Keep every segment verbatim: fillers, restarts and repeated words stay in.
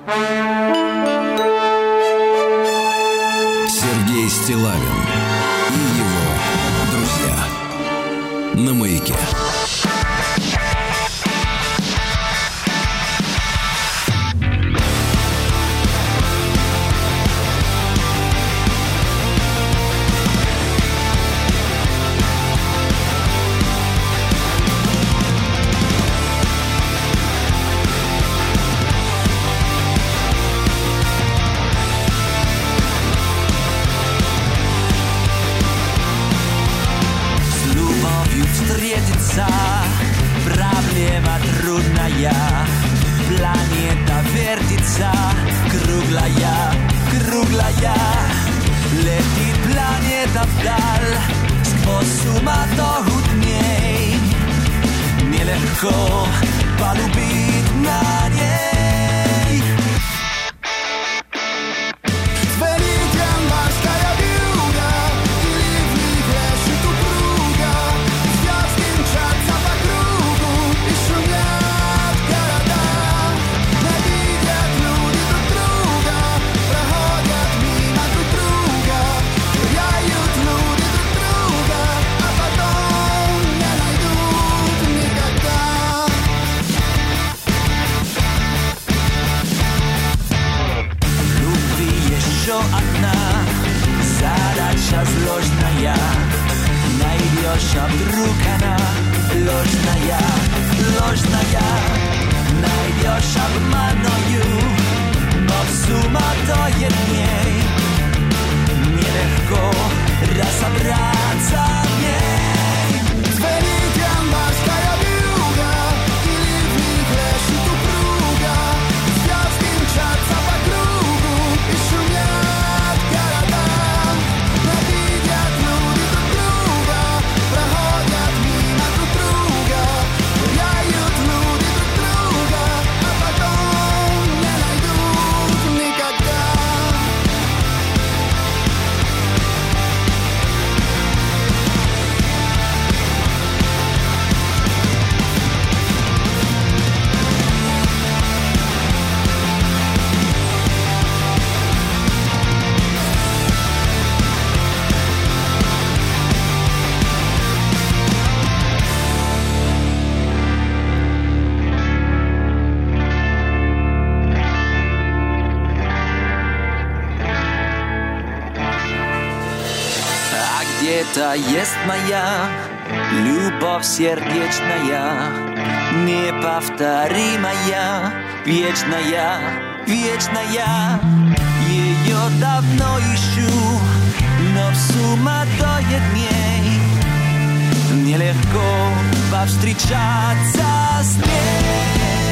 Сергей Стиллавин и его друзья на Маяке. Проблема трудная, планета вертится, круглая, круглая. Летит планета вдаль, сквозь суматоху дней. Нелегко полюбить на ней. Звенит январская вьюга, и ливни хлещут упруга. Звезды мчатся по кругу и шумят города. Ненавидят люди друг друга, проходят мимо друг друга. Теряют люди друг друга, а потом не найдут никогда. Любви еще одна задача сложная. Найдешь, а вдруг она ложная, ложная. Найдешь обманную, но в суматохе дней нелегко разобраться в ней. Звенит январская вьюга, и ливни хлещут упруга. Звезды мчатся по кругу и шумят города. Ненавидят люди друг друга, проходят мимо друг друга. Теряют люди друг друга, а потом не найдут никогда. А где-то есть моя любовь сердечная, неповторимая, вечная, вечная. Ее давно ищу, но в суматохе дней нелегко повстречаться с ней.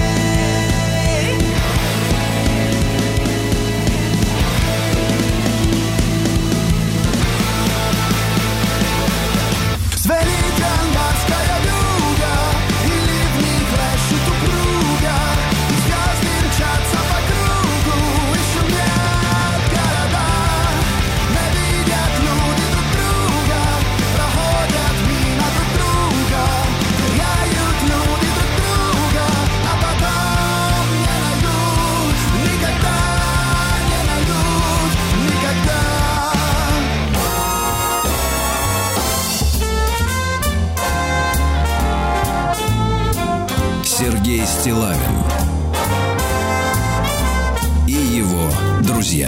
Звенит январская вьюга, и ливни хлещут упруга. Звезды мчатся по кругу и шумят города. Ненавидят люди друг друга, проходят мимо друг друга. Теряют люди друг друга, а потом не найдут никогда, не найдут никогда. Сергей Стиллавин и его друзья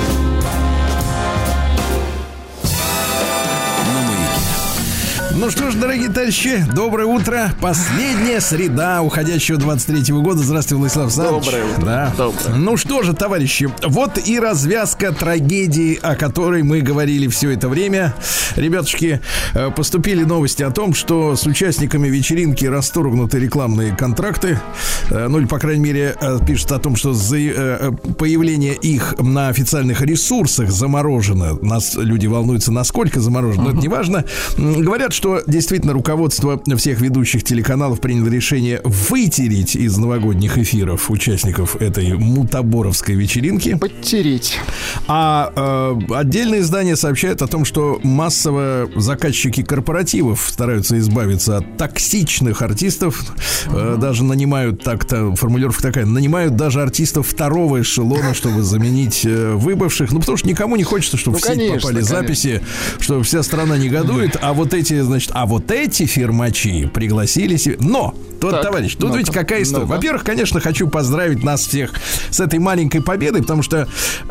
на Маяке. Ну что ж, дорогие товарищи, доброе утро. Последняя среда уходящего двадцать третьего года. Здравствуйте, Владислав Александрович. Доброе утро. Да. Доброе. Ну что же, товарищи, вот и развязка трагедии, о которой мы говорили все это время. Ребятушки, поступили новости о том, что с участниками вечеринки расторгнуты рекламные контракты. Ну или, по крайней мере, пишут о том, что появление их на официальных ресурсах заморожено. Нас люди волнуются, насколько заморожено, но это не важно. Говорят, что что действительно руководство всех ведущих телеканалов приняло решение вытереть из новогодних эфиров участников этой мутаборовской вечеринки. Подтереть. А э, отдельные издания сообщают о том, что массово заказчики корпоративов стараются избавиться от токсичных артистов. Э, даже нанимают, так-то формулировка такая, нанимают даже артистов второго эшелона, чтобы заменить э, выбывших. Ну, потому что никому не хочется, чтобы ну, в сеть конечно, попали конечно. записи, что вся страна негодует, а вот эти, значит, а вот эти фирмачи пригласили себе. Но, тот так, товарищ, тут ну-ка, ведь какая история. Ну-ка. Во-первых, конечно, хочу поздравить нас всех с этой маленькой победой, потому что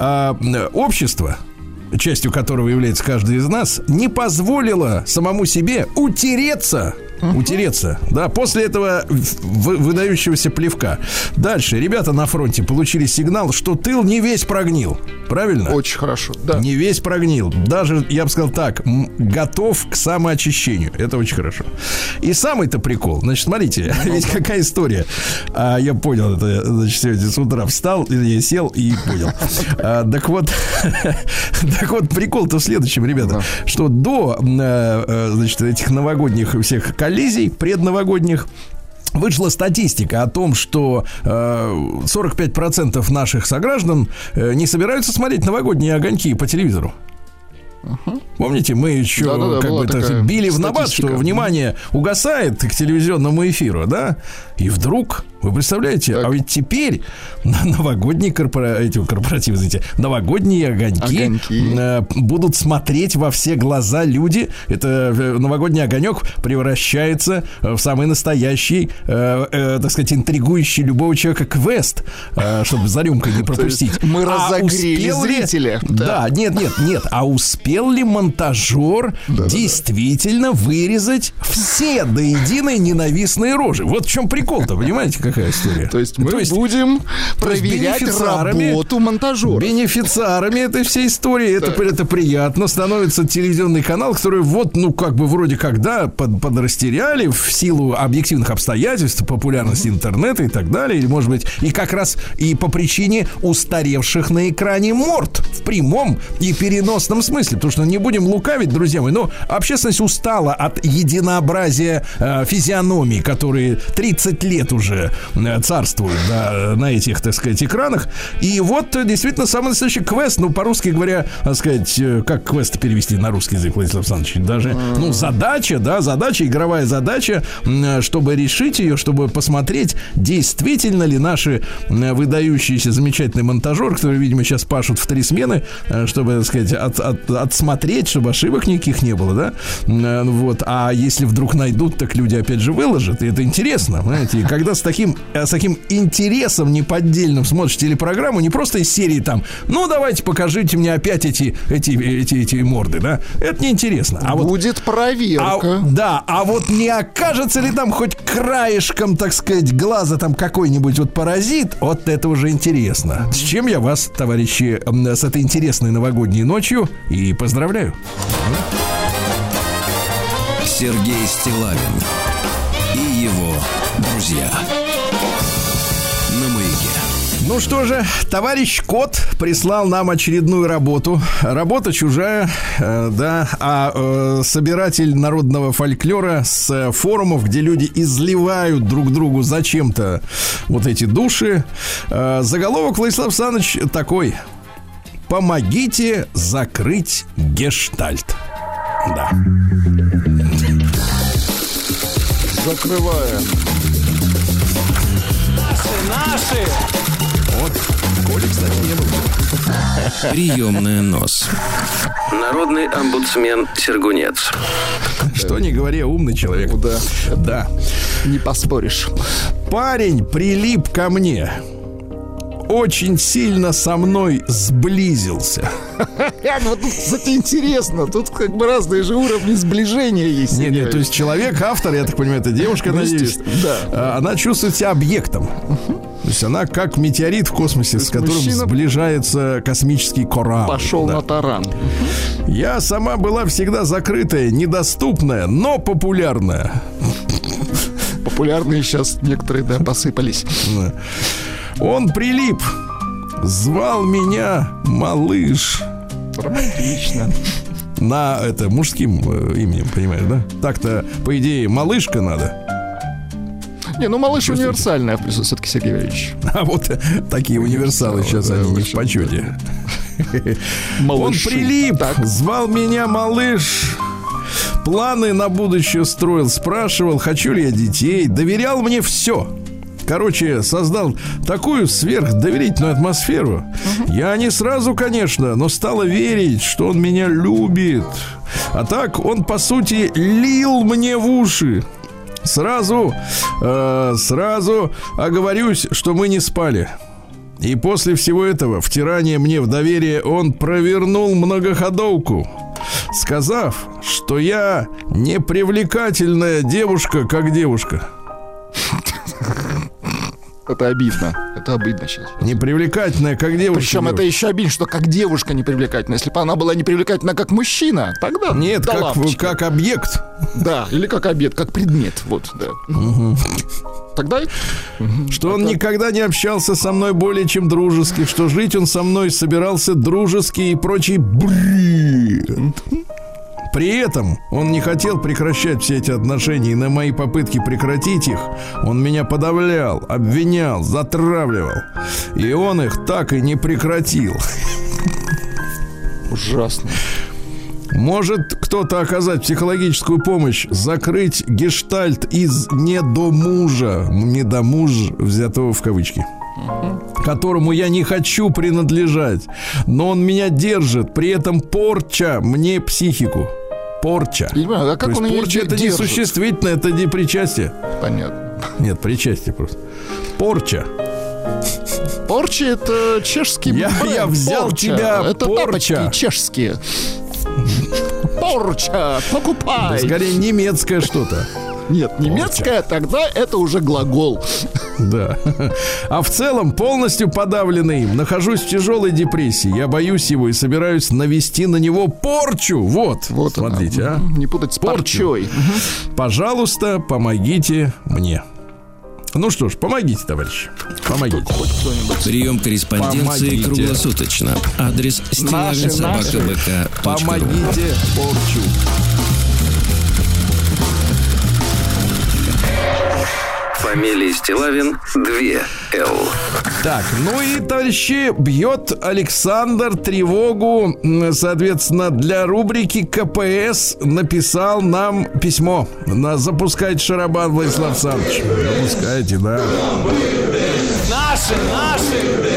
э, общество, частью которого является каждый из нас, не позволило самому себе утереться. Uh-huh. Утереться, да, после этого в- выдающегося плевка. Дальше, ребята на фронте получили сигнал, что тыл не весь прогнил. Правильно? Очень хорошо, да. Не весь прогнил. Даже, я бы сказал так, м- готов к самоочищению. Это очень хорошо. И самый-то прикол. Значит, смотрите, uh-huh. ведь какая история. А, я понял это, значит, сегодня с утра встал, я сел и понял. а, Так вот, так вот, прикол-то в следующем, ребята, что до, значит, этих новогодних всех коллизий предновогодних вышла статистика о том, что э, сорок пять процентов наших сограждан э, не собираются смотреть новогодние огоньки по телевизору. Uh-huh. Помните, мы еще да-да-да, как бы это, били в набат, что внимание угасает к телевизионному эфиру, да? И вдруг, вы представляете, так. а ведь теперь на новогодние корпора... эти корпоративы, знаете, новогодние огоньки, огоньки. Э, будут смотреть во все глаза люди. Это э, новогодний огонек превращается в самый настоящий, э, э, так сказать, интригующий любого человека квест, э, чтобы за рюмкой не пропустить. Мы разогрели зрителя. Да, нет, нет, нет. А успел ли монтажер да, действительно да. вырезать все до единой ненавистные рожи? Вот в чем прикол-то, понимаете, какая история? То есть мы то есть, будем проверять работу монтажера. Бенефициарами этой всей истории. Это, это приятно. Становится телевизионный канал, который вот, ну, как бы вроде как, да, под, подрастеряли в силу объективных обстоятельств, популярности интернета и так далее. Или, может быть, и как раз и по причине устаревших на экране морд в прямом и переносном смысле. Потому что не будем лукавить, друзья мои, но общественность устала от единообразия э, физиономий, которые тридцать лет уже э, царствуют да, на этих, так сказать, экранах. И вот э, действительно самый настоящий квест, ну, по-русски говоря, так сказать, э, как квест перевести на русский язык, Владислав Александрович, даже, ну, задача, да, задача, игровая задача, э, чтобы решить ее, чтобы посмотреть, действительно ли наши э, выдающиеся замечательные монтажеры, которые, видимо, сейчас пашут в три смены, э, чтобы, так сказать, от, от, отсмотреть, чтобы ошибок никаких не было, да, э, вот, а если вдруг найдут, так люди опять же выложат, и это интересно, понимаете, и когда с таким, с таким интересом неподдельным смотришь телепрограмму, не просто из серии там, ну, давайте покажите мне опять эти, эти, эти, эти морды, да, это неинтересно. А будет вот, проверка. А, да, а вот не окажется ли там хоть краешком, так сказать, глаза там какой-нибудь вот паразит, вот это уже интересно. С чем я вас, товарищи, с этой интересной новогодней ночью и поздравляю. Сергей Стиллавин и его друзья на Маяке. Ну что же, товарищ Кот прислал нам очередную работу. Работа чужая, э, да, а э, собиратель народного фольклора с форумов, где люди изливают друг другу зачем-то вот эти души. Э, заголовок, Владислав Александрович, такой: «Помогите закрыть гештальт». Да. Закрываем. Наши, наши. Вот, Коля, кстати, не был. Приемная нос. Народный омбудсмен Сергунец. Что не говори, умный человек. Да. Да. Не поспоришь. Парень прилип ко мне. Очень сильно со мной сблизился. Вот тут, кстати, интересно. Тут как бы разные же уровни сближения есть. Нет, нет, то есть человек, автор, я так понимаю, это девушка, ну, надеюсь, да. Она чувствует себя объектом. Uh-huh. То есть она как метеорит в космосе, с которым сближается космический корабль. Пошел да. на таран. Uh-huh. Я сама была всегда закрытая, недоступная, но популярная. Популярные сейчас некоторые, да, посыпались. Он прилип, звал меня малыш. Романтично. на это мужским э, именем, понимаешь, да? Так-то, по идее, малышка надо. Не, ну малыш универсальная, все-таки, Сергей Валерьевич. А вот такие универсалы сейчас, они не в почете. Он прилип, звал меня малыш. Планы на будущее строил, спрашивал, хочу ли я детей, доверял мне все. Короче, создал такую сверхдоверительную атмосферу. Uh-huh. Я не сразу, конечно, но стала верить, что он меня любит. А так он, по сути, лил мне в уши. Сразу, э, сразу оговорюсь, что мы не спали. И после всего этого, втирания мне в доверие, он провернул многоходовку, сказав, что я непривлекательная девушка, как девушка. Это обидно. Это обидно сейчас. Непривлекательная, как девушка. Причем девушка. Это еще обидно, что как девушка непривлекательная. Если бы она была непривлекательна, как мужчина, тогда нет, как, как объект. Да, или как объект, как предмет. Вот, да. Угу. Тогда... Что он никогда не общался со мной более чем дружески, что жить он со мной собирался дружески и прочий бред. При этом он не хотел прекращать все эти отношения, и на мои попытки прекратить их он меня подавлял, обвинял, затравливал. И он их так и не прекратил. Ужасно. Может кто-то оказать психологическую помощь, закрыть гештальт из недомужа, недомуж, взятого в кавычки, uh-huh. которому я не хочу принадлежать, но он меня держит, при этом порча мне психику. Порча. А как То он есть порча это держит? Не существительное, это не причастие. Понятно. Нет, причастие просто. Порча. Порча это чешский я, бренд. Я взял порча. Тебя, это порча. Тапочки чешские. Порча, покупай. Да, скорее немецкое что-то. Нет, немецкое, тогда это уже глагол. Да. А в целом полностью подавленный им. Нахожусь в тяжелой депрессии. Я боюсь его и собираюсь навести на него порчу. Вот, вот смотрите, она. а. Не путать с порчой. Угу. Пожалуйста, помогите мне. Ну что ж, помогите, товарищи. Помогите. Прием корреспонденции помогите. Круглосуточно. Адрес стилавин собака бэ ка точка ру. Помогите порчу. Фамилия Стилавин две эл. Так, ну и, товарищи, бьет Александр тревогу. Соответственно, для рубрики ка пэ эс написал нам письмо. На запускайте шарабан, Владислав Александрович. Запускайте, да. Наши, наши.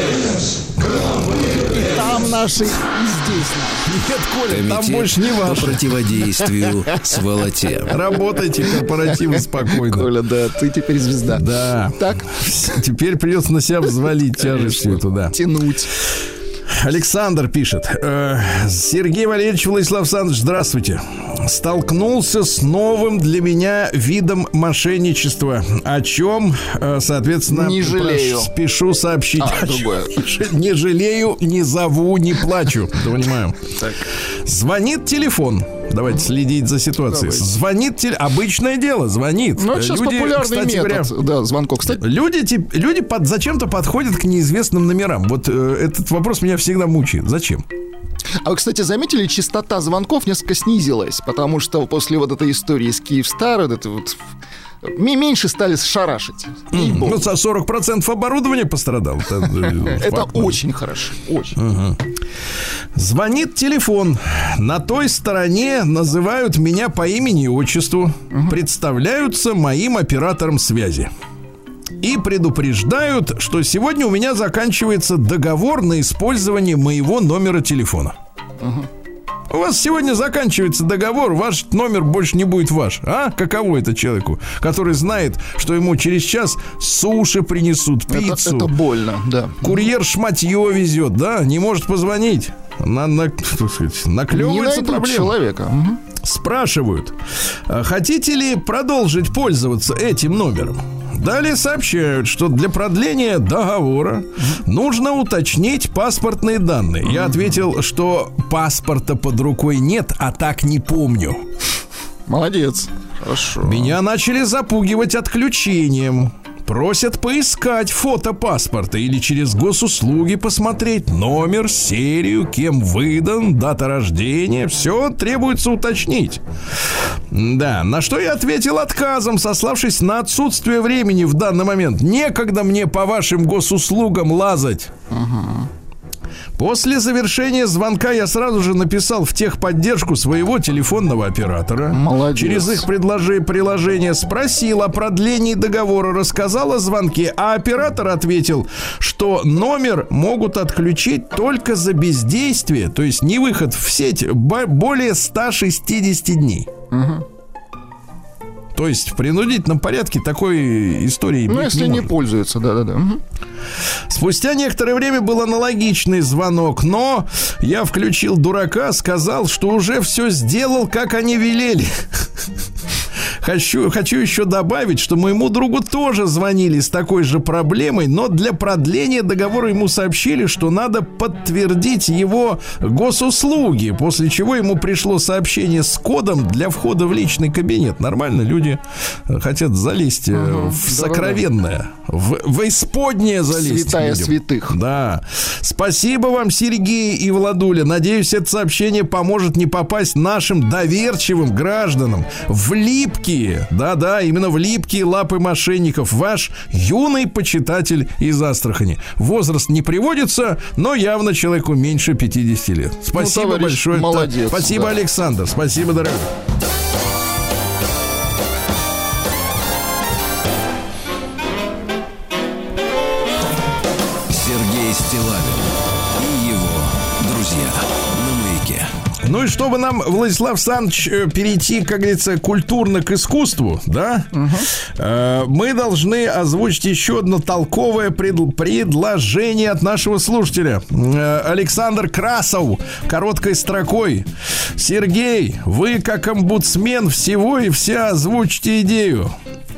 И там наши, и здесь наши. Нет, Коля, комитет там больше не ваши. По противодействию сволоте. Работайте корпоративно спокойно. Коля, да, ты теперь звезда. Да. Так. Теперь придется на себя взвалить тяжесть всю туда. Тянуть. Александр пишет. Сергей Валерьевич, Владислав Александрович, здравствуйте. Столкнулся с новым для меня видом мошенничества, о чем, соответственно, не жалею. Спешу сообщить. А, другое. Не жалею, не зову, не плачу. Понимаю. Так. Звонит телефон. Давайте следить за ситуацией. Давайте. Звонит телефон. Обычное дело, звонит. Ну, это сейчас люди, популярный кстати, метод говоря, да, звонков. Кстати, люди, люди под, зачем-то подходят к неизвестным номерам. Вот э, этот вопрос меня всегда мучает. Зачем? А вы, кстати, заметили, частота звонков несколько снизилась, потому что после вот этой истории с Киевстар, вот это вот меньше стали шарашить. Mm, ну, сорок процентов оборудования пострадало. Это очень хорошо. Очень. Звонит телефон. На той стороне называют меня по имени и отчеству, представляются моим оператором связи и предупреждают, что сегодня у меня заканчивается договор на использование моего номера телефона. У вас сегодня заканчивается договор, ваш номер больше не будет ваш. А? Каково это человеку, который знает, что ему через час суши принесут, пиццу. Это, это больно, да. Курьер шматье везет, да? Не может позвонить. На, на, так сказать, наклевывается проблема. Человека. Угу. Спрашивают, хотите ли продолжить пользоваться этим номером? Далее сообщают, что для продления договора нужно уточнить паспортные данные. Я ответил, что паспорта под рукой нет, а так не помню. Молодец. Хорошо. Меня начали запугивать отключением. Просят поискать фото паспорта или через госуслуги посмотреть номер, серию, кем выдан, дата рождения. Все требуется уточнить. Да, на что я ответил отказом, сославшись на отсутствие времени в данный момент. Некогда мне по вашим госуслугам лазать. Ага. После завершения звонка я сразу же написал в техподдержку своего телефонного оператора. Молодец. Через их предложи- приложение спросил о продлении договора, рассказал о звонке, а оператор ответил, что номер могут отключить только за бездействие, то есть не выход в сеть, более ста шестидесяти дней. Угу. То есть в принудительном порядке такой истории ну, быть если не не может. Пользуется, да-да-да. Угу. Спустя некоторое время был аналогичный звонок, но я включил дурака, сказал, что уже все сделал, как они велели. Хочу, хочу еще добавить, что моему другу тоже звонили с такой же проблемой, но для продления договора ему сообщили, что надо подтвердить его госуслуги, после чего ему пришло сообщение с кодом для входа в личный кабинет. Нормально, люди хотят залезть угу, в сокровенное, в, в исподнее залезть. Святая людям. Святых. Да. Спасибо вам, Сергей и Владуля. Надеюсь, это сообщение поможет не попасть нашим доверчивым гражданам в липкие, да-да, именно в липкие лапы мошенников. Ваш юный почитатель из Астрахани. Возраст не приводится, но явно человеку меньше пятидесяти лет. Спасибо ну, большое. Молодец. Спасибо, да. Александр. Спасибо, дорогой. Сергей Стиллавин и его друзья на Маяке. Ну и чтобы нам, Владислав Александрович, перейти, как говорится, культурно к искусству, да, угу. э, мы должны озвучить еще одно толковое пред, предложение от нашего слушателя. Э, Александр Красов, короткой строкой. Сергей, вы, как омбудсмен всего и вся, озвучите идею.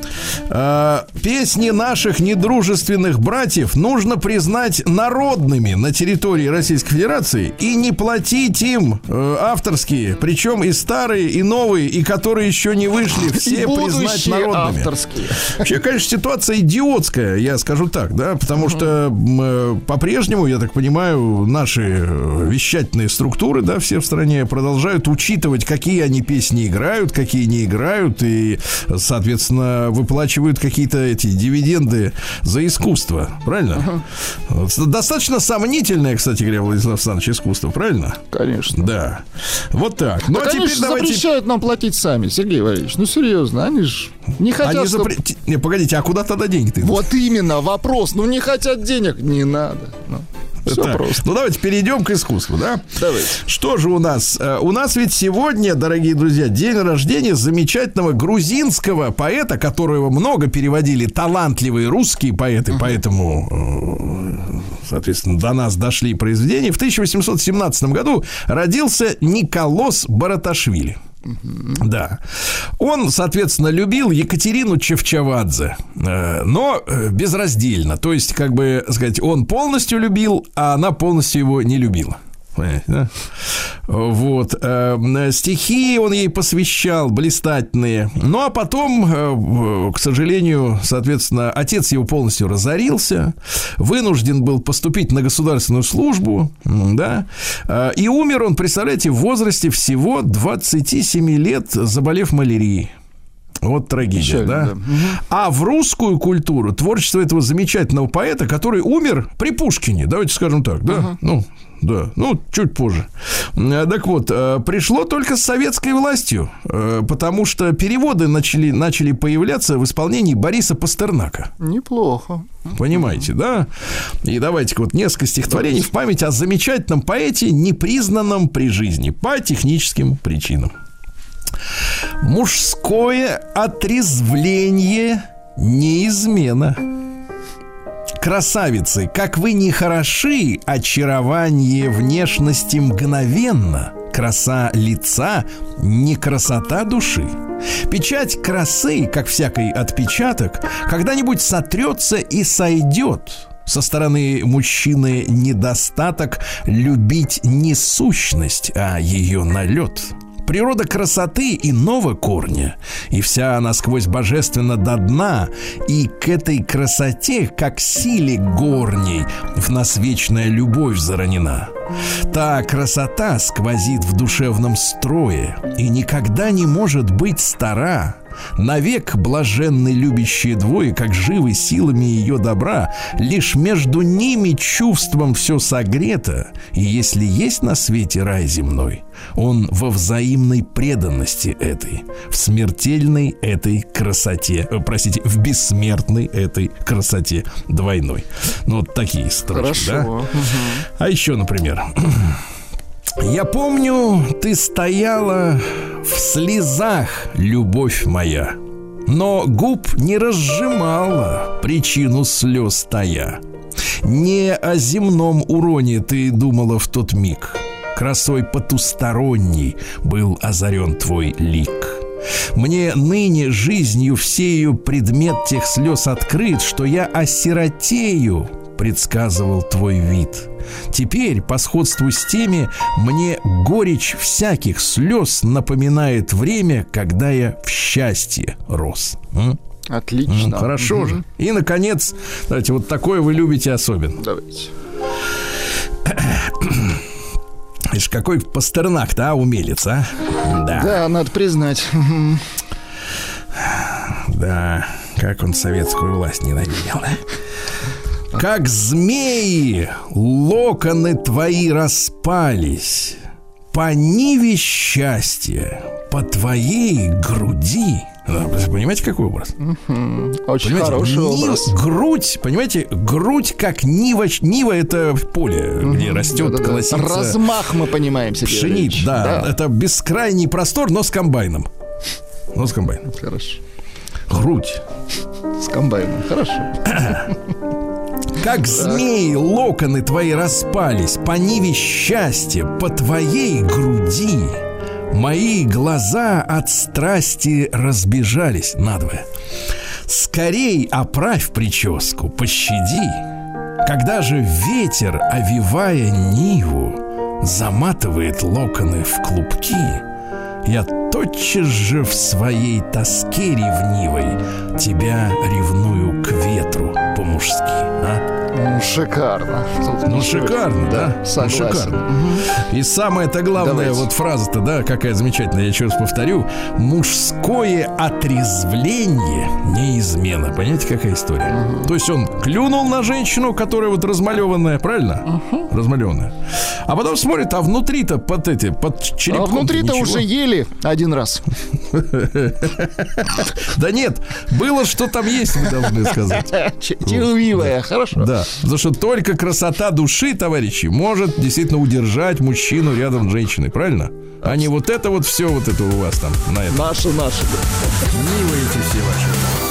Э, песни наших недружественных братьев нужно признать народными на территории Российской Федерации и не платить им э, авторские, причем и старые, и новые, и которые еще не вышли, все признать народными. Авторские. Вообще, конечно, ситуация идиотская, я скажу так, да, потому что э, по-прежнему, я так понимаю, наши вещательные структуры, да, все в стране продолжают учитывать, какие они песни играют, какие не играют, и, соответственно, выплачивают какие-то эти дивиденды за искусство, правильно? Uh-huh. Достаточно сомнительное, кстати говоря, Владислав Александрович, искусство, правильно? Конечно. Да. Вот так. Ну, да, а теперь конечно, давайте... запрещают нам платить сами, Сергей Валерьевич. Ну, серьезно, они же не хотят... Они чтобы... запре... Не, погодите, а куда тогда деньги-то? Вот именно вопрос. Ну, не хотят денег, не надо. Ну. Все так, просто. Ну, давайте перейдем к искусству, да? Давайте. Что же у нас? У нас ведь сегодня, дорогие друзья, день рождения замечательного грузинского поэта, которого много переводили талантливые русские поэты, uh-huh. поэтому, соответственно, до нас дошли произведения. В тысяча восемьсот семнадцатом году родился Николос Бараташвили. Uh-huh. Да. Он, соответственно, любил Екатерину Чевчавадзе, но безраздельно. То есть, как бы сказать, он полностью любил, а она полностью его не любила. Понимаете, да? Вот. Стихи он ей посвящал, блистательные. Ну, а потом, к сожалению, соответственно, отец его полностью разорился, вынужден был поступить на государственную службу, да, и умер он, представляете, в возрасте всего двадцати семи лет, заболев малярией. Вот трагедия, Печально, да? да. А в русскую культуру творчество этого замечательного поэта, который умер при Пушкине, давайте скажем так, да? Uh-huh. Ну, да, ну, чуть позже. Так вот, пришло только с советской властью, потому что переводы начали, начали появляться в исполнении Бориса Пастернака. Неплохо. Понимаете, да? И давайте-ка вот несколько стихотворений в память о замечательном поэте, непризнанном при жизни по техническим причинам. Мужское отрезвление не измена. Красавицы, как вы не хороши, очарование внешности мгновенно. Краса лица не красота души. Печать красы, как всякий отпечаток, когда-нибудь сотрется и сойдет. Со стороны мужчины недостаток любить не сущность, а ее налет. Природа красоты иного корня, и вся она сквозь божественно до дна, и к этой красоте, как силе горней, в нас вечная любовь заронена. Та красота сквозит в душевном строе и никогда не может быть стара. Навек блаженны любящие двое, как живы силами ее добра. Лишь между ними чувством все согрето. И если есть на свете рай земной, он во взаимной преданности этой, в смертельной этой красоте, э, простите, в бессмертной этой красоте двойной. Ну, вот такие строчки, да? Угу. А еще, например... Я помню, ты стояла в слезах, любовь моя, но губ не разжимала, причину слез тая. Не о земном уроне ты думала в тот миг, красой потусторонней был озарен твой лик. Мне ныне жизнью всею предмет тех слез открыт, что я осиротею, предсказывал твой вид. Теперь, по сходству с теми, мне горечь всяких слез напоминает время, когда я в счастье рос. М? Отлично. М, хорошо угу. же. И, наконец, давайте, вот такое вы любите особенно. Давайте. Ишь, какой Пастернак-то, а, умелец, а? Да. Да, надо признать. Да, как он советскую власть ненавидел. Как змеи локоны твои распались по ниве счастья, по твоей груди. Понимаете, какой образ? Угу. Очень понимаете, хороший нив, образ. Грудь, понимаете, грудь как нива. Нива — это поле, угу, где растет, да, да, колосится. Размах, мы понимаем себе. Пшеница, да, да. Это бескрайний простор, но с комбайном. Но с комбайном. Хорошо. Грудь. С комбайном, хорошо. Как змеи локоны твои распались по ниве счастья, по твоей груди. Мои глаза от страсти разбежались надвое. Скорей оправь прическу, пощади. Когда же ветер, овивая ниву, заматывает локоны в клубки, я тотчас же в своей тоске ревнивой тебя ревную к ветру по-мужски, а? Ну, шикарно. Тут ну, шикарно, да? да? Согласен. Ну, шикарно. Угу. И самое-то главное, давайте. Вот фраза-то, да, какая замечательная, я еще раз повторю. Мужское отрезвление не измена. Понимаете, какая история? Угу. То есть он клюнул на женщину, которая вот размалеванная, правильно? Угу. Размалеванная. А потом смотрит, а внутри-то под эти, под черепком. А внутри-то уже ели один раз. Да нет, было, что там есть, вы должны сказать. Чувивая, хорошо. Да, потому что только красота души, товарищи, может действительно удержать мужчину рядом с женщиной, правильно? А не вот это вот все вот это у вас там на этом. Наши, наши. Нивы эти все ваши.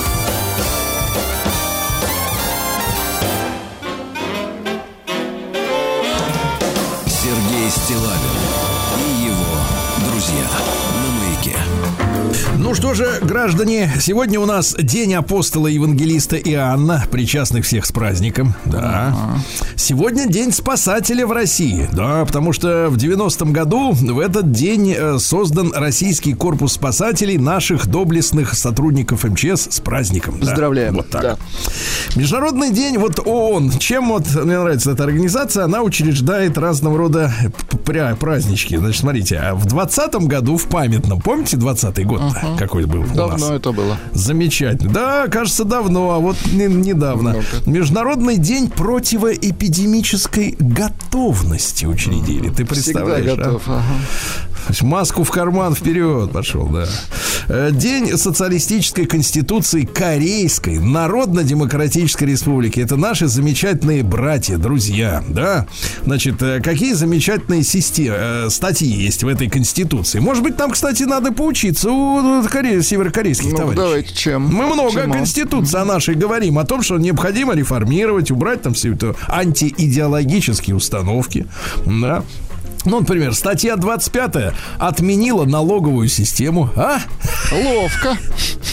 Сергей Стиллавин и его друзья на Маяке. Ну что же, граждане, сегодня у нас День апостола Евангелиста Иоанна, причастных всех с праздником. Да. Сегодня День спасателя в России. Да, потому что в девяностом году в этот день создан Российский корпус спасателей наших доблестных сотрудников эм че эс с праздником. Да. Поздравляем. Вот так. Да. Международный день, вот ООН, чем вот мне нравится эта организация, она учреждает разного рода празднички. Значит, смотрите, а в двадцатом году, в памятном, помните двадцатый год uh-huh. какой был у нас? Давно это было. Замечательно. Да, кажется, давно, а вот не, недавно. Uh-huh. Международный день противоэпидемической готовности учредили. Ты представляешь? Всегда готов, а? Ага. Маску в карман, вперед пошел, да. День социалистической конституции Корейской Народно-демократической республики. Это наши замечательные братья, друзья, да. Значит, какие замечательные системы, статьи есть в этой конституции. Может быть, там, кстати, надо поучиться у коре... северокорейских ну, товарищей. Давайте, чем? Мы много Чему? о конституции о нашей говорим, о том, что необходимо реформировать, убрать там все это антиидеологические установки, да. Ну, например, статья двадцать пятая отменила налоговую систему. А? Ловко.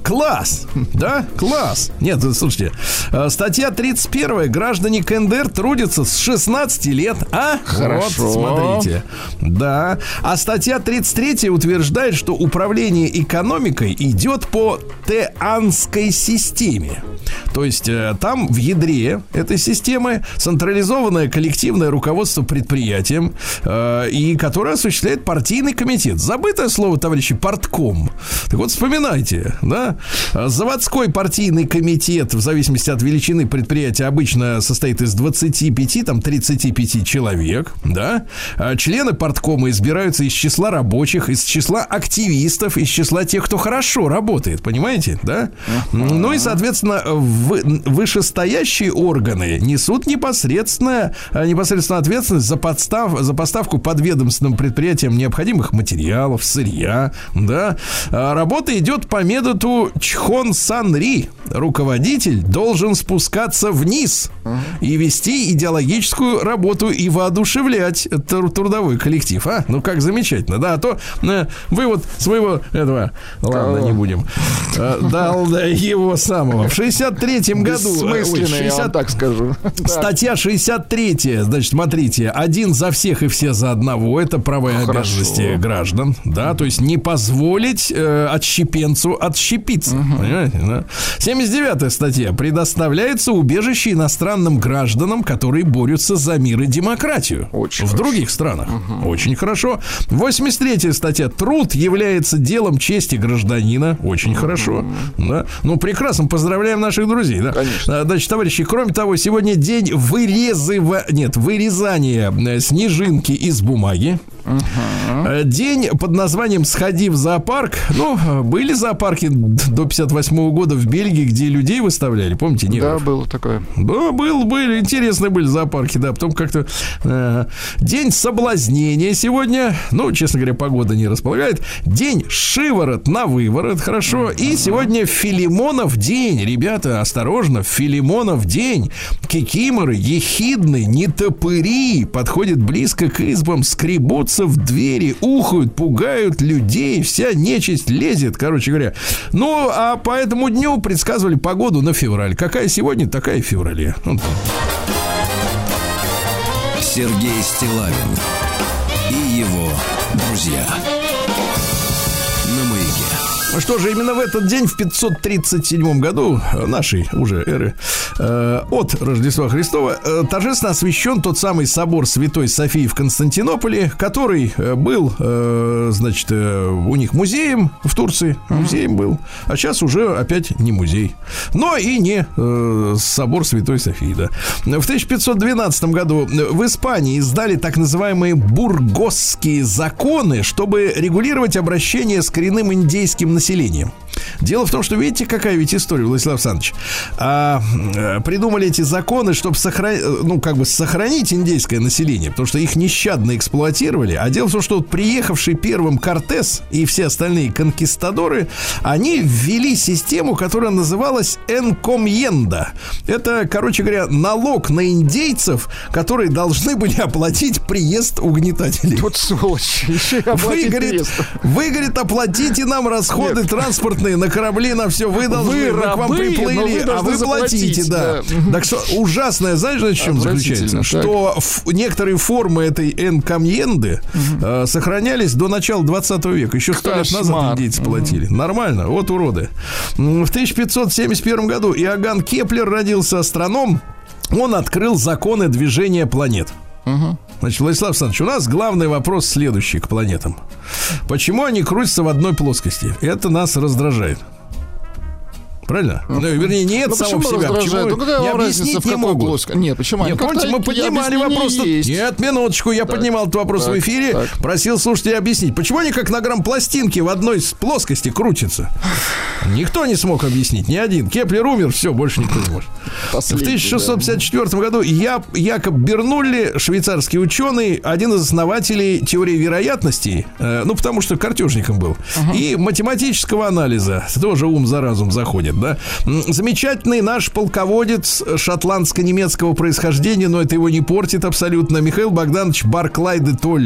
Класс! Да? Класс! Нет, слушайте, статья тридцать первая. Граждане КНДР трудятся с шестнадцати лет. А? Хорошо. Вот, смотрите. Да. А статья тридцать третья утверждает, что управление экономикой идет по теанской системе. То есть там в ядре этой системы централизованное коллективное руководство предприятием, э, и которое осуществляет партийный комитет. Забытое слово, товарищи, партком. Так вот, вспоминайте, да? Заводской партийный комитет, в зависимости от величины предприятия, обычно состоит из двадцати пяти, там, тридцати пяти человек, да? Члены парткома избираются из числа рабочих, из числа активистов, из числа тех, кто хорошо работает, понимаете, да? Uh-huh. Ну и, соответственно, в, вышестоящие органы несут непосредственно, непосредственно ответственность за, подстав, за поставку подведомственным предприятиям необходимых материалов, сырья, да? Работа идет по методу Чхон Сан Ри. Руководитель должен спускаться вниз uh-huh. и вести идеологическую работу и воодушевлять тр- трудовой коллектив. А? Ну как замечательно, да? А то э, вы вот своего этого, ладно, не будем, э, дал да, его самого. В шестьдесят третьем году, бессмысленно, я вам так скажу. Статья шестьдесят третья, значит, смотрите, один за всех и все за одного. Это права и обязанности граждан, да, то есть не позволить э, отщепенцу отщепиться. Uh-huh. Понимаете, да? семьдесят девятая статья. Предоставляется убежище иностранным гражданам, которые борются за мир и демократию. Очень в хорошо. Других странах. Uh-huh. Очень хорошо. восемьдесят третья статья. Труд является делом чести гражданина. Очень uh-huh. хорошо. Да? Ну, прекрасно. Поздравляем наших друзей. Да? Конечно. Значит, товарищи, кроме того, сегодня день вырезыва... Нет, вырезания снежинки из бумаги. Uh-huh. День под названием «Сходи в зоопарк». Ну, были зоопарки до пятьдесят восьмого года в Бельгии, где людей выставляли, помните? Негров? Да, было такое. Да, был, были, интересные были зоопарки, да. Потом как-то э, день соблазнения сегодня. Ну, честно говоря, погода не располагает. День шиворот на выворот, хорошо. Uh-huh. И сегодня Филимонов день. Ребята, осторожно, Филимонов день. Кикиморы, ехидны, нетопыри подходят близко к избам, скребутся в двери, ухают, пугают людей, вся нечисть лезет, короче говоря. Ну, а по этому дню предсказывали погоду на февраль. Какая сегодня, такая и в феврале. Сергей Стиллавин и его друзья. Ну что же, именно в этот день, в пятьсот тридцать седьмом году нашей уже эры, э, от Рождества Христова, э, торжественно освящен тот самый собор Святой Софии в Константинополе, который э, был, э, значит, э, у них музеем в Турции, музеем был, а сейчас уже опять не музей, но и не э, собор Святой Софии, да. В тысяча пятьсот двенадцатом году в Испании издали так называемые бургосские законы, чтобы регулировать обращение с коренным индейским населением. Дело в том, что видите, какая ведь история, Владислав Александрович. А, придумали эти законы, чтобы сохранить, ну, как бы сохранить индейское население, потому что их нещадно эксплуатировали. А дело в том, что вот приехавший первым Кортес и все остальные конкистадоры, они ввели систему, которая называлась энкомьенда. Это, короче говоря, налог на индейцев, которые должны были оплатить приезд угнетателей. Вот сволочь, еще и вы, говорит, вы, говорит, оплатите нам расходы Нет. транспортные на корабли, на все. Вы должны, вы, мы к вам рабы, приплыли, вы а вы платите, да. да. Так что ужасное, знаешь, в чем заключается? Так. Что ф- некоторые формы этой энкомьенды угу. э, сохранялись до начала двадцатого века. Еще сто лет назад индейцы угу. платили. Нормально, вот уроды. В тысяча пятьсот семьдесят первом году Иоганн Кеплер родился, астроном. Он открыл законы движения планет. Угу. Значит, Владислав Александрович, у нас главный вопрос следующий к планетам. Почему они крутятся в одной плоскости? Это нас раздражает. Правильно? Ну, вернее, не это ну, само по себе. Почему ну, не объяснить не могут? Плоско? Нет, почему? Нет, помните, мы поднимали вопрос. Тут... Нет, минуточку, я так, поднимал этот вопрос так, в эфире, так. просил слушателей объяснить. Почему они как на грамм-пластинке в одной плоскости крутятся? Никто не смог объяснить, ни один. Кеплер умер, все, больше никто не может. В тысяча шестьсот пятьдесят четвёртом году Я, Якоб Бернулли, швейцарский ученый, один из основателей теории вероятностей, э, ну, потому что картежником был, uh-huh. и математического анализа, тоже ум за разум заходит. Да? Замечательный наш полководец шотландско-немецкого происхождения, но это его не портит абсолютно, Михаил Богданович Барклай де Толли.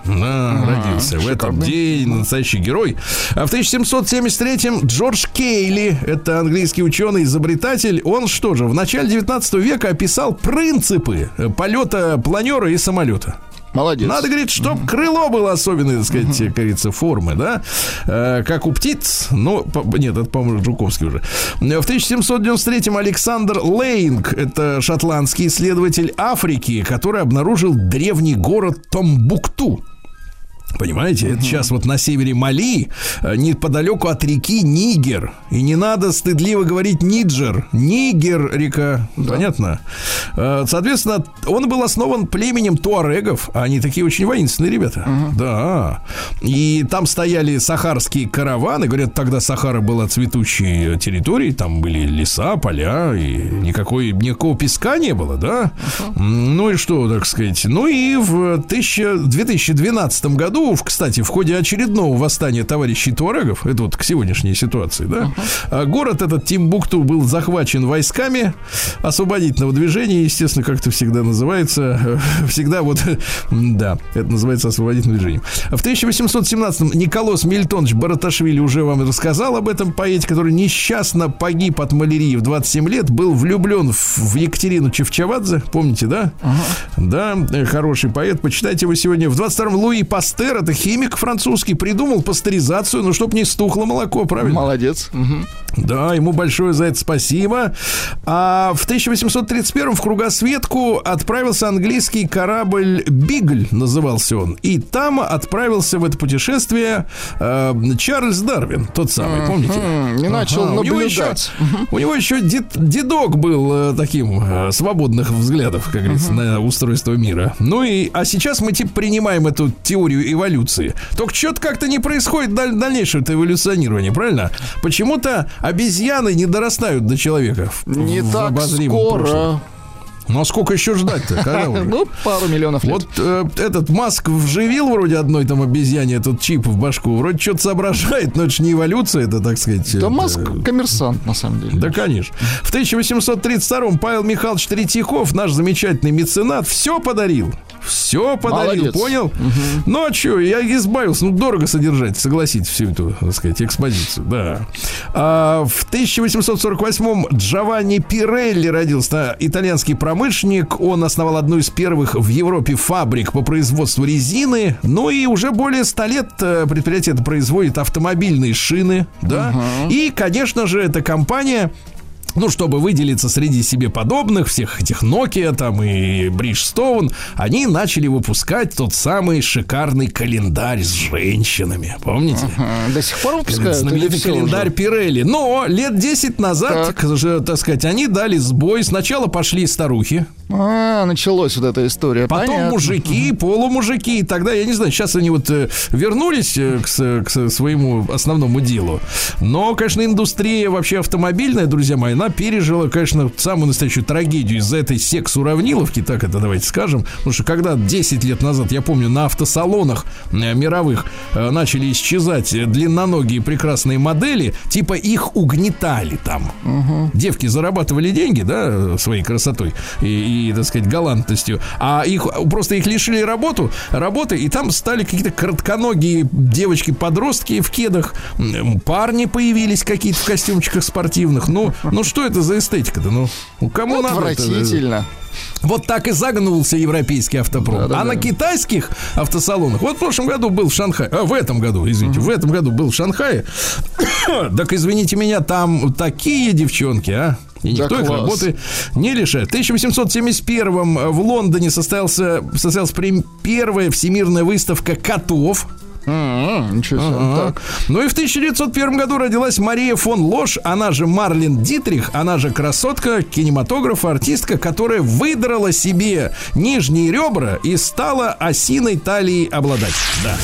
Да, родился в этот день, настоящий герой. А в тысяча семьсот семьдесят третьем Джордж Кейли, это английский ученый-изобретатель, он что же, в начале девятнадцатого века описал принципы полета планера и самолета. Молодец. Надо, говорит, чтобы крыло было особенной, так сказать, как говорится, формы, да, э, как у птиц. Ну, по, нет, это, по-моему, Жуковский уже. В тысяча семьсот девяносто третьем Александр Лейнг, это шотландский исследователь Африки, который обнаружил древний город Томбукту. Понимаете, uh-huh. это сейчас вот на севере Мали, неподалеку от реки Нигер. И не надо стыдливо говорить Ниджер. Нигер река, да. Понятно? Соответственно, он был основан племенем туарегов. Они такие очень воинственные ребята. Uh-huh. Да. И там стояли сахарские караваны. Говорят, тогда Сахара была цветущей территорией. Там были леса, поля. И никакой, никакого песка не было, да? Uh-huh. Ну и что, так сказать? Ну и в две тысячи двенадцатом году, кстати, в ходе очередного восстания товарищей туарегов, это вот к сегодняшней ситуации, да, uh-huh. город этот Тимбукту был захвачен войсками освободительного движения, естественно, как это всегда называется, всегда вот, да, это называется освободительным движением. В тысяча восемьсот семнадцатом Николас Мильтонович Бараташвили уже вам рассказал об этом поэте, который несчастно погиб от малярии в двадцать семь лет, был влюблен в Екатерину Чевчавадзе, помните, да? Uh-huh. Да, хороший поэт, почитайте его сегодня. В двадцать втором Луи Пастер, это химик французский, придумал пастеризацию, ну, чтобы не стухло молоко, правильно? Молодец. Угу. Да, ему большое за это спасибо. А в тысяча восемьсот тридцать первом в кругосветку отправился английский корабль «Бигль», назывался он. И там отправился в это путешествие э, Чарльз Дарвин, тот самый, uh-huh. помните? Не начал ага. наблюдать. У него еще, uh-huh. у него еще дед, дедок был э, таким э, свободных взглядов, как говорится, uh-huh. на устройство мира. Ну и, а сейчас мы типа принимаем эту теорию эволюции. Только что-то как-то не происходит даль- дальнейшее это эволюционирование, правильно? Почему-то обезьяны не дорастают до человека. Не в так скоро. Прошлом. Ну, а сколько еще ждать-то? Когда уже? Ну, пару миллионов лет. Вот э, этот Маск вживил вроде одной там обезьяне этот чип в башку. Вроде что-то соображает, но это же не эволюция, это, так сказать... Да это... Маск коммерсант, на самом деле. Да, конечно. В тысяча восемьсот тридцать втором Павел Михайлович Третьяков, наш замечательный меценат, все подарил. Все подарил, молодец. Понял? Угу. Ну, а что, я избавился. Ну, дорого содержать, согласитесь, всю эту, так сказать, экспозицию. Да. А в тысяча восемьсот сорок восьмом Джованни Пирелли родился, итальянский промышленник. Он основал одну из первых в Европе фабрик по производству резины. Ну, и уже более ста лет предприятие это производит автомобильные шины. Да. Угу. И, конечно же, эта компания... Ну, чтобы выделиться среди себе подобных, всех этих Nokia там и Bridgestone, они начали выпускать тот самый шикарный календарь с женщинами. Помните? Uh-huh. До сих пор выпускают? Знаменитый календарь уже? Пирелли. Но лет десять назад, так. Же, так сказать, они дали сбой. Сначала пошли старухи. А, началась вот эта история. Потом понятно. Мужики, полумужики. И тогда, я не знаю, сейчас они вот вернулись к, к своему основному делу. Но, конечно, индустрия вообще автомобильная, друзья мои, она пережила, конечно, самую настоящую трагедию из-за этой секс-уравниловки, так это давайте скажем. Потому что когда десять лет назад, я помню, на автосалонах мировых начали исчезать длинноногие прекрасные модели, типа их угнетали там. Угу. Девки зарабатывали деньги, да, своей красотой и, и, так сказать, галантностью, а их просто их лишили работу, работы, и там стали какие-то коротконогие девочки-подростки в кедах, парни появились какие-то в костюмчиках спортивных. Ну, ну что это за эстетика-то? Ну, кому надо? Отвратительно. Вот так и загнулся европейский автопром. Да, да, а да. на китайских автосалонах, вот в прошлом году был в Шанхае, а в этом году, извините, uh-huh. в этом году был в Шанхае. Так, извините меня, там такие девчонки, а? И никто да их работы не лишает. В тысяча восемьсот семьдесят первом в Лондоне состоялся, состоялась первая всемирная выставка котов. Mm-hmm, ничего себе. Uh-huh. Так. Ну и в тысяча девятьсот первом году родилась Мария фон Лош, она же Марлен Дитрих, она же красотка, кинематограф, артистка, которая выдрала себе нижние ребра и стала осиной талии обладать. Да.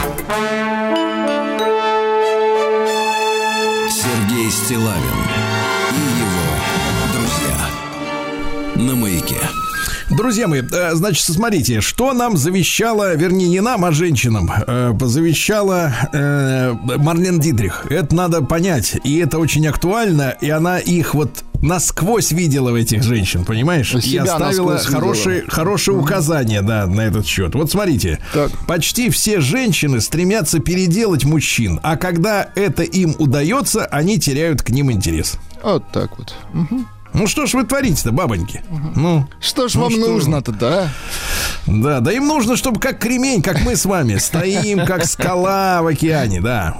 Сергей Стиллавин и его друзья на Маяке. Друзья мои, значит, смотрите, что нам завещала, вернее, не нам, а женщинам, э, завещала э, Марлен Дитрих. Это надо понять, и это очень актуально, и она их вот насквозь видела в этих женщин, понимаешь? И оставила хорошие, хорошие указания, да, на этот счет. Вот смотрите, так. Почти все женщины стремятся переделать мужчин, а когда это им удается, они теряют к ним интерес. Вот так вот. Угу. Ну что ж вы творите-то, бабоньки? Угу. Ну, что ж ну, вам что... нужно-то, да? Да, да им нужно, чтобы как кремень, как мы с вами, стоим как скала в океане, да.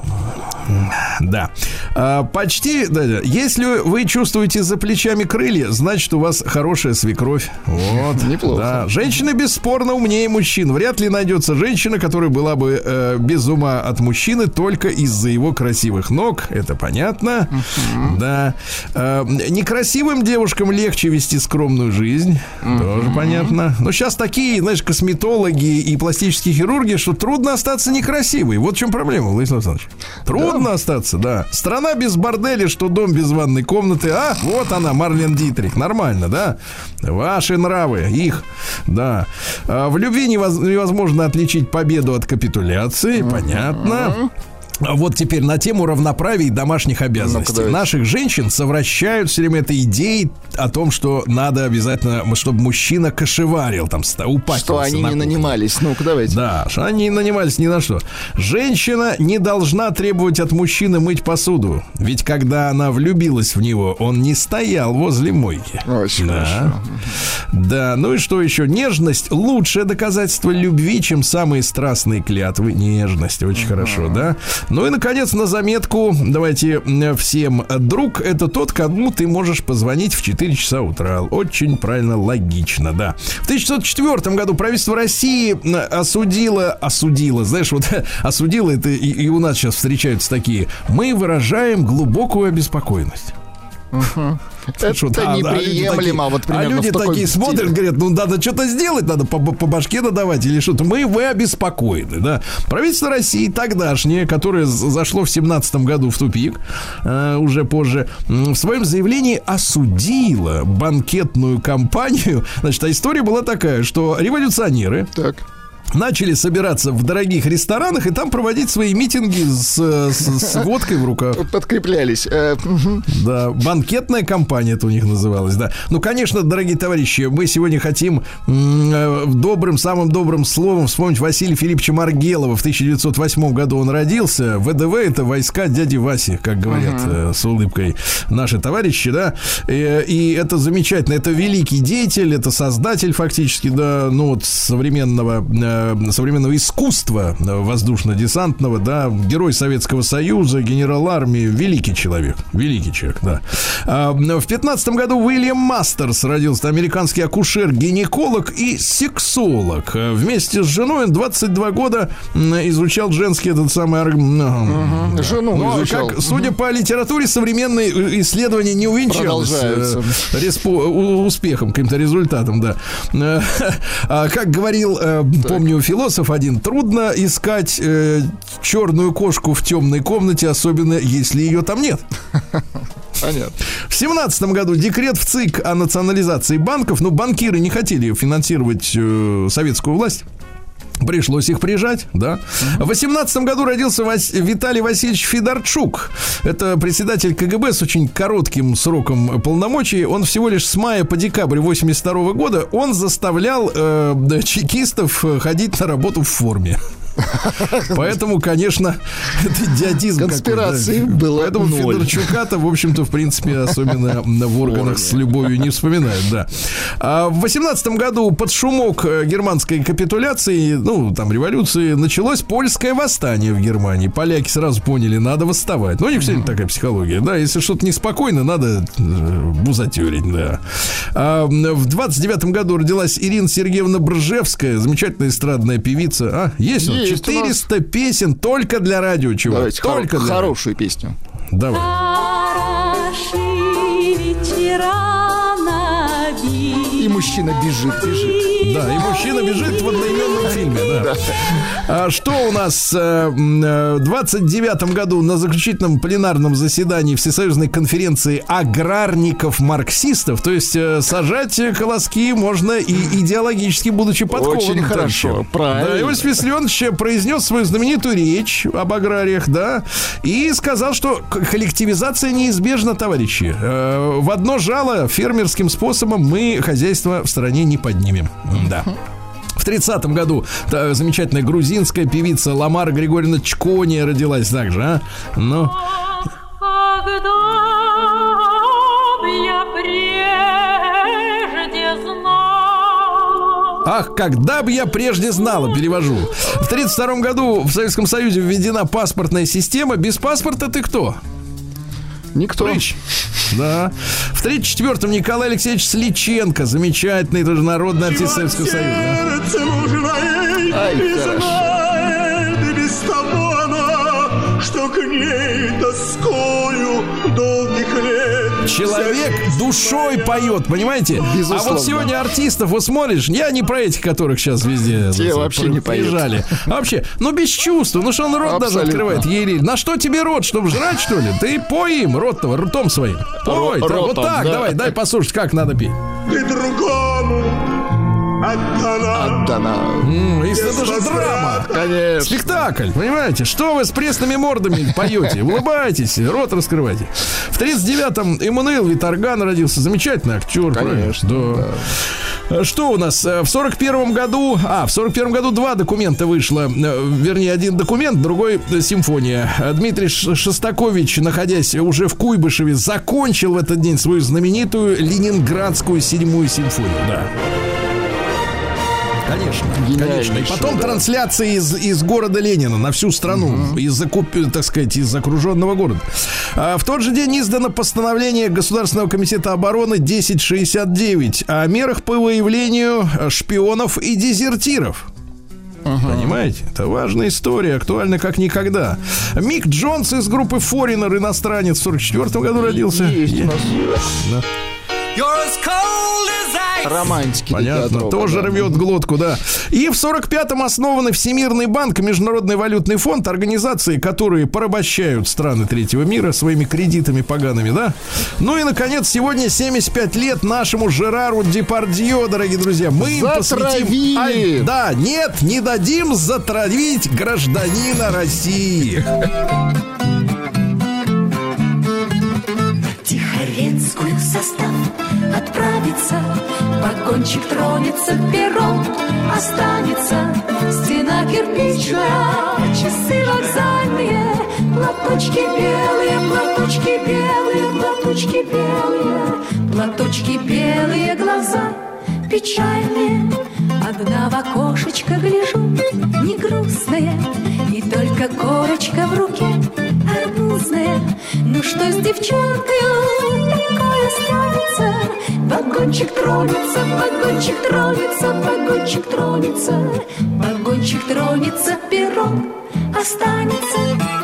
Да. А, почти, да, да. Если вы чувствуете за плечами крылья, значит, у вас хорошая свекровь. Вот. Неплохо. Да. Женщины бесспорно умнее мужчин. Вряд ли найдется женщина, которая была бы э, без ума от мужчины только из-за его красивых ног. Это понятно. Uh-huh. Да. А, некрасивым девушкам легче вести скромную жизнь. Uh-huh. Тоже понятно. Но сейчас такие, знаешь, косметологи и пластические хирурги, что трудно остаться некрасивой. Вот в чем проблема, Владислав Александрович. Трудно да. остаться, да. Страна без борделя, что дом без ванной комнаты. А, вот она, Марлен Дитрих. Нормально, да? Ваши нравы, их, да. А в любви невозможно отличить победу от капитуляции. Понятно. Вот теперь на тему равноправия и домашних обязанностей. Ну, наших женщин совращают все время этой идеей о том, что надо обязательно, чтобы мужчина кошеварил, там, упахивался. Что они на не кухне. нанимались. Ну-ка, давайте. Да, что они не нанимались ни на что. Женщина не должна требовать от мужчины мыть посуду. Ведь когда она влюбилась в него, он не стоял возле мойки. Очень да. хорошо. Да, ну и что еще? Нежность — лучшее доказательство любви, чем самые страстные клятвы. Нежность, очень uh-huh. хорошо, да? Ну и, наконец, на заметку, давайте всем. Друг — это тот, кому ты можешь позвонить в четыре часа утра. Очень правильно, логично, да. В тысяча девятьсот четвёртом году правительство России осудило, осудило, знаешь, вот осудило это, и, и у нас сейчас встречаются такие. Мы выражаем глубокую обеспокоенность. Uh-huh. Это что, да, неприемлемо. А, вот а люди такие смотрят, говорят, ну надо что-то сделать, надо по, по башке надавать или что-то. Мы, вы обеспокоены, да. Правительство России тогдашнее, которое зашло в семнадцатом году в тупик, э, уже позже, в своем заявлении осудило банкетную компанию. Значит, а история была такая, что революционеры... Так. начали собираться в дорогих ресторанах и там проводить свои митинги с, с, с водкой в руках. Подкреплялись. Да, банкетная компания это у них называлась, да. Ну, конечно, дорогие товарищи, мы сегодня хотим м- добрым, самым добрым словом вспомнить Василия Филипповича Маргелова. В тысяча девятьсот восьмом году он родился. ВДВ — это войска дяди Васи, как говорят uh-huh. э, с улыбкой наши товарищи, да. И, и это замечательно. Это великий деятель, это создатель фактически, да, ну, вот современного э, современного искусства воздушно-десантного, да, герой Советского Союза, генерал армии, великий человек, великий человек, да. А, в пятнадцатом году Уильям Мастерс родился, американский акушер, гинеколог и сексолог. Вместе с женой он двадцать два года изучал женский этот самый орган. Угу. Жену Но, изучал. как, судя угу. по литературе, современные исследования не увенчалось респо- успехом, каким-то результатом, да. А, как говорил, помню, философ один, трудно искать э, черную кошку в темной комнате, особенно если ее там нет. Понятно. В семнадцатом году декрет в ЦИК о национализации банков, но банкиры не хотели финансировать э, советскую власть. Пришлось их прижать, да. В восемнадцатом году родился Вас... Виталий Васильевич Федорчук. Это председатель КГБ с очень коротким сроком полномочий. Он всего лишь с мая по декабрь восемьдесят второго года он заставлял э, чекистов ходить на работу в форме. Поэтому, конечно, это идиотизм. Конспирации какой-то. было Поэтому ноль. Федорчука-то, в общем-то, в принципе, особенно в органах с любовью не вспоминают, да. А в восемнадцатом году под шумок германской капитуляции, ну, там, революции, началось польское восстание в Германии. Поляки сразу поняли, надо восставать. Ну, у них, кстати, такая психология, да. Если что-то неспокойно, надо бузатерить, да. А в двадцать девятом году родилась Ирина Сергеевна Бржевская, замечательная эстрадная певица. А, есть он? четыреста песен только для радио, чувак. Давайте только хоро- для хорошую радио. Песню. Давай. И мужчина бежит, бежит. Да, и мужчина бежит в одноименном фильме, да. А что у нас в двадцать девятом году на заключительном пленарном заседании Всесоюзной конференции аграрников-марксистов, то есть сажать колоски можно и идеологически, будучи подкованным. Очень хорошо, правильно. Да, Иосиф Виссарионович произнес свою знаменитую речь об аграриях, да, и сказал, что коллективизация неизбежна, товарищи. В одно жало фермерским способом мы хозяйство в стране не поднимем. Да. В тридцатом году та, замечательная грузинская певица Ламара Григорьевна Чкония родилась также, а? Ну. Ах, когда бы я прежде знала, перевожу. В тридцать втором году в Советском Союзе введена паспортная система. Без паспорта ты кто? Никто. Прыщ. Да. В тридцать четвёртом Николай Алексеевич Сличенко, замечательный тоже народный артист Советского Союза. Ай, что к ней тоскою долгих лет. Человек душой поет, понимаете? Безусловно. А вот сегодня артистов, вот смотришь, я не про этих, которых сейчас везде те вообще не приезжали. А вообще, ну без чувства, ну что он рот абсолютно даже открывает, еле. На что тебе рот, чтобы жрать, что ли? Ты пой им ротом, ртом своим. Пой, Р- так, ротом, вот так, да. давай, дай послушать, как надо петь. И другому отдана. Отдана. М, Если это же драма. Конечно. Спектакль, понимаете? Что вы с пресными мордами поете? Улыбайтесь, рот раскрывайте. В тридцать девятом Эммануил Виторган родился. Замечательный актер. Конечно, правильно? Да. Что у нас? В сорок первом году... А, в сорок первом году два документа вышло. Вернее, один документ, другой симфония. Дмитрий Шостакович, находясь уже в Куйбышеве, закончил в этот день свою знаменитую Ленинградскую седьмую симфонию. Да. Конечно, конечно. И потом да. трансляции из, из города Ленина на всю страну, mm-hmm. из, закуп, так сказать, из окруженного города. А в тот же день издано постановление Государственного комитета обороны десять шестьдесят девять о мерах по выявлению шпионов и дезертиров. Uh-huh. Понимаете? Это важная история, актуальна как никогда. Мик Джонс из группы Foreigner, иностранец, в сорок четвёртом году родился. Есть у нас. Да. Романтики. Понятно, дроба, тоже да. рвет глотку, да. И в сорок пятом основаны Всемирный банк и Международный валютный фонд, организации, которые порабощают страны третьего мира своими кредитами погаными, да. Ну и, наконец, сегодня семьдесят пять лет нашему Жерару Депардье, дорогие друзья. Мы им посвятим... А, да, нет, не дадим затравить гражданина России. Тихорецкую состав отправится, вагончик тронется, перрон останется, стена кирпичная, часы вокзальные, платочки белые, платочки белые, платочки белые, платочки белые, глаза печальные. Одна в окошечко гляжу, не грустная, и только корочка в руке арбузная. Ну что с девчонкой такое станется? Вагончик тронется, вагончик тронется, вагончик тронется, вагончик тронется, перрон останется.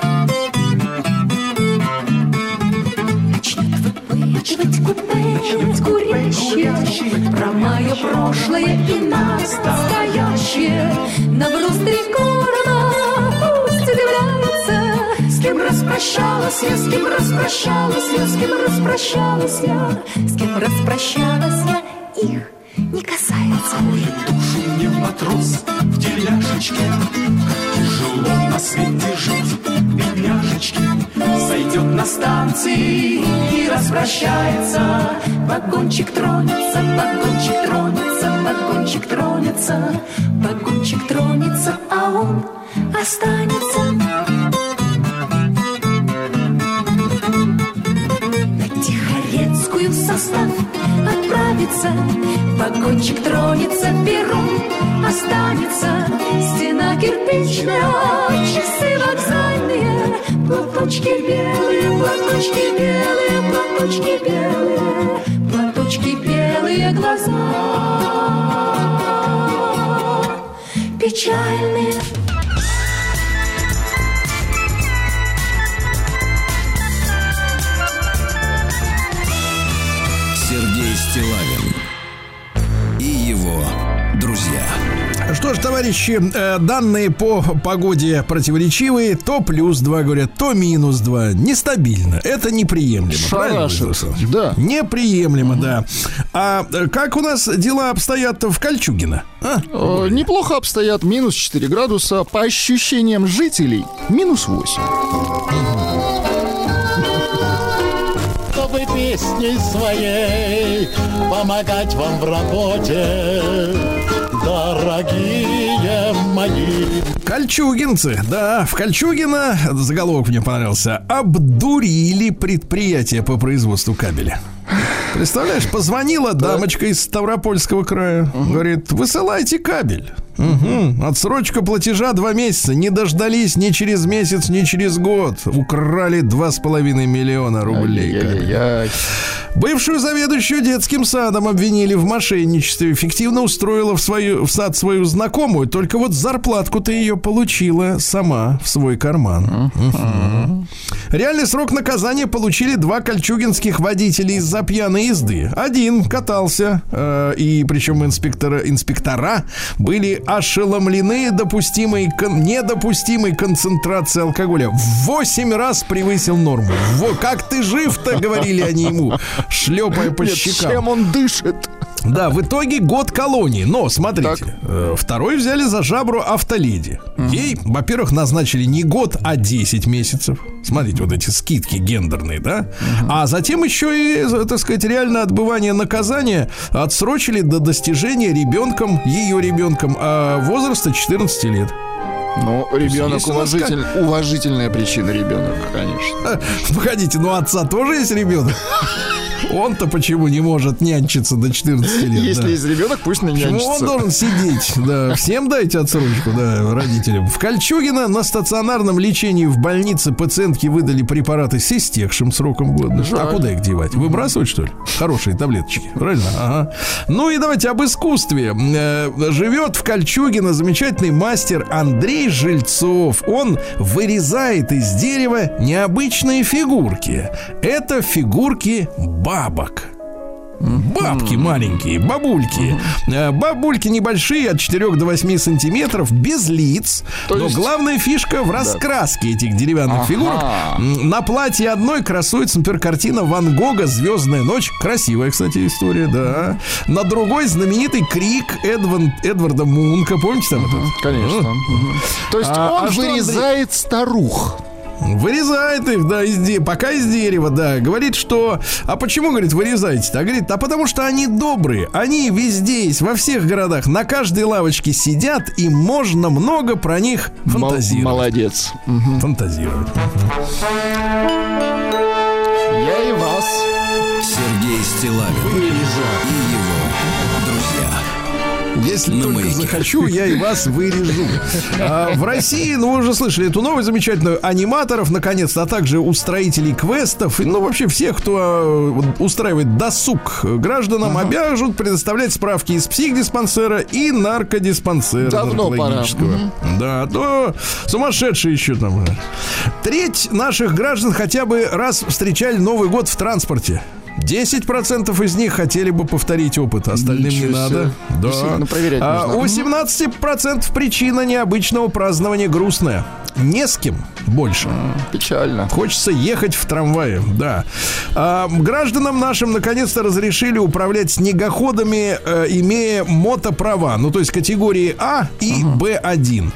Начнет выпытывать купе курящие про мое прошлое и настоящее. На груз три корона пусть удивляется. С кем распрощалась я, с кем распрощалась я, с кем распрощалась я, с кем распрощалась я, их не касается. Откроет душу мне матрос в тельняшечке, тяжело на свете жить, бедняжечки. Сойдет на станции и распрощается. Вагончик тронется, вагончик тронется, вагончик тронется, вагончик тронется, а он останется. На Тихорецкую состав отправится, вагончик тронется, перрон останется, стена кирпичная, часы вокзальные, платочки белые, платочки белые, платочки белые, платочки белые, глаза печальные. Сергей Стиллавин и его друзья. что ж, товарищи, данные по погоде противоречивые. То плюс два, говорят, то минус два. Нестабильно. Это неприемлемо. Шарашит. Да. Неприемлемо, угу. да. А как у нас дела обстоят в Кольчугино? А? Э, неплохо обстоят. Минус четыре градуса. По ощущениям жителей, минус восемь. Чтобы песней своей помогать вам в работе, дорогие мои. Кольчугинцы, да, в Кольчугино, заголовок мне понравился, обдурили предприятие по производству кабеля. Представляешь, позвонила дамочка из Ставропольского края, угу. говорит, высылайте кабель. Угу. Отсрочка платежа два месяца. Не дождались ни через месяц, ни через год. Украли два с половиной миллиона рублей. Ай-яй-яй. Бывшую заведующую детским садом обвинили в мошенничестве. Фиктивно устроила в, свою, в сад свою знакомую. Только вот зарплатку-то ее получила сама в свой карман. Угу. Реальный срок наказания получили два кольчугинских водителя из-за пьяной езды. Один катался, э, и причем инспектора, инспектора были ошеломлены допустимой, кон, недопустимой концентрацией алкоголя. В восемь раз превысил норму. Во, как ты жив-то, говорили они ему, шлепая по Нет, щекам. Чем он дышит? Да, в итоге год колонии. Но, смотрите, э, второй взяли за жабру автоледи. Uh-huh. Ей, во-первых, назначили не год, а десять месяцев. Смотрите, вот эти скидки гендерные, да? Uh-huh. А затем еще и, так сказать, реальное отбывание наказания отсрочили до достижения ребенком, ее ребенком, а возраста четырнадцати лет. Ну, ребенок уважитель... уважительная причина ребенок, конечно. Погодите, ну отца тоже есть ребенок? Он-то почему не может нянчиться до четырнадцати лет? Если да. есть ребенок, пусть не нянчится. Почему он должен сидеть? Да. Всем дайте отсрочку, да, родителям. В Кольчугино на стационарном лечении в больнице пациентке выдали препараты с истекшим сроком годности. А куда их девать? Выбрасывать, что ли? Хорошие таблеточки. Правильно? Ага. Ну и давайте об искусстве. Живет в Кольчугино замечательный мастер Андрей Жильцов. Он вырезает из дерева необычные фигурки. Это фигурки бабок. Бабки маленькие, бабульки. Бабульки небольшие, от четырёх до восьми сантиметров, без лиц. То Но есть... главная фишка в раскраске да. этих деревянных ага. фигурок. На платье одной красуется, например, картина Ван Гога «Звездная ночь». Красивая, кстати, история, да. На другой знаменитый крик Эдван, Эдварда Мунка. Помните там угу, это? Конечно. Угу. То есть а, он а вырезает Андрей... старух. Вырезает их, да, из де... пока из дерева, да. Говорит, что... А почему, говорит, вырезаете-то? А говорит, а потому что они добрые. Они везде есть, во всех городах. На каждой лавочке сидят, и можно много про них фантазировать. Молодец. Угу. Фантазировать. Я и вас. Сергей Стиллавин вырежу. И его друзья. Если на только маяке. Захочу, я и вас вырежу. А, в России, ну, вы уже слышали эту новость замечательную, аниматоров, наконец-то, а также устроителей квестов, и, ну, вообще всех, кто а, устраивает досуг гражданам, ага. обяжут предоставлять справки из психдиспансера и наркодиспансера. Давно пора. Да, то сумасшедшие еще там. Треть наших граждан хотя бы раз встречали Новый год в транспорте. десять процентов из них хотели бы повторить опыт, остальным Ничего не надо. Да. А, у семнадцать процентов причина необычного празднования грустная. Не с кем больше. Печально. Хочется ехать в трамвае, да. А, гражданам нашим наконец-то разрешили управлять снегоходами, э, имея мотоправа. Ну, то есть категории А и uh-huh. Бэ один.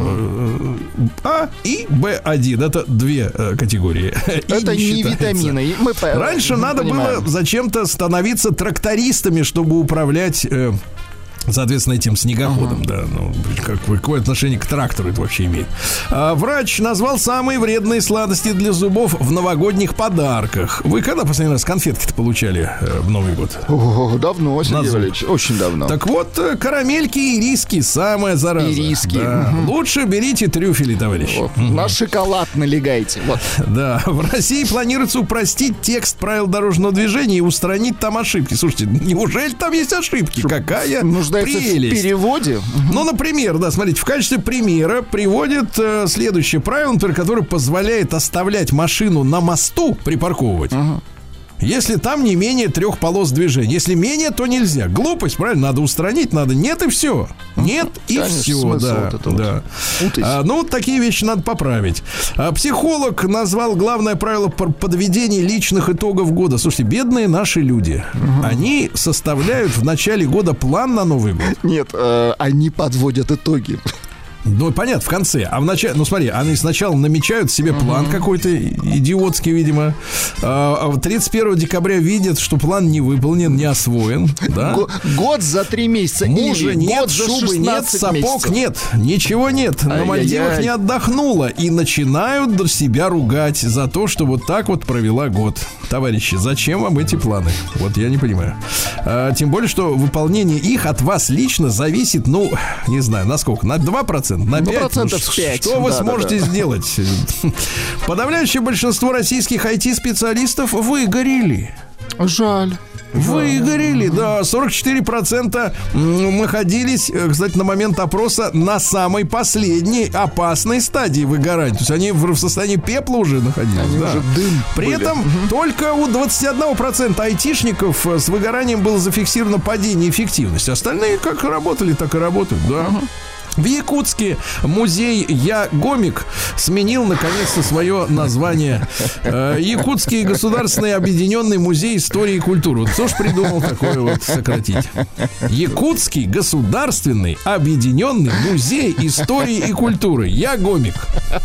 А и Бэ один. Это две э, категории. Это не, не витамины. Мы Раньше надо понимаем. было зачем-то становиться трактористами, чтобы управлять... Э, соответственно, этим снегоходом, uh-huh. да, ну, как, какое отношение к трактору это вообще имеет. А, врач назвал самые вредные сладости для зубов в новогодних подарках. Вы когда последний раз конфетки-то получали э, в Новый год? О, давно, Сергей Валерьевич, очень давно. Так вот, карамельки и ириски самая зараза. Ириски. Да. Uh-huh. Лучше берите трюфели, товарищи. Вот. Uh-huh. На шоколад налегайте. Вот. Да, в России планируется упростить текст правил дорожного движения и устранить там ошибки. Слушайте, неужели там есть ошибки? Какая... Прелесть. В переводе. Ну, например, да, смотрите, в качестве примера приводит э, следующее правило, например, которое позволяет оставлять машину на мосту, припарковывать. Uh-huh. если там не менее трех полос движения. Если менее, то нельзя. Глупость, правильно, надо устранить, надо. Нет и все. Нет и Конечно, все, да. Вот да. Вот. А, ну, вот такие вещи надо поправить. А, психолог назвал главное правило подведения личных итогов года. Слушайте, бедные наши люди, угу. они составляют в начале года план на Новый год. Нет, э, они подводят итоги. Ну, понятно, в конце. А в начале, ну, смотри, они сначала намечают себе план uh-huh. какой-то идиотский, видимо. А тридцать первого декабря видят, что план не выполнен, не освоен. Да? Год за три месяца. Мужа нет, шубы нет, сапог месяцев. Нет, ничего нет. На Мальдивах не отдохнула. И начинают себя ругать за то, что вот так вот провела год. Товарищи, зачем вам эти планы? Вот я не понимаю. А, тем более, что выполнение их от вас лично зависит, ну, не знаю, на сколько? На два процента. На пять, ну, пять. Что вы да, сможете да, да. сделать? Подавляющее большинство российских ай ти-специалистов выгорели. Жаль. Выгорели, да, сорок четыре процента находились, кстати, на момент опроса на самой последней опасной стадии выгорания. То есть они в состоянии пепла уже находились. Они да. уже дым При были. этом угу. только у двадцать один процент айтишников с выгоранием было зафиксировано падение эффективности. Остальные как работали, так и работают, да. Угу. В Якутске музей «Я Гомик» сменил наконец-то свое название. Якутский государственный объединенный музей истории и культуры. Вот кто ж придумал такое вот сократить? Якутский государственный объединенный музей истории и культуры. «Я Гомик».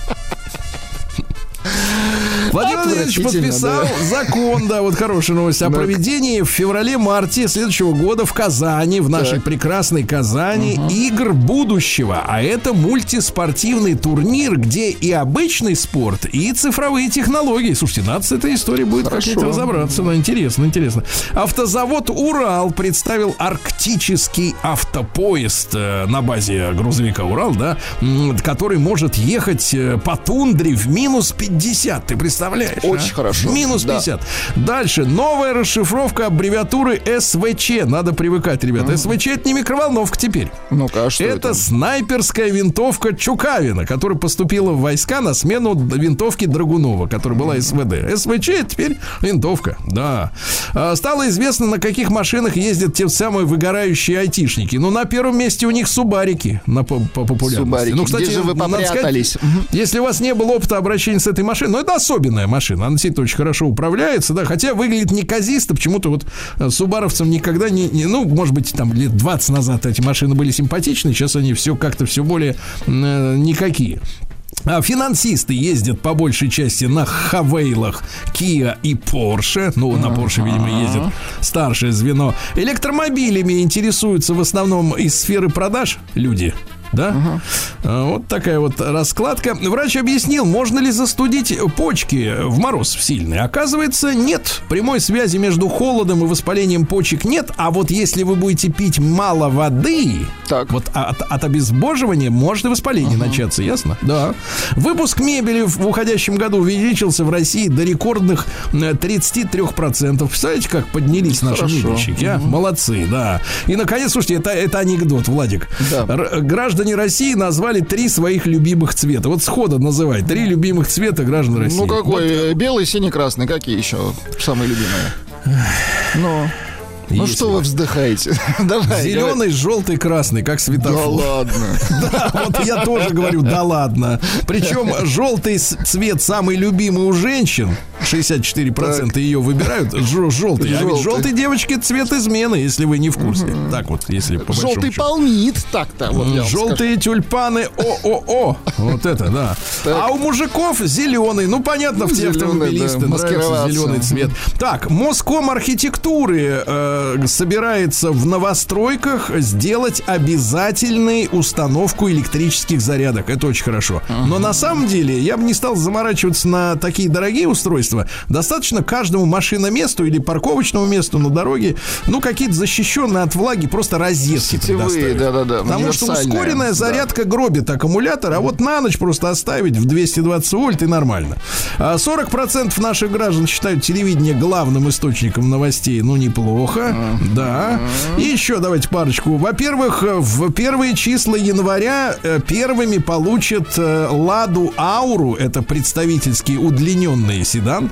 Владимир Владимирович подписал да. закон, да, вот хорошая новость, о да. проведении в феврале-марте следующего года в Казани, в нашей да. прекрасной Казани, угу. игр будущего. А это мультиспортивный турнир, где и обычный спорт, и цифровые технологии. Слушайте, надо с этой историей будет как-нибудь разобраться. Ну, интересно, интересно. Автозавод «Урал» представил арктический автопоезд на базе грузовика «Урал», да, который может ехать по тундре в минус пятьдесят. Ты представляешь? Очень а? хорошо. Минус пятьдесят. Да. Дальше. Новая расшифровка аббревиатуры эс вэ че. Надо привыкать, ребята. Mm-hmm. эс вэ че это не микроволновка теперь. Ну-ка, а что это? Это снайперская винтовка Чукавина, которая поступила в войска на смену винтовки Драгунова, которая была эс вэ дэ. эс вэ че это теперь винтовка. Да. А, стало известно, на каких машинах ездят те самые выгорающие айтишники. Ну, на первом месте у них субарики на, по, по популярности. Субарики. Ну, кстати, где же вы попрятались? Сказать, если у вас не было опыта обращения с этой машиной, ну, это особенная машина. Она действительно очень хорошо управляется, да, хотя выглядит неказисто. Почему-то вот субаровцам никогда не, не... Ну, может быть, там лет двадцать назад эти машины были симпатичны, сейчас они все как-то все более э, никакие. А финансисты ездят по большей части на Хавейлах, Kia и Porsche. Ну, на Porsche, видимо, ездит старшее звено. Электромобилями интересуются в основном из сферы продаж люди. Да? Uh-huh. А, вот такая вот раскладка. Врач объяснил, можно ли застудить почки в мороз в сильный. Оказывается, нет. Прямой связи между холодом и воспалением почек нет. А вот если вы будете пить мало воды, так. вот от, от обезвоживания может и воспаление uh-huh. начаться, ясно? Да. Выпуск мебели в уходящем году увеличился в России до рекордных тридцать три процента. Представляете, как поднялись наши мебельщики, а? Uh-huh. Молодцы, да. И, наконец, слушайте, это, это анекдот, Владик. Да. Р- граждане России назвали три своих любимых цвета. Вот схода называй. Три любимых цвета граждан России. Ну, какой? Вот. Белый, синий, красный. Какие еще самые любимые? Ну... Ну Есть что вы вздыхаете? Давай, зеленый, давай. Желтый, красный, как светофор. Да ладно. Да, вот я тоже говорю, да ладно. Причем желтый цвет самый любимый у женщин. шестьдесят четыре процента так. ее выбирают. Ж- желтый. А ведь желтый, девочки, цвет измены, если вы не в курсе. Угу. Так вот, если по большому желтый счету. полнит, так-то. Вот желтые скажу. Тюльпаны ООО. Вот это, да. Так. А у мужиков зеленый. Ну, понятно, ну, в те автомобилисты да, нравится зеленый цвет. Так, Моском архитектуры э, собирается в новостройках сделать обязательную установку электрических зарядок. Это очень хорошо. Uh-huh. Но на самом деле я бы не стал заморачиваться на такие дорогие устройства. Достаточно каждому машиноместу или парковочному месту на дороге, ну, какие-то защищенные от влаги просто розетки предоставить. Да-да-да. Потому что ускоренная зарядка да. гробит аккумулятор, а вот на ночь просто оставить в двести двадцать вольт и нормально. сорок процентов наших граждан считают телевидение главным источником новостей. Ну, неплохо. Uh-huh. Да. И еще давайте парочку. Во-первых, в первые числа января первыми получат Ладу Ауру. Это представительский удлиненный седан.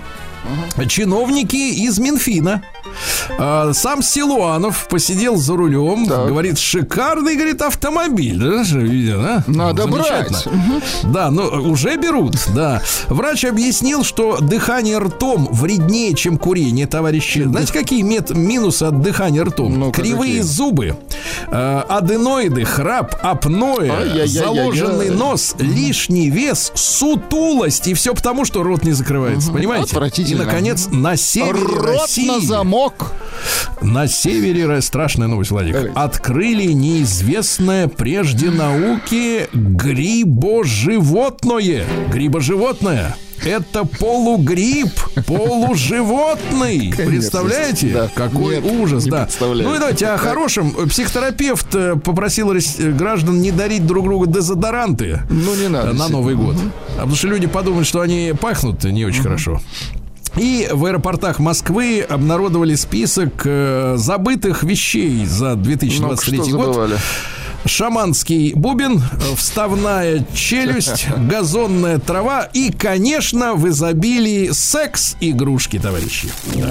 uh-huh. чиновники из Минфина. А, сам Силуанов посидел за рулем, так. говорит, шикарный, говорит, автомобиль. Да, да? Надо брать. Угу. Да, но уже берут, да. Врач объяснил, что дыхание ртом вреднее, чем курение, товарищи. Знаете, какие мет- минусы от дыхания ртом? Ну, Кривые какие? зубы, э, аденоиды, храп, апноэ, Ай-яй-яй-яй-яй. заложенный нос, лишний вес, сутулость. И все потому, что рот не закрывается. Угу. Понимаете? И, наконец, на севере рот России... на замок. На севере, страшная новость, Владик, Давайте. открыли неизвестное прежде науке грибоживотное. Грибоживотное. Это полугриб, полуживотный. Представляете? Да. Какой Нет, ужас, да. Ну и давайте о хорошем. Психотерапевт попросил граждан не дарить друг другу дезодоранты ну, не надо, на Новый год. Угу. Потому что люди подумают, что они пахнут не очень угу. хорошо. И в аэропортах Москвы обнародовали список э, забытых вещей за две тысячи двадцать третий год. Забывали? Шаманский бубен, вставная челюсть, газонная трава и, конечно, в изобилии секс-игрушки, товарищи. Да.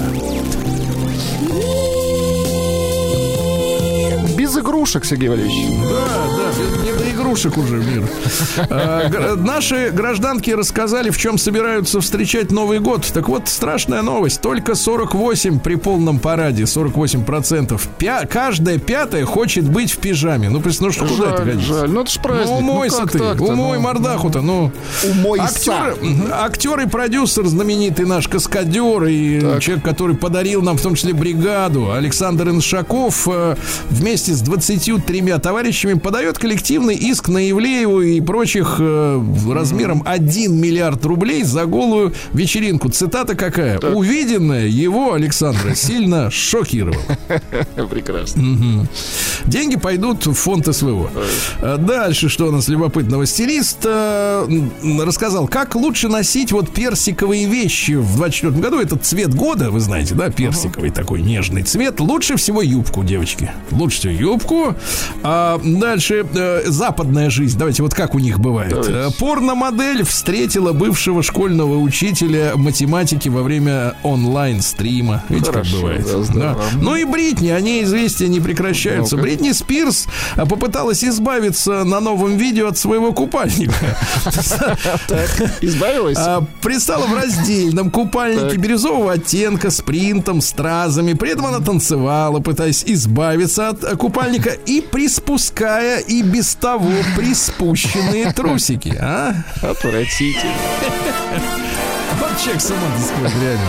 Без игрушек, Сергей Валерьевич. Да, да, не до игрушек уже мир. А, наши гражданки рассказали, в чем собираются встречать Новый год. Так вот, страшная новость. Только сорок восемь при полном параде, сорок восемь процентов. Пя- каждая пятая хочет быть в пижаме. Ну, ну что, куда это годится? Жаль, ну это ж праздник. Ну, умойся ну, ты, умой ну, мордаху-то, ну. Умойся. Актер, актер и продюсер, знаменитый наш каскадер и так. человек, который подарил нам в том числе бригаду, Александр Иншаков, вместе с двадцатью тремя товарищами подает коллективный иск на Ивлееву и прочих э, размером один миллиард рублей за голую вечеринку. Цитата какая? Так. Увиденное его, Александра, сильно шокировало. Прекрасно. Угу. Деньги пойдут в фонд СВО. Дальше, что у нас любопытного? Стилист э, рассказал, как лучше носить вот персиковые вещи в двадцать четвёртом году. Это цвет года, вы знаете, да? Персиковый uh-huh. такой нежный цвет. Лучше всего юбку, девочки. Лучше всего юбку. А дальше э, западная жизнь. Давайте, вот как у них бывает. Давайте. Порномодель встретила бывшего школьного учителя математики во время онлайн-стрима. Видите, Хорошо, как бывает. Да, да. Ну и Бритни, о ней известия не прекращаются. Ну-ка. Бритни Спирс попыталась избавиться на новом видео от своего купальника. Избавилась? Предстала в раздельном купальнике бирюзового оттенка с принтом, стразами. При этом она танцевала, пытаясь избавиться от купальника и приспуская и без того приспущенные трусики. А? Отвратительно. Вот человек с ума сходит, реально.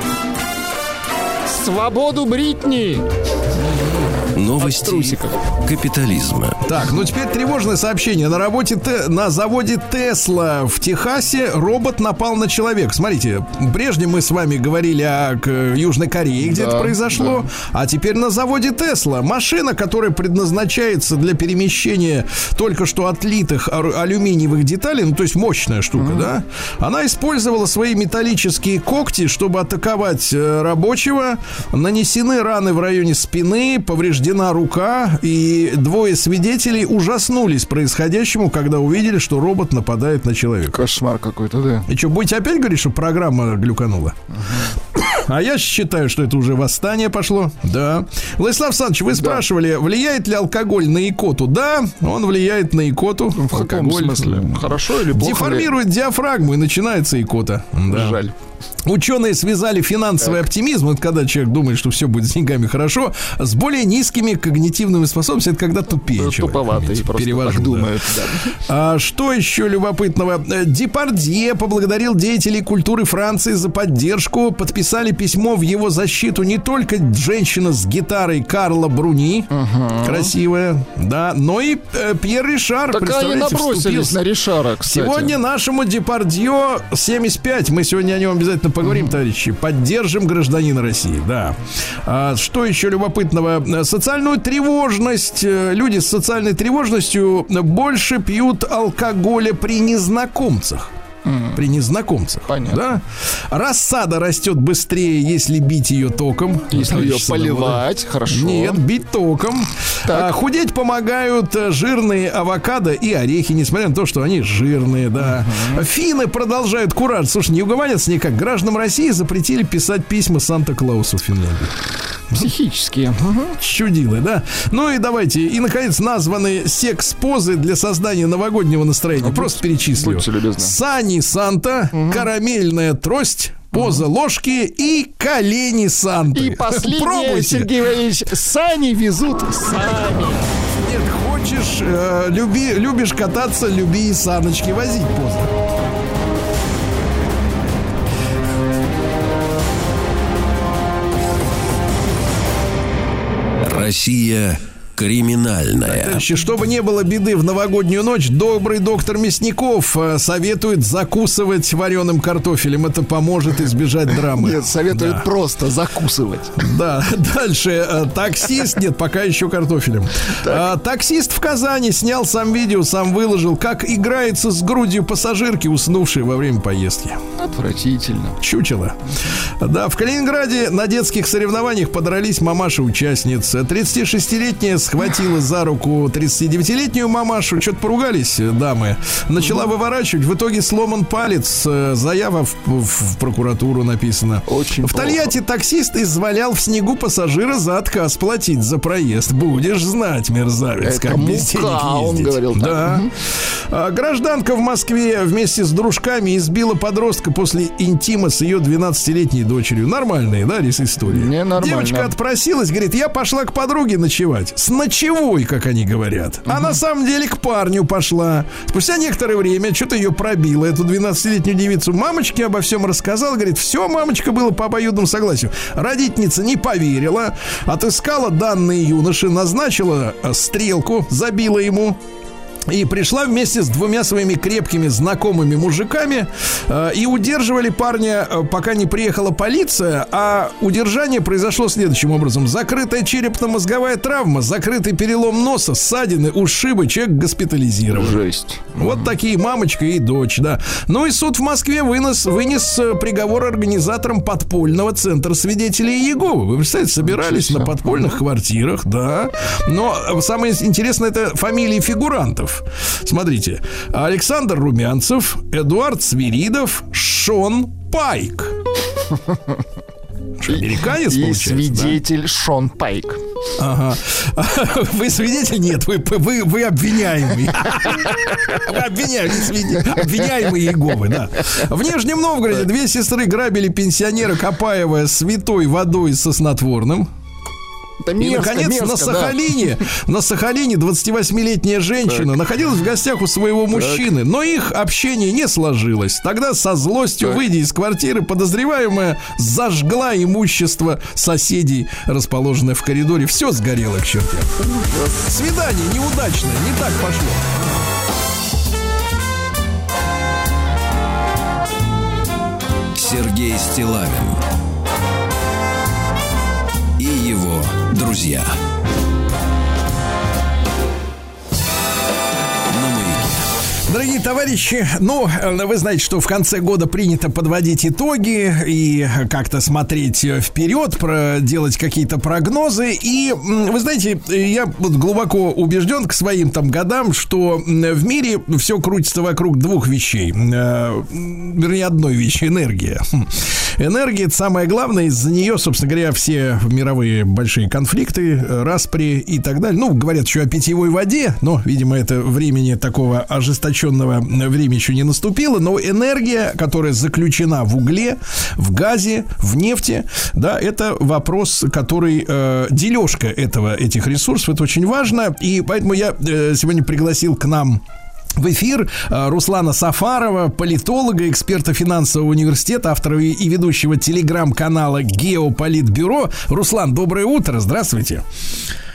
Свободу Бритни! Новости капитализма. Так, ну теперь тревожное сообщение. На работе те, на заводе Тесла в Техасе робот напал на человека. Смотрите, прежде мы с вами говорили о к, Южной Корее, где да, это произошло. Да. А теперь на заводе Тесла машина, которая предназначается для перемещения только что отлитых алюминиевых деталей, ну то есть мощная штука, mm-hmm. да? Она использовала свои металлические когти, чтобы атаковать рабочего. Нанесены раны в районе спины, повреждены рука, и двое свидетелей ужаснулись происходящему, когда увидели, что робот нападает на человека. Кошмар какой-то, да. И что, будете опять говорить, что программа глюканула? Uh-huh. А я считаю, что это уже восстание пошло. Да. Владислав Александрович, вы да. спрашивали, влияет ли алкоголь на икоту? Да, он влияет на икоту. В каком алкоголь. смысле? Хорошо или плохо? Деформирует ли? диафрагму, и начинается икота. Да. Жаль. Ученые связали финансовый так. оптимизм, это когда человек думает, что все будет с деньгами хорошо, с более низкими когнитивными способностями. Это когда тупее человек. Туповатый, просто перевожу, так думает. Да. Да. А, что еще любопытного? Депардье поблагодарил деятелей культуры Франции за поддержку. Подписали письмо в его защиту не только женщина с гитарой Карла Бруни, uh-huh. красивая, да, но и э, Пьер Ришар. Так они набросились на Ришара, кстати. Сегодня нашему Депардье семьдесят пять. Мы сегодня о нем обязательно поговорим, товарищи. Поддержим гражданина России, да. А, что еще любопытного? Социальную тревожность. Люди с социальной тревожностью больше пьют алкоголя при незнакомцах. Mm. При незнакомцах. Понятно. Да? Рассада растет быстрее, если бить ее током. Если ее поливать, хорошо. Нет, бить током. А, худеть помогают жирные авокадо и орехи, несмотря на то, что они жирные, да. Uh-huh. Финны продолжают кураж. Слушай, не угомонятся никак. Гражданам России запретили писать письма Санта-Клаусу в Финляндии. Психические. Угу. Чудилы, да? Ну и давайте. И, наконец, названы секс-позы для создания новогоднего настроения. Ну, Просто будь, перечислю. Сани Санта, угу. карамельная трость, поза угу. ложки и колени Санты. И последнее, Сергей Валерьевич, сани везут сами. Нет, хочешь, э, люби, любишь кататься, люби и саночки возить поза. Россия криминальная. Товарищи, чтобы не было беды в новогоднюю ночь, добрый доктор Мясников советует закусывать вареным картофелем. Это поможет избежать драмы. Нет, советует да. просто закусывать. Да, дальше. Таксист, нет, пока еще картофелем. А, таксист в Казани снял сам видео, сам выложил, как играется с грудью пассажирки, уснувшей во время поездки. Отвратительно. Чучело. Да, в Калининграде на детских соревнованиях подрались мамаши-участниц. тридцатишестилетняя схватила за руку тридцатидевятилетнюю мамашу. Что-то поругались дамы. Начала выворачивать. В итоге сломан палец. Заява в, в, в прокуратуру написана. Очень в Тольятти плохо. Таксист извалял в снегу пассажира за отказ платить за проезд. Будешь знать, мерзавец, это как без денег ездить. Он говорил так. Да. Угу. А, гражданка в Москве вместе с дружками избила подростка после интима с ее двенадцатилетней дочерью. Нормальная, да, история? Не нормально. Девочка отпросилась, говорит, я пошла к подруге ночевать. С ночевой, как они говорят. А угу. на самом деле к парню пошла. Спустя некоторое время что-то ее пробило, эту двенадцатилетнюю девицу. Мамочке обо всем рассказала. Говорит, все, мамочка, было по обоюдному согласию. Родительница не поверила. Отыскала данные юноши, назначила стрелку, забила ему. И пришла вместе с двумя своими крепкими знакомыми мужиками э, и удерживали парня, э, пока не приехала полиция. А удержание произошло следующим образом. Закрытая черепно-мозговая травма, закрытый перелом носа, ссадины, ушибы, человек госпитализирован. Жесть. Вот mm-hmm. такие мамочка и дочь, да. Ну и суд в Москве вынес, вынес приговор организаторам подпольного центра свидетелей Иеговы. Вы представляете, собирались на подпольных mm-hmm. квартирах, да. Но самое интересное, это фамилии фигурантов. Смотрите, Александр Румянцев, Эдуард Свиридов, Шон Пайк. Что, американец, и получается? Свидетель да? Шон Пайк. Ага. Вы свидетель? Нет, вы, вы, вы обвиняемый. Вы обвиняемый, обвиняемый Иеговы, да. В Нижнем Новгороде две сестры грабили пенсионера, копая святой водой со снотворным. Это мерзко, и, наконец, мерзко, на Сахалине, да. на Сахалине двадцативосьмилетняя женщина так. находилась в гостях у своего мужчины, так. но их общение не сложилось. Тогда со злостью, так. выйдя из квартиры, подозреваемая зажгла имущество соседей, расположенное в коридоре. Все сгорело к чертям. Свидание неудачное, не так пошло. Сергей Стиллавин и его друзья. Дорогие товарищи, ну, вы знаете, что в конце года принято подводить итоги и как-то смотреть вперед, делать какие-то прогнозы. И, вы знаете, я глубоко убежден к своим там годам, что в мире все крутится вокруг двух вещей. Вернее, одной вещи — энергия. Энергия — это самое главное. Из-за нее, собственно говоря, все мировые большие конфликты, распри и так далее. Ну, говорят еще о питьевой воде, но, видимо, это времени такого ожесточенного время еще не наступило. Но энергия, которая заключена в угле, в газе, в нефти, да, это вопрос, который э, дележка этого, этих ресурсов, это очень важно. И поэтому я э, сегодня пригласил к нам в эфир Руслана Сафарова, политолога, эксперта финансового университета, автора и ведущего телеграм-канала «Геополитбюро». Руслан, доброе утро, здравствуйте.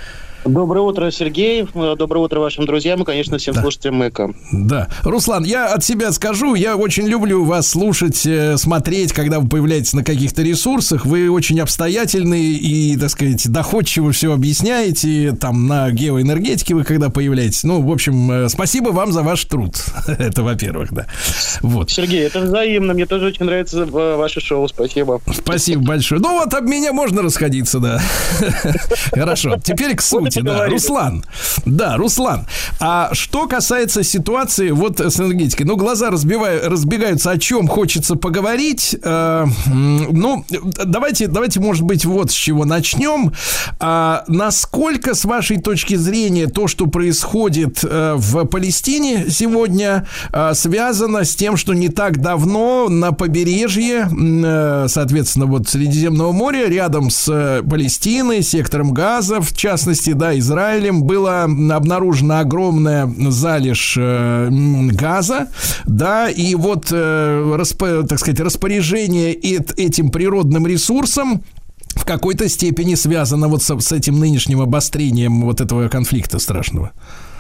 Доброе утро, Сергей. Доброе утро вашим друзьям и, конечно, всем да. слушателям МЭКа. Да. Руслан, я от себя скажу, я очень люблю вас слушать, смотреть, когда вы появляетесь на каких-то ресурсах. Вы очень обстоятельны и, так сказать, доходчиво все объясняете. Там на геоэнергетике вы когда появляетесь. Ну, в общем, спасибо вам за ваш труд. Это, во-первых, да. Вот. Сергей, это взаимно. Мне тоже очень нравится ваше шоу. Спасибо. Спасибо большое. Ну, вот об меня можно расходиться, да. Хорошо. Теперь к сути. Да, Руслан, да, Руслан. А что касается ситуации вот с энергетикой, ну, глаза разбивают, разбегаются, о чем хочется поговорить. Э, ну, давайте, давайте, может быть, вот с чего начнем. А насколько, с вашей точки зрения, то, что происходит э, в Палестине сегодня, э, связано с тем, что не так давно на побережье, э, соответственно, вот Средиземного моря, рядом с э, Палестиной, сектором Газа, в частности, да, Израилем, было обнаружена огромная залежь э, газа, да, и вот, э, распо, так сказать, распоряжение этим природным ресурсом в какой-то степени связано вот с, с этим нынешним обострением вот этого конфликта страшного.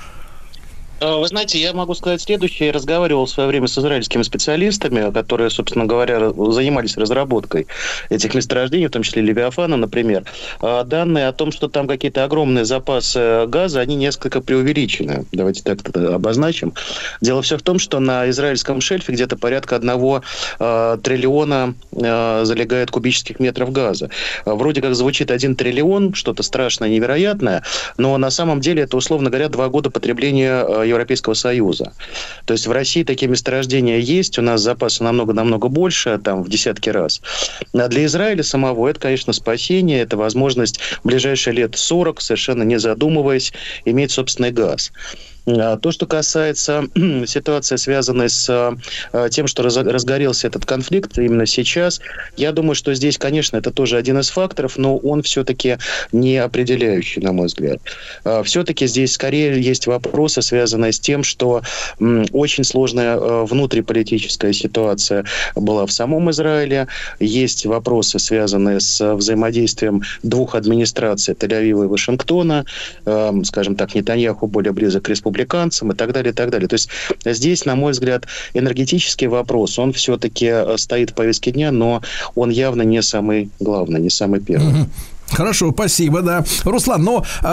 Вы знаете, я могу сказать следующее. Я разговаривал в свое время с израильскими специалистами, которые, собственно говоря, занимались разработкой этих месторождений, в том числе Левиафана, например. Данные о том, что там какие-то огромные запасы газа, они несколько преувеличены. Давайте так это обозначим. Дело все в том, что на израильском шельфе где-то порядка одного э, триллиона э, залегает кубических метров газа. Вроде как звучит один триллион, что-то страшное, невероятное, но на самом деле это, условно говоря, два года потребления Европейского Союза. То есть в России такие месторождения есть, у нас запасы намного-намного больше, там в десятки раз. А для Израиля самого это, конечно, спасение, это возможность в ближайшие лет сорок, совершенно не задумываясь, иметь собственный газ. То, что касается ситуации, связанной с тем, что разгорелся этот конфликт именно сейчас, я думаю, что здесь, конечно, это тоже один из факторов, но он все-таки не определяющий, на мой взгляд. Все-таки здесь скорее есть вопросы, связанные с тем, что очень сложная внутриполитическая ситуация была в самом Израиле. Есть вопросы, связанные с взаимодействием двух администраций, Тель-Авива и Вашингтона. Скажем так, Нетаньяху более близок к республиканцам, и так далее, и так далее. То есть здесь, на мой взгляд, энергетический вопрос, он все-таки стоит в повестке дня, но он явно не самый главный, не самый первый. Хорошо, спасибо, да. Руслан, но э,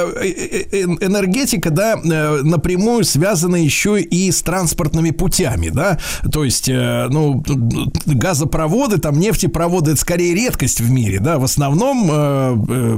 э, энергетика, да, э, напрямую связана еще и с транспортными путями, да, то есть, э, ну, газопроводы, там, нефтепроводы, это скорее редкость в мире, да, в основном э,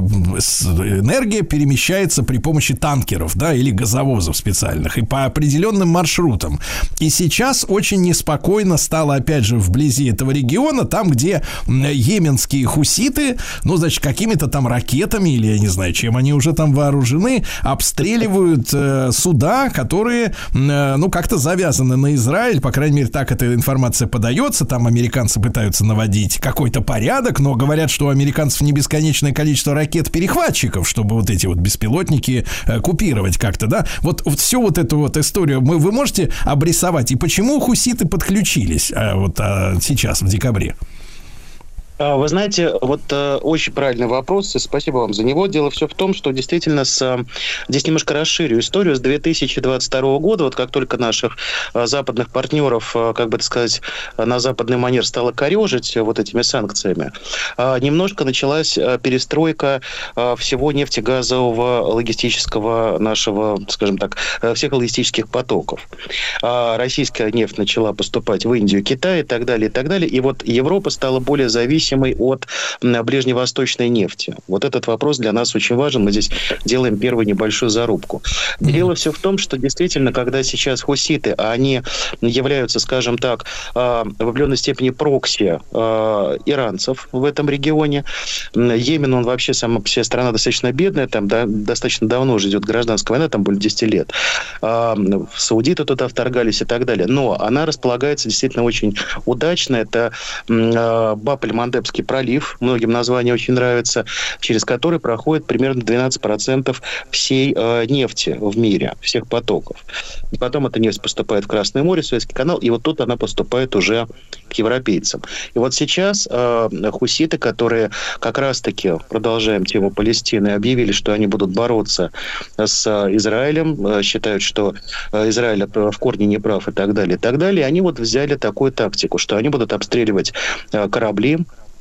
э, энергия перемещается при помощи танкеров, да, или газовозов специальных, и по определенным маршрутам. И сейчас очень неспокойно стало, опять же, вблизи этого региона, там, где йеменские хуситы, ну, значит, какие какими-то там ракетами, или я не знаю, чем они уже там вооружены, обстреливают э, суда, которые, э, ну, как-то завязаны на Израиль, по крайней мере, так эта информация подается, там американцы пытаются наводить какой-то порядок, но говорят, что у американцев не бесконечное количество ракет-перехватчиков, чтобы вот эти вот беспилотники э, купировать как-то, да, вот, вот всю вот эту вот историю мы, вы можете обрисовать, и почему хуситы подключились э, вот э, сейчас, в декабре? Вы знаете, вот э, очень правильный вопрос, и спасибо вам за него. Дело все в том, что действительно с, здесь немножко расширю историю. С две тысячи двадцать второго года, вот как только наших э, западных партнеров, э, как бы так сказать, на западный манер стало корежить вот этими санкциями, э, немножко началась э, перестройка э, всего нефтегазового логистического нашего, скажем так, э, всех логистических потоков. Э, российская нефть начала поступать в Индию, Китай и так далее, и так далее. И вот Европа стала более зависимой от ближневосточной нефти. Вот этот вопрос для нас очень важен. Мы здесь делаем первую небольшую зарубку. Дело все в том, что действительно, когда сейчас хуситы, а они являются, скажем так, в определенной степени прокси иранцев в этом регионе. Йемен, он вообще сама по себе страна достаточно бедная, там да, достаточно давно уже идет гражданская война, там более десять лет. Саудиты туда вторгались и так далее. Но она располагается действительно очень удачно. Это Баб-эль-Мандеб, Баб-эль-Мандебский пролив, многим название очень нравится, через который проходит примерно двенадцать процентов всей э, нефти в мире, всех потоков. И потом эта нефть поступает в Красное море, Суэцкий канал, и вот тут она поступает уже к европейцам. И вот сейчас э, хуситы, которые как раз-таки, продолжаем тему Палестины, объявили, что они будут бороться с Израилем, э, считают, что э, Израиль в корне не прав и так далее, и так далее. Они вот взяли такую тактику, что они будут обстреливать э, корабли,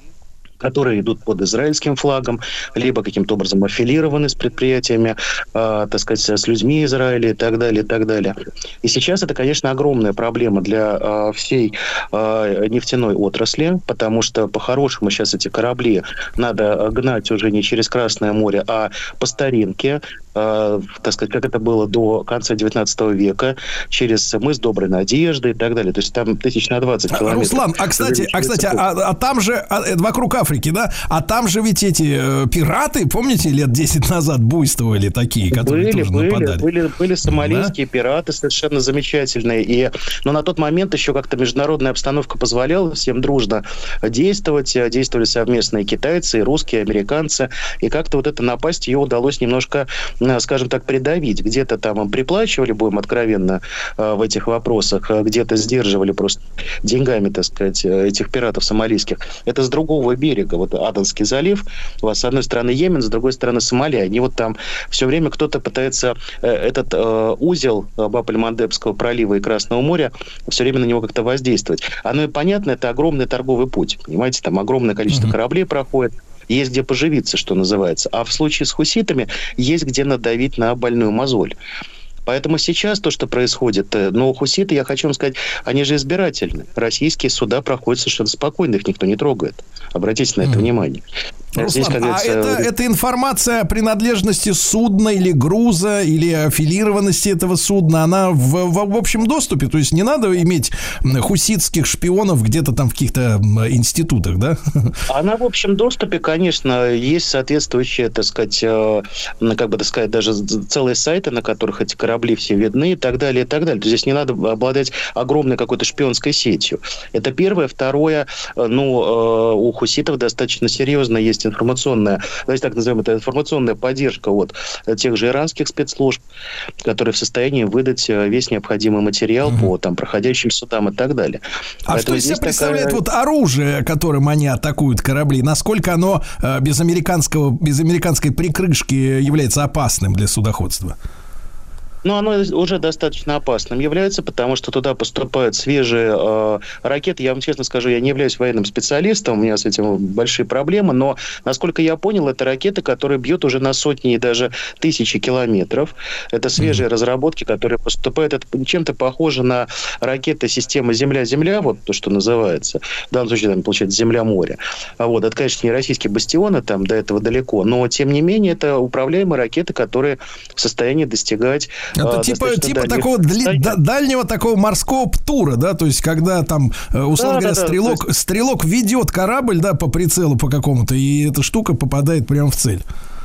которые идут под израильским флагом, либо каким-то образом аффилированы с предприятиями, э, так сказать, с людьми Израиля и так далее, и так далее. И сейчас это, конечно, огромная проблема для э, всей э, нефтяной отрасли, потому что по-хорошему сейчас эти корабли надо гнать уже не через Красное море, а по старинке, э, так сказать, как это было до конца девятнадцатого века, через мыс Доброй Надежды и так далее. То есть там тысяч на двадцать километров. Руслан, а кстати, а, кстати а, а там же, а, вокруг Африки, да? А там же ведь эти э, пираты, помните, лет десять назад буйствовали такие, которые были, тоже были, нападали? Были, были сомалийские да? пираты совершенно замечательные. И, но на тот момент еще как-то международная обстановка позволяла всем дружно действовать. Действовали совместно и китайцы, и русские, и американцы. И как-то вот эта напасть, ее удалось немножко, скажем так, придавить. Где-то там им приплачивали, будем откровенно в этих вопросах, где-то сдерживали просто деньгами, так сказать, этих пиратов сомалийских. Это с другого берега. Вот Аденский залив, у вас с одной стороны Йемен, с другой стороны Сомали. Они вот там все время кто-то пытается э, этот э, узел Баб-эль-Мандебского пролива и Красного моря все время на него как-то воздействовать. Оно и понятно, это огромный торговый путь. Понимаете, там огромное количество mm-hmm. кораблей проходит. Есть где поживиться, что называется. А в случае с хуситами есть где надавить на больную мозоль. Поэтому сейчас то, что происходит, ну, хуситы, я хочу вам сказать, они же избирательны. Российские суда проходят совершенно спокойно, их никто не трогает. Обратите на это mm. внимание. Руслан, здесь, а это, это информация о принадлежности судна или груза, или аффилированности этого судна, она в, в, в общем доступе? То есть не надо иметь хуситских шпионов где-то там в каких-то институтах, да? Она в общем доступе, конечно, есть соответствующие, так сказать, как бы так сказать, даже целые сайты, на которых эти корабли все видны и так далее, и так далее. То есть здесь не надо обладать огромной какой-то шпионской сетью. Это первое. Второе, ну, у хуситов достаточно серьезно есть информационная, давайте так назовем это, информационная поддержка от тех же иранских спецслужб, которые в состоянии выдать весь необходимый материал угу. по там проходящим судам и так далее. А Поэтому что из себя представляет такая... вот оружие, которым они атакуют корабли? Насколько оно без американского, без американской прикрышки является опасным для судоходства? Но оно уже достаточно опасным является, потому что туда поступают свежие э, ракеты. Я вам честно скажу, я не являюсь военным специалистом, у меня с этим большие проблемы, но, насколько я понял, это ракеты, которые бьют уже на сотни и даже тысячи километров. Это свежие mm-hmm. разработки, которые поступают. Это чем-то похоже на ракеты системы Земля-Земля, вот то, что называется. В данном случае, там, получается, Земля-море. А вот, это, конечно, не российские бастионы, там до этого далеко, но, тем не менее, это управляемые ракеты, которые в состоянии достигать... Это а, типа, типа такого дли, дальнего такого морского птура, да, то есть когда там, условно да, говоря, да, стрелок, да, стрелок ведет корабль, да, по прицелу по какому-то, и эта штука попадает прямо в цель.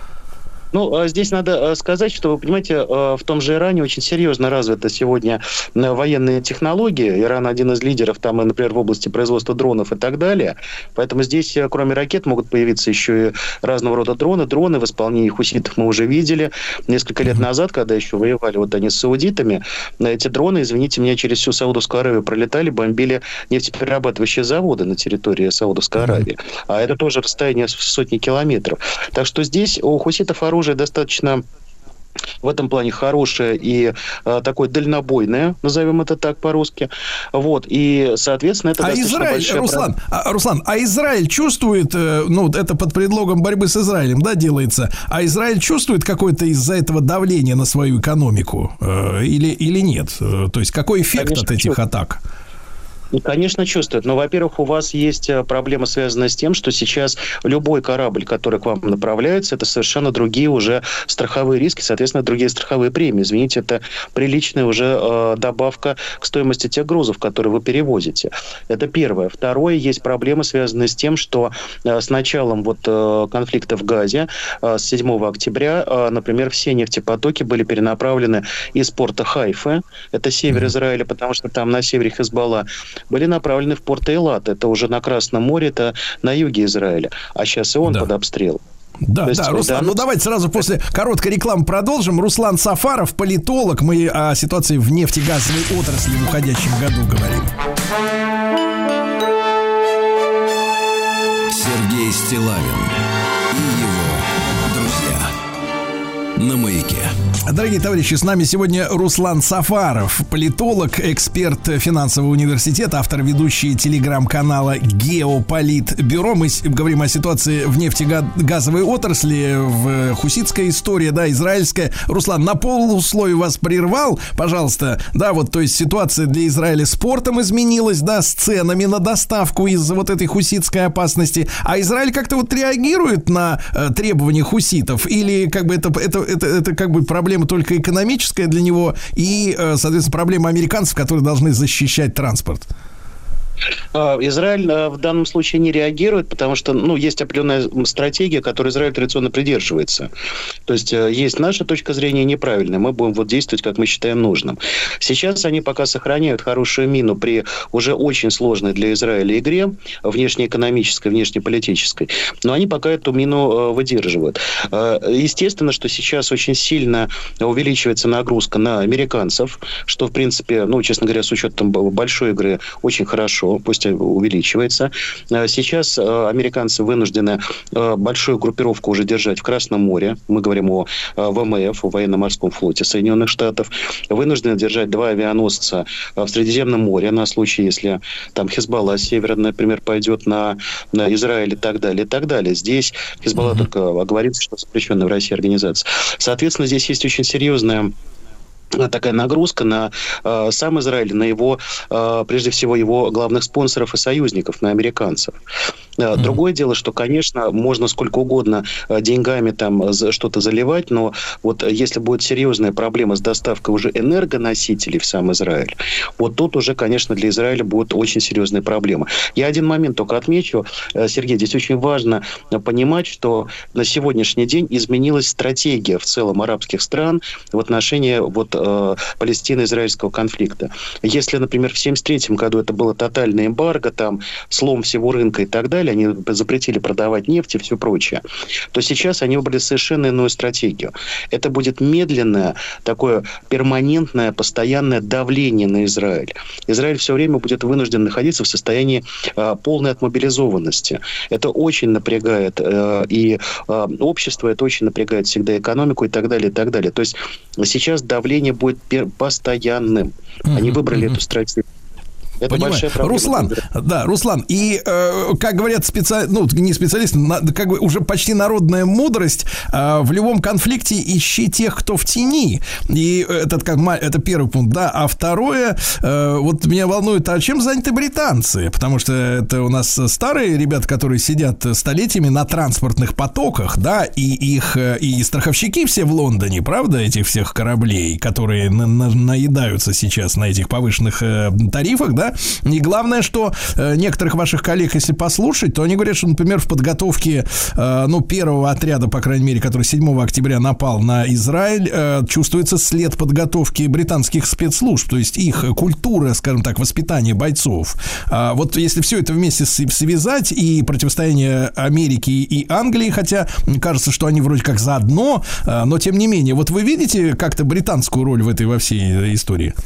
Ну, здесь надо сказать, что, вы понимаете, в том же Иране очень серьезно развиты сегодня военные технологии. Иран один из лидеров, там, например, в области производства дронов и так далее. Поэтому здесь, кроме ракет, могут появиться еще и разного рода дроны. Дроны в исполнении хуситов мы уже видели. Несколько лет назад, когда еще воевали вот они с саудитами, эти дроны, извините меня, через всю Саудовскую Аравию пролетали, бомбили нефтеперерабатывающие заводы на территории Саудовской Аравии. А это тоже расстояние в сотни километров. Так что здесь у хуситов оружие достаточно в этом плане хорошее и э, такое дальнобойное, назовем это так по-русски. Вот. И, соответственно, это а достаточно Израиль, большая... Руслан, а, Руслан, а Израиль чувствует, э, ну, это под предлогом борьбы с Израилем, да, делается, а Израиль чувствует какое-то из-за этого давление на свою экономику э, или, или нет? То есть какой эффект Конечно, от этих чувствует. атак? Конечно, чувствует. Но, во-первых, у вас есть проблема, связанная с тем, что сейчас любой корабль, который к вам направляется, это совершенно другие уже страховые риски, соответственно, другие страховые премии. Извините, это приличная уже э, добавка к стоимости тех грузов, которые вы перевозите. Это первое. Второе, есть проблемы, связанные с тем, что э, с началом вот, э, конфликта в Газе э, с седьмого октября, э, например, все нефтепотоки были перенаправлены из порта Хайфы, это север Израиля, потому что там на севере Хезболла, были направлены в порт Эйлат. Это уже на Красном море, это на юге Израиля. А сейчас и он да. под обстрелом. Да, есть, да, Руслан, да, ну давайте сразу после короткой рекламы продолжим. Руслан Сафаров, политолог. Мы о ситуации в нефтегазовой отрасли в уходящем году говорим. Сергей Стиллавин и его друзья на Маяке. Дорогие товарищи, с нами сегодня Руслан Сафаров, политолог, эксперт финансового университета, автор, ведущий телеграм-канала Геополитбюро. Мы говорим о ситуации в нефтегазовой отрасли, в хуситская история, да, израильская. Руслан, на полусловие вас прервал, пожалуйста. Да, вот, то есть ситуация для Израиля спортом изменилась, да, с ценами на доставку из-за вот этой хуситской опасности. А Израиль как-то вот реагирует на э, требования хуситов? Или как бы это, это, это, это как бы проблема только экономическая для него и, соответственно, проблема американцев, которые должны защищать транспорт? Израиль в данном случае не реагирует, потому что, ну, есть определенная стратегия, которой Израиль традиционно придерживается. То есть есть наша точка зрения неправильная, мы будем вот действовать, как мы считаем нужным. Сейчас они пока сохраняют хорошую мину при уже очень сложной для Израиля игре, внешнеэкономической, внешнеполитической, но они пока эту мину выдерживают. Естественно, что сейчас очень сильно увеличивается нагрузка на американцев, что, в принципе, ну, честно говоря, с учетом большой игры, очень хорошо. Пусть увеличивается. Сейчас американцы вынуждены большую группировку уже держать в Красном море. Мы говорим о ВМФ, о военно-морском флоте Соединенных Штатов. Вынуждены держать два авианосца в Средиземном море на случай, если там Хизбалла с севера, например, пойдет на, на Израиль и так далее, и так далее. Здесь Хизбалла mm-hmm. только оговорится, что запрещенная в России организация. Соответственно, здесь есть очень серьезная такая нагрузка на э, сам Израиль, на его, э, прежде всего, его главных спонсоров и союзников, на американцев. Mm-hmm. Другое дело, что, конечно, можно сколько угодно деньгами там что-то заливать, но вот если будет серьезная проблема с доставкой уже энергоносителей в сам Израиль, вот тут уже, конечно, для Израиля будет очень серьезная проблема. Я один момент только отмечу, Сергей, здесь очень важно понимать, что на сегодняшний день изменилась стратегия в целом арабских стран в отношении вот палестино-израильского конфликта. Если, например, в семьдесят третьем году это было тотальное эмбарго, там слом всего рынка и так далее, они запретили продавать нефть и все прочее, то сейчас они выбрали совершенно иную стратегию. Это будет медленное, такое перманентное, постоянное давление на Израиль. Израиль все время будет вынужден находиться в состоянии э, полной отмобилизованности. Это очень напрягает э, и э, общество, это очень напрягает всегда экономику и так далее, и так далее. То есть сейчас давление будет постоянным. Они выбрали mm-hmm. эту стратегию. Это понимаю. Большая проблема. Руслан, да, Руслан, и, э, как говорят специалисты, ну, не специалисты, на, как бы уже почти народная мудрость, э, в любом конфликте ищи тех, кто в тени. И этот, как, это первый пункт, да. А второе, э, вот меня волнует, а чем заняты британцы? Потому что это у нас старые ребята, которые сидят столетиями на транспортных потоках, да, и их, и страховщики все в Лондоне, правда, этих всех кораблей, которые на, на, наедаются сейчас на этих повышенных э, тарифах, да. И главное, что э, некоторых ваших коллег, если послушать, то они говорят, что, например, в подготовке э, ну, первого отряда, по крайней мере, который седьмого октября напал на Израиль, э, чувствуется след подготовки британских спецслужб, то есть их культура, скажем так, воспитания бойцов. А вот если все это вместе связать, и противостояние Америки и Англии, хотя кажется, что они вроде как заодно, э, но тем не менее, вот вы видите как-то британскую роль в этой во всей истории?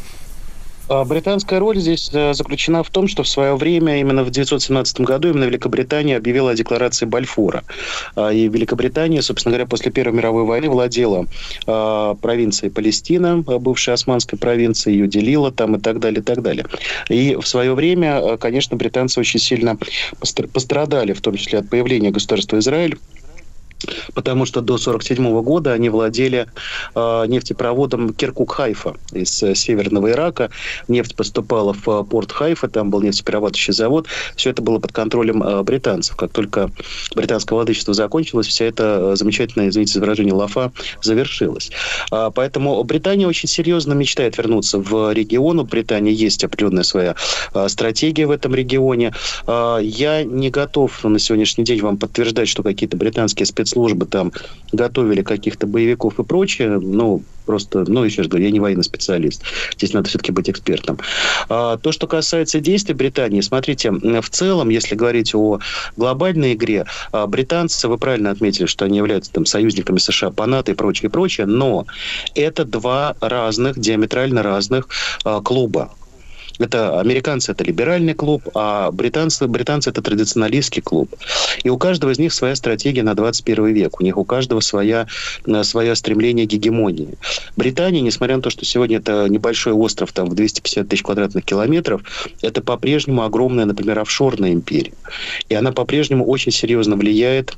Британская роль здесь заключена в том, что в свое время, именно в девятьсот семнадцатом году, именно Великобритания объявила о декларации Бальфура. И Великобритания, собственно говоря, после Первой мировой войны владела провинцией Палестина, бывшей османской провинцией, ее делила там и так далее, и так далее. И в свое время, конечно, британцы очень сильно пострадали, в том числе от появления государства Израиль, потому что до сорок седьмого года они владели э, нефтепроводом Киркук-Хайфа из э, северного Ирака. Нефть поступала в э, порт Хайфа, там был нефтеперерабатывающий завод. Все это было под контролем э, британцев. Как только британское владычество закончилось, вся эта э, замечательная, извините за выражение, лафа завершилась. Э, поэтому Британия очень серьезно мечтает вернуться в регион. У Британии есть определенная своя э, стратегия в этом регионе. Э, я не готов на сегодняшний день вам подтверждать, что какие-то британские специалисты спецслужбы там готовили каких-то боевиков и прочее, ну, просто, ну, еще раз говорю, я не военный специалист. Здесь надо все-таки быть экспертом. А, то, что касается действий Британии, смотрите, в целом, если говорить о глобальной игре, британцы, вы правильно отметили, что они являются там союзниками США по НАТО и прочее, и прочее, но это два разных, диаметрально разных а, клуба. Это американцы, это либеральный клуб, а британцы, британцы это традиционалистский клуб. И у каждого из них своя стратегия на двадцать первый век. У них у каждого своя, свое стремление к гегемонии. Британия, несмотря на то, что сегодня это небольшой остров там, в двести пятьдесят тысяч квадратных километров, это по-прежнему огромная, например, офшорная империя. И она по-прежнему очень серьезно влияет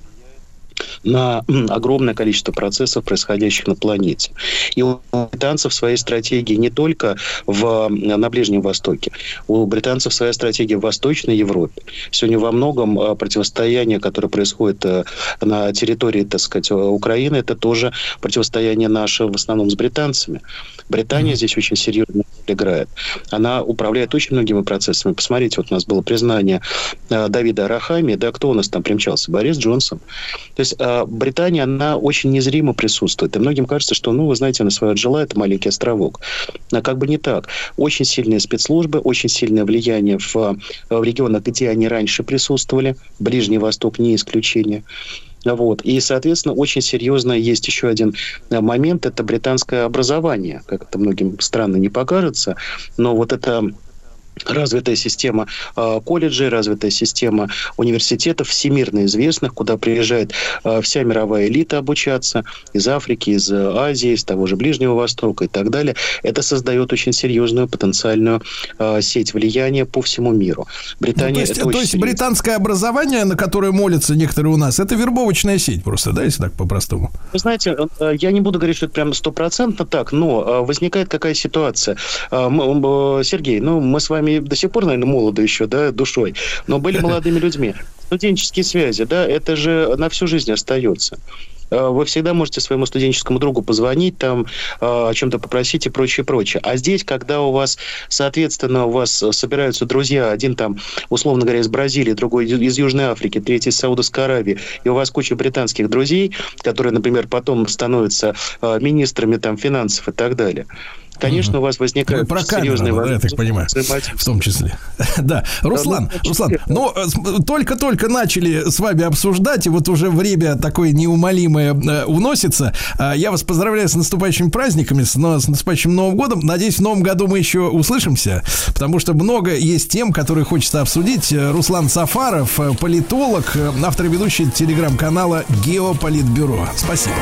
на огромное количество процессов, происходящих на планете. И у британцев своей стратегии не только в, на Ближнем Востоке. У британцев своя стратегия в Восточной Европе. Сегодня во многом противостояние, которое происходит на территории, так сказать, Украины, это тоже противостояние наше в основном с британцами. Британия mm-hmm. здесь очень серьезно играет. Она управляет очень многими процессами. Посмотрите, вот у нас было признание Давида Арахамии, да, кто у нас там примчался? Борис Джонсон. То есть Британия, она очень незримо присутствует. И многим кажется, что, ну, вы знаете, она свое отжила, это маленький островок. Но как бы не так. Очень сильные спецслужбы, очень сильное влияние в, в регионах, где они раньше присутствовали. Ближний Восток не исключение. Вот. И, соответственно, очень серьезно есть еще один момент. Это британское образование. Как это многим странно не покажется. Но вот это... развитая система э, колледжей, развитая система университетов, всемирно известных, куда приезжает э, вся мировая элита обучаться из Африки, из Азии, из того же Ближнего Востока и так далее. Это создает очень серьезную потенциальную э, сеть влияния по всему миру. Британия, ну, то есть, это то есть британское образование, на которое молятся некоторые у нас, это вербовочная сеть просто, да, если так по-простому? Вы знаете, э, я не буду говорить, что это прям стопроцентно так, но э, возникает какая ситуация. Э, э, Сергей, ну, мы с вами до сих пор, наверное, молоды еще, да, душой, но были молодыми людьми. Студенческие связи, да, это же на всю жизнь остается. Вы всегда можете своему студенческому другу позвонить, там, о чем-то попросить и прочее, прочее. А здесь, когда у вас, соответственно, у вас собираются друзья, один там, условно говоря, из Бразилии, другой из Южной Африки, третий из Саудовской Аравии, и у вас куча британских друзей, которые, например, потом становятся министрами там, финансов и так далее. Конечно, у вас возникают про серьезные вопросы. Да, я так понимаю, в том числе. Да, Руслан, да, ну, Руслан, но только-только начали с вами обсуждать, и вот уже время такое неумолимое э, уносится. Я вас поздравляю с наступающими праздниками, с, с наступающим Новым годом. Надеюсь, в Новом году мы еще услышимся, потому что много есть тем, которые хочется обсудить. Руслан Сафаров, политолог, автор и ведущий телеграм-канала «Геополитбюро». Спасибо.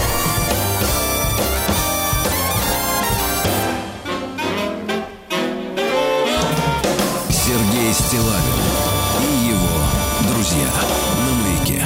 Стилавин и его друзья на Маяке.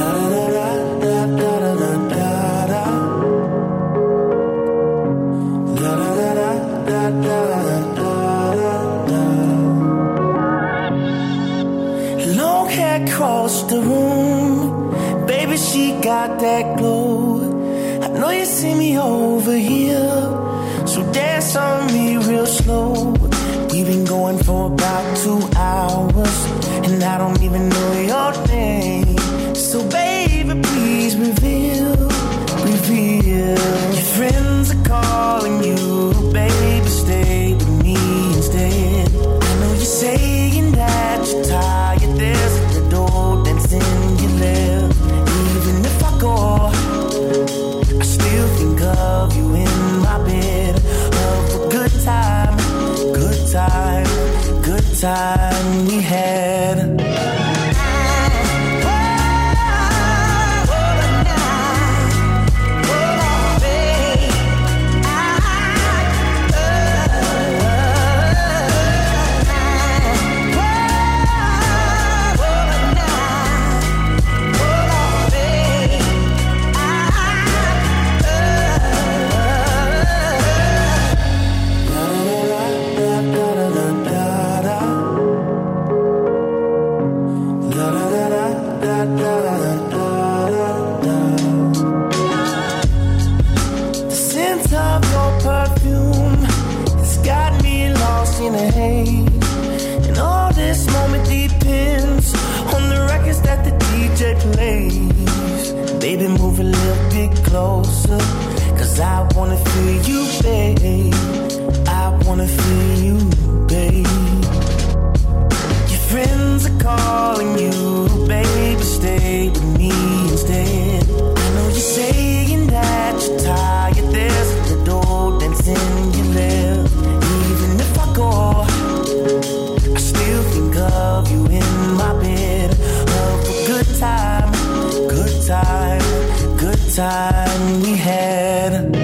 Long hair across the room, baby, she got that glow. I know you see me over here, so dance on me real slow. We've been going for about two hours, and I don't even know your name. So baby, please reveal, reveal. Your friends are calling you, baby, stay with me instead. I know you're saying that you're tired, there's a little dance in your lip. Even if I go, I still think of you in my bed. Of a good time, good time, good time we had. In a haze, and all this moment depends on the records that the D J plays. Baby, move a little bit closer, 'cause I wanna feel you, babe. I wanna feel you, babe. Your friends are calling you, baby, stay with me instead. I know you're saying that you're tired, there's a little dance in your left. Even if I go, I still think of you in my bed. Of a good time, good time, good time we had.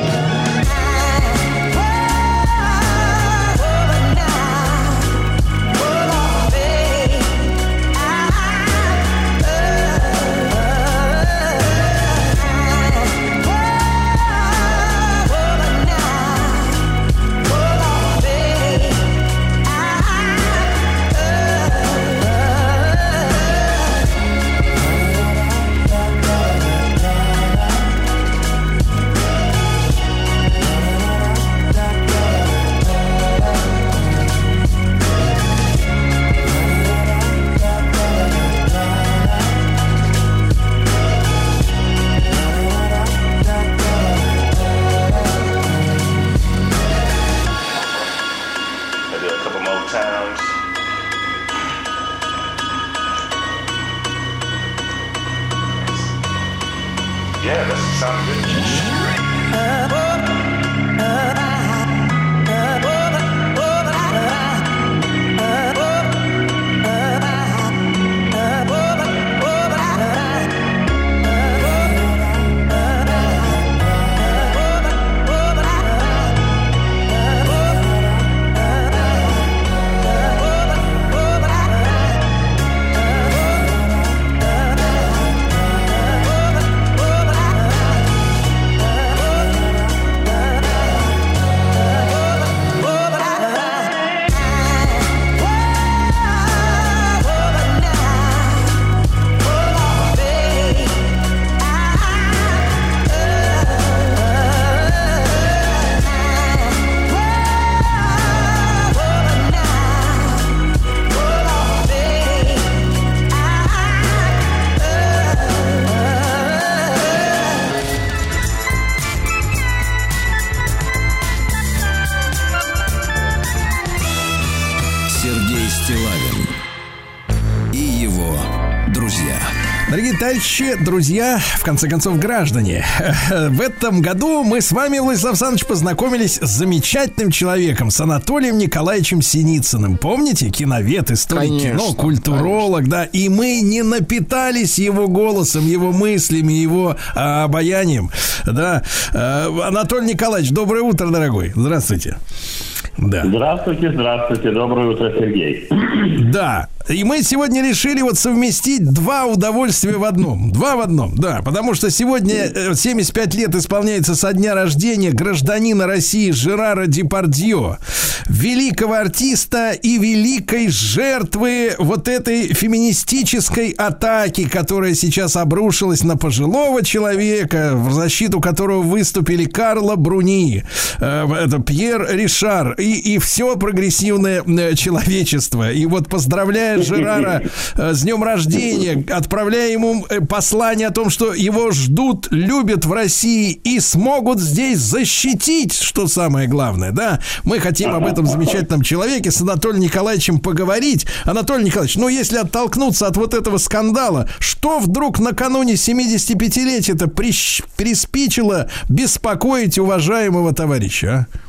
Yeah, that sounds good. Товарищи, друзья, в конце концов, граждане, в этом году мы с вами, Владислав Александрович, познакомились с замечательным человеком, с Анатолием Николаевичем Синицыным. Помните? Киновед, историк конечно, кино, культуролог, конечно. Да. И мы не напитались его голосом, его мыслями, его а, обаянием. Да. А, Анатолий Николаевич, доброе утро, дорогой. Здравствуйте. Да. Здравствуйте, здравствуйте. Доброе утро, Сергей. Да. И мы сегодня решили вот совместить два удовольствия в одном. Два в одном, да. Потому что сегодня семьдесят пять лет исполняется со дня рождения гражданина России Жерара Депардье, великого артиста и великой жертвы вот этой феминистической атаки, которая сейчас обрушилась на пожилого человека, в защиту которого выступили Карла Бруни, э, это Пьер Ришар и, и все прогрессивное человечество. И вот поздравляю Жерара э, с днем рождения, отправляя ему послание о том, что его ждут, любят в России и смогут здесь защитить, что самое главное, да. Мы хотим об этом замечательном человеке с Анатолием Николаевичем поговорить. Анатолий Николаевич, ну если оттолкнуться от вот этого скандала, что вдруг накануне семидесятипятилетия-то прищ- приспичило беспокоить уважаемого товарища, а?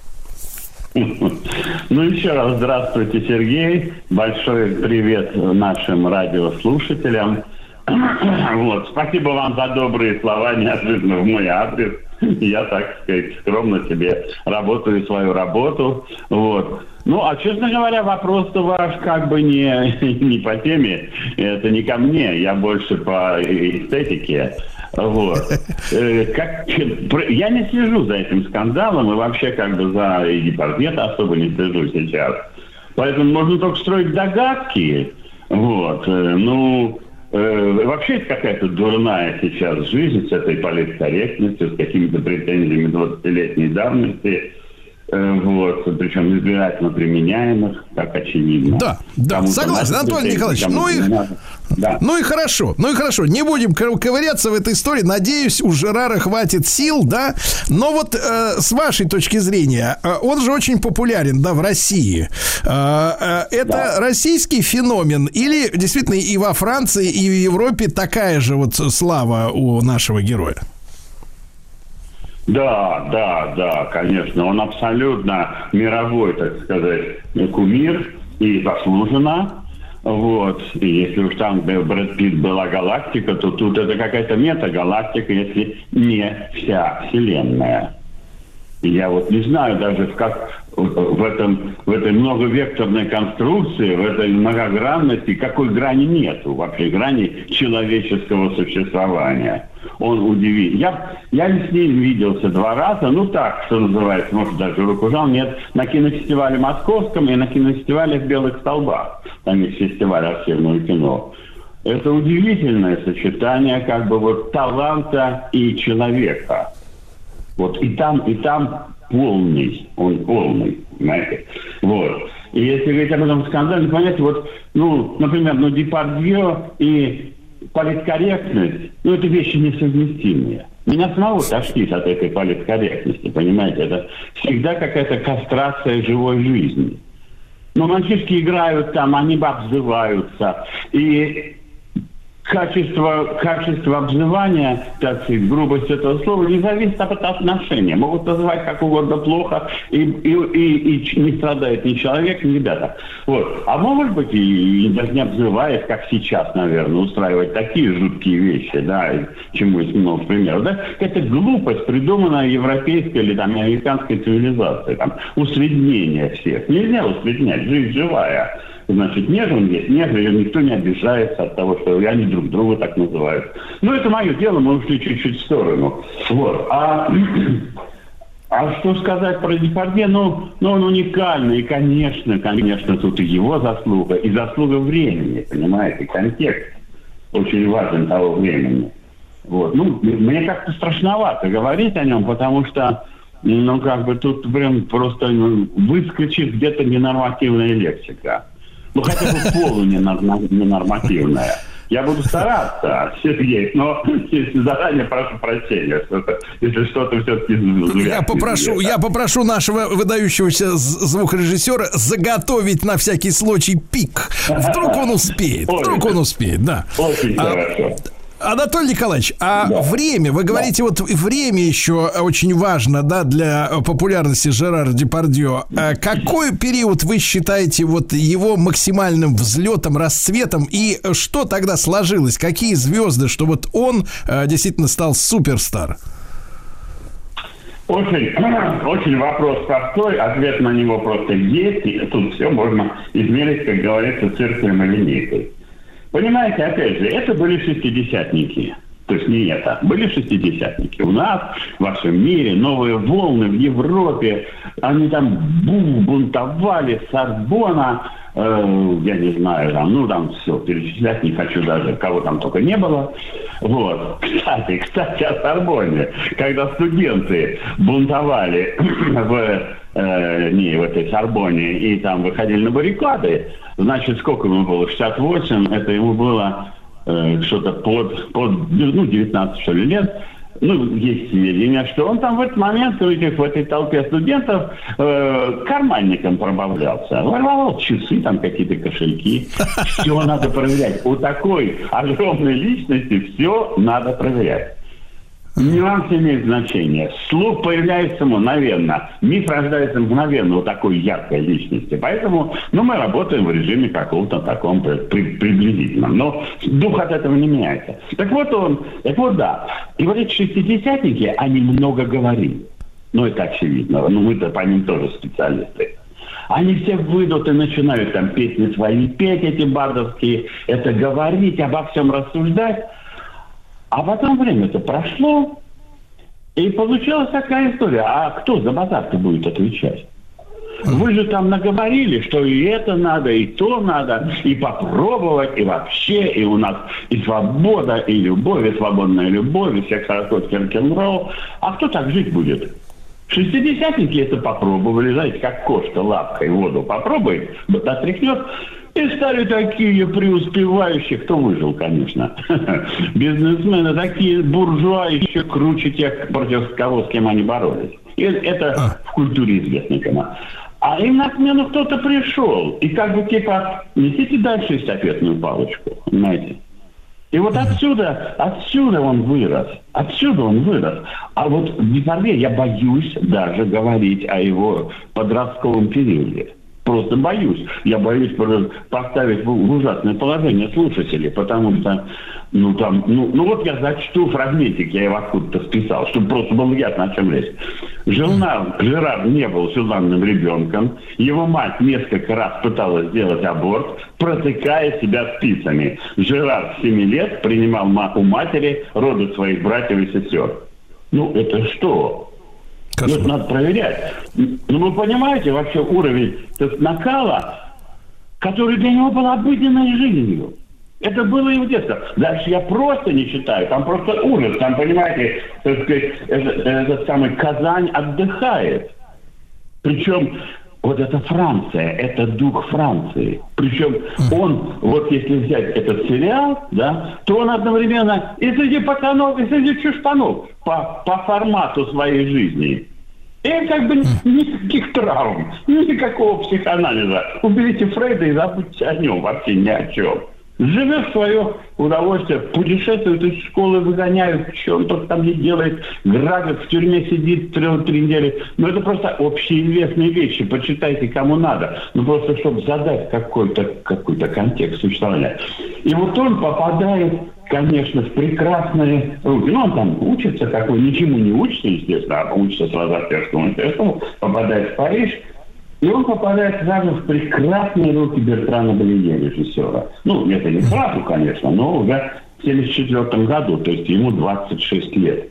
Ну, еще раз здравствуйте, Сергей. Большой привет нашим радиослушателям. Вот. Спасибо вам за добрые слова, неожиданно в мой адрес. Я, так сказать, скромно себе работаю свою работу. Вот. Ну, а, честно говоря, вопрос-то ваш как бы не, не по теме. Это не ко мне. Я больше по эстетике. Вот. Как, я не слежу за этим скандалом и вообще как бы за Депардье особо не слежу сейчас. Поэтому можно только строить догадки. Вот. Ну, вообще это какая-то дурная сейчас жизнь с этой политкорректностью, с какими-то претензиями двадцатилетней давности. Вот, причем избирательно применяемых, как очевидно. Да, да, кому-то согласен, Анатолий Николаевич. Ну и, да. ну и хорошо, ну и хорошо. Не будем ковыряться в этой истории. Надеюсь, у Жерара хватит сил, да. Но вот э, с вашей точки зрения, э, он же очень популярен, да, в России. Э, э, это да. российский феномен или действительно и во Франции, и в Европе такая же вот слава у нашего героя? Да, да, да, конечно. Он абсолютно мировой, так сказать, кумир и заслуженно. Вот. И если уж там, где Брэд Питт была галактика, то тут это какая-то метагалактика, если не вся Вселенная. И я вот не знаю даже, как в, этом, в этой многовекторной конструкции, в этой многогранности, какой грани нету, вообще грани человеческого существования. Он удивил. Я, я с ним виделся два раза, ну так, что называется, может, даже руку жал, нет, на кинофестивале московском и на кинофестивале в Белых столбах. Там есть фестиваль архивного кино. Это удивительное сочетание как бы вот таланта и человека. Вот и там, и там полный, он полный, понимаете. Вот. И если говорить об этом скандале, понимаете, вот, ну, например, ну, Депардье и политкорректность, ну, это вещи несовместимые. Меня самого тошнит от этой политкорректности, понимаете, это всегда какая-то кастрация живой жизни. Ну, мальчишки играют там, они бы обзываются, и Качество, качество обзывания, так сказать, грубость этого слова не зависит от отношения. Могут называть как угодно плохо, и, и, и, и не страдает ни человек, ни ребята. Вот. А может быть, и, и даже не обзываясь, как сейчас, наверное, устраивать такие жуткие вещи, да, чему есть много примеров. Да? Это глупость, придуманная европейской или там, американской цивилизацией. Там, усреднение всех. Нельзя усреднять, жизнь живая. Значит, нет, он есть, нет, и никто не обижается от того, что они друг друга так называют. Ну, это мое дело, мы ушли чуть-чуть в сторону. Вот. А, а что сказать про Депардье? Ну, ну, он уникальный, и, конечно, конечно, тут и его заслуга, и заслуга времени, понимаете, контекст очень важен того времени. Вот. Ну, мне как-то страшновато говорить о нем, потому что, ну, как бы тут прям просто ну, выскочит где-то ненормативная лексика. Ну, хотя бы полуненормативная. Я буду стараться, Сергей, но заранее прошу прощения, что-то, если что-то все-таки... Я попрошу, я попрошу нашего выдающегося звукорежиссера заготовить на всякий случай пик. Вдруг он успеет, вдруг он успеет, да. Очень хорошо. Анатолий Николаевич, а да. время, вы говорите, да. вот время еще очень важно, да, для популярности Жерара Депардье. А какой период вы считаете вот его максимальным взлетом, расцветом, и что тогда сложилось? Какие звезды, что вот он а, действительно стал суперстар? Очень, очень вопрос простой, ответ на него просто есть, и тут все можно измерить, как говорится, циркулем и линейкой. Понимаете, опять же, это были шестидесятники. То есть не это. Были шестидесятники. У нас, в вашем мире, новые волны в Европе. Они там бунтовали, Сорбонна, э, я не знаю, там, ну там все, перечислять не хочу даже, кого там только не было. Вот. Кстати, кстати, о Сорбонне. Когда студенты бунтовали в, э, не, в этой Сорбонне и там выходили на баррикады, значит, сколько ему было? шестьдесят восемь, это ему было э, что-то под, под, ну, девятнадцать, что ли, лет. Ну, есть сведения, что он там в этот момент, в этой толпе студентов, э, карманником пробавлялся. Воровал часы, там какие-то кошельки. Все надо проверять. У такой огромной личности все надо проверять. Нюанс имеет значение. Слух появляется мгновенно. Миф рождается мгновенно у такой яркой личности. Поэтому ну, мы работаем в режиме какого-то таком при, приблизительном. Но дух от этого не меняется. Так вот он, так вот да. И вот эти шестидесятники, они много говорили. Ну это очевидно. Ну мы-то по ним тоже специалисты. Они все выйдут и начинают там песни свои петь, эти бардовские. Это говорить, обо всем рассуждать. А потом время-то прошло, и получилась такая история. А кто за базар-то будет отвечать? Вы же там наговорили, что и это надо, и то надо, и попробовать, и вообще, и у нас и свобода, и любовь, и свободная любовь, и всех сорокот рок-н-ролл. А кто так жить будет? Шестидесятники это попробовали, знаете, как кошка лапкой воду попробует, вот отряхнет, и стали такие преуспевающие, кто выжил, конечно. Бизнесмены, такие буржуа, еще круче тех, против кого, с кем они боролись. И это в культуре известно, конечно. А им на смену кто-то пришел. И как бы типа, несите дальше эстафетную палочку, понимаете? И вот отсюда, отсюда он вырос. Отсюда он вырос. А вот в Депардье я боюсь даже говорить о его подростковом периоде. Просто боюсь. Я боюсь поставить в ужасное положение слушателей, потому что, ну там, ну, ну вот я зачту фрагментик, я его откуда-то списал, чтобы просто было ясно, о чем речь. Жерар, Жерар не был желанным ребенком. Его мать несколько раз пыталась сделать аборт, протыкая себя спицами. Жерар в семи лет принимал у матери роды своих братьев и сестер. Ну, это что? Кошмар. Это надо проверять. Ну, вы понимаете вообще уровень накала, который для него был обыденной жизнью. Это было и в детстве. Дальше я просто не читаю. Там просто ужас. Там, понимаете, так сказать, этот, этот самый Казань отдыхает. Причем вот это Франция, это дух Франции. Причем он, вот если взять этот сериал, да, то он одновременно и среди пацанов, и среди чушпанов по, по формату своей жизни. И как бы никаких травм, никакого психоанализа. Уберите Фрейда и забудьте о нем вообще ни о чем. Живет в свое удовольствие, путешествует из школы, выгоняют, что он только там не делает, грабит, в тюрьме сидит три, три недели. Но это просто общеизвестные вещи, почитайте кому надо. Ну просто, чтобы задать какой-то, какой-то контекст существования. И вот он попадает, конечно, в прекрасные руки. Ну, он там учится, какой, ничему не учится, естественно, а учится сразу от Перского университета, попадает в Париж. И он попадает сразу в прекрасные руки Бертрана Балие, режиссера. Ну, это не сразу, конечно, но уже в семьдесят четвёртом году, то есть ему двадцать шесть лет.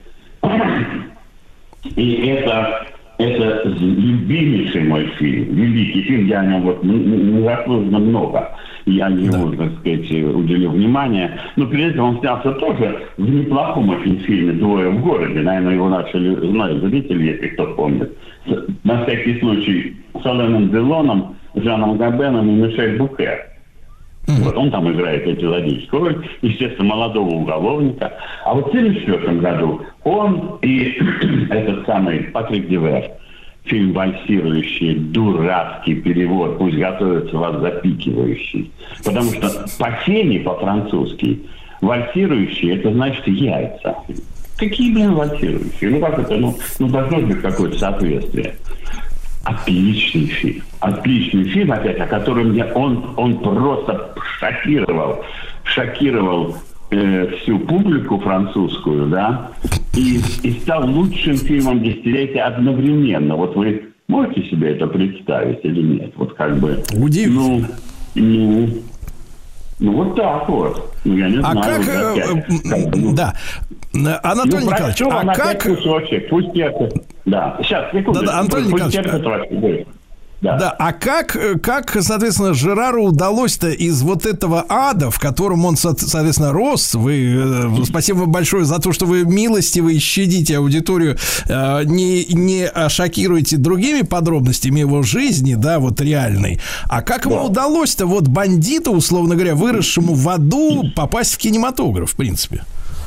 И это, это любимейший мой фильм, великий фильм, я о нем вот незаслуженно много. Я ему, так сказать, уделил внимание. Но перед этим он снялся тоже в неплохом очень фильме «Двое в городе». Наверное, его начали знать зрители, если кто помнит. На всякий случай с Аленом Делоном, Жаном Габеном и Мишель Буке. Mm-hmm. Вот он там играет эпизодическую роль, естественно, молодого уголовника. А вот в семьдесят четвёртом году он и этот самый Патрик Девер, фильм «Вальсирующий», дурацкий перевод, пусть готовится вас запикивающий. Потому что по теме по-французски «вальсирующий» это значит яйца. Какие, блин, вальсирующие? Ну как это? Ну, ну должно быть какое-то соответствие. Отличный фильм. Отличный фильм, опять, о котором я, он, он просто шокировал. Шокировал э, всю публику французскую, да, и, и стал лучшим фильмом десятилетия одновременно. Вот вы можете себе это представить или нет? Вот как бы... Удивительно. Ну, ну, ну вот так вот. Ну, я не а знаю. Как, вот опять, как ну, да. Анатолий ну, Николаевич, а как... Кусочек, пусть терпит. Да, сейчас, секунду. Да, да, Анатолий пусть Николаевич, терпит, да. Да, а как, как, соответственно, Жерару удалось-то из вот этого ада, в котором он, соответственно, рос, вы, спасибо вам большое за то, что вы милостивы и щадите аудиторию, не, не шокируете другими подробностями его жизни, да, вот реальной, а как ему да. удалось-то вот бандиту, условно говоря, выросшему в аду, попасть в кинематограф, в принципе?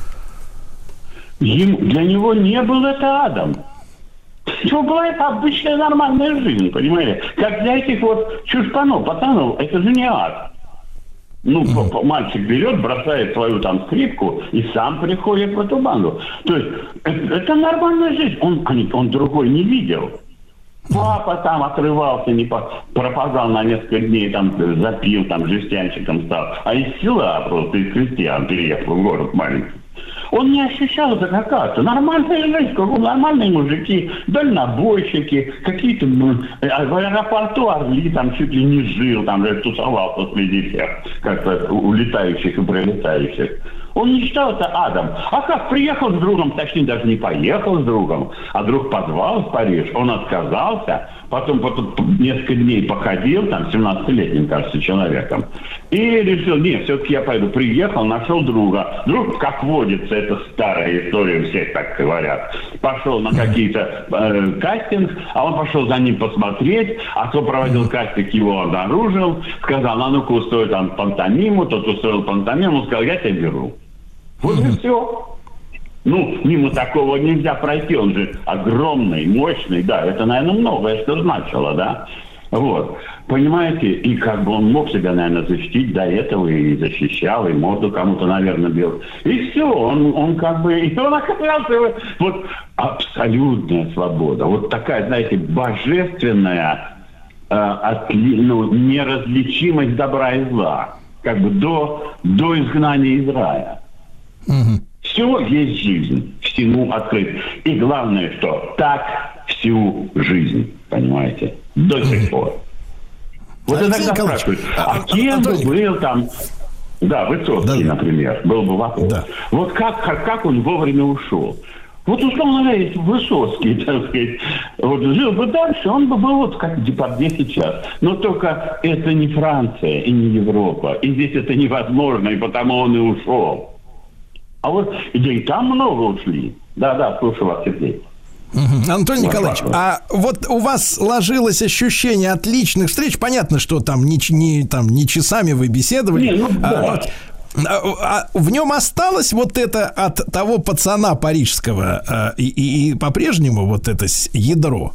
Ему, для него не был это адом. У него была это обычная нормальная жизнь, понимаете? Как для этих вот чушпанов, пацанов, это же не ад. Ну, mm-hmm. мальчик берет, бросает свою там скрипку и сам приходит в эту банду. То есть это, это нормальная жизнь. Он, он другой не видел. Папа там отрывался, не по, пропадал на несколько дней, там запил, там жестянщиком стал. А из села просто, из крестьян переехал в город маленький. Он не ощущал это как ад. Нормальная жизнь, кругом нормальные мужики, дальнобойщики, какие-то ну, в аэропорту Орли там чуть ли не жил, там же тусовался среди всех, как-то улетающих и прилетающих. Он не считал это адом. А как приехал с другом, точнее даже не поехал с другом, а друг позвал в Париж, он отказался, потом, потом несколько дней походил, там, семнадцатилетним, кажется, человеком, и решил, нет, все-таки я пойду. Приехал, нашел друга. Друг, как водится, это старая история, все так говорят. Пошел на какие-то э, кастинг, а он пошел за ним посмотреть, а кто проводил кастинг, его обнаружил, сказал, а ну-ка устроил там пантомиму, тот устроил пантомиму, сказал, я тебя беру. Вот и все. Ну, мимо такого нельзя пройти, он же огромный, мощный, да, это, наверное, многое что значило, да, вот, понимаете, и как бы он мог себя, наверное, защитить до этого, и защищал, и морду кому-то, наверное, бил, и все, он, он как бы, и он оказался, вот, абсолютная свобода, вот такая, знаете, божественная, э, отли, ну, неразличимость добра и зла, как бы до, до изгнания из рая. Угу. Все есть жизнь, всему открыт. И главное, что так всю жизнь, понимаете, до сих пор. Вот иногда спрашивают, а кем бы был там, да, Высоцкий, да, например, был бы вопрос. Да. Вот как, как, как он вовремя ушел? Вот, условно говоря, если Высоцкий, так сказать, вот, жил бы дальше, он бы был вот как Депардье сейчас. Но только это не Франция и не Европа. И здесь это невозможно, и потому он и ушел. А вот и там много ушли. Да-да, слушаю вас, Сергей. Угу. Анатолий вот Николаевич, так. А вот у вас сложилось ощущение от личных встреч. Понятно, что там не, не, там, не часами вы беседовали. Не, ну, а, да. вот, а, а в нем осталось вот это от того пацана парижского а, и, и, и по-прежнему вот это ядро?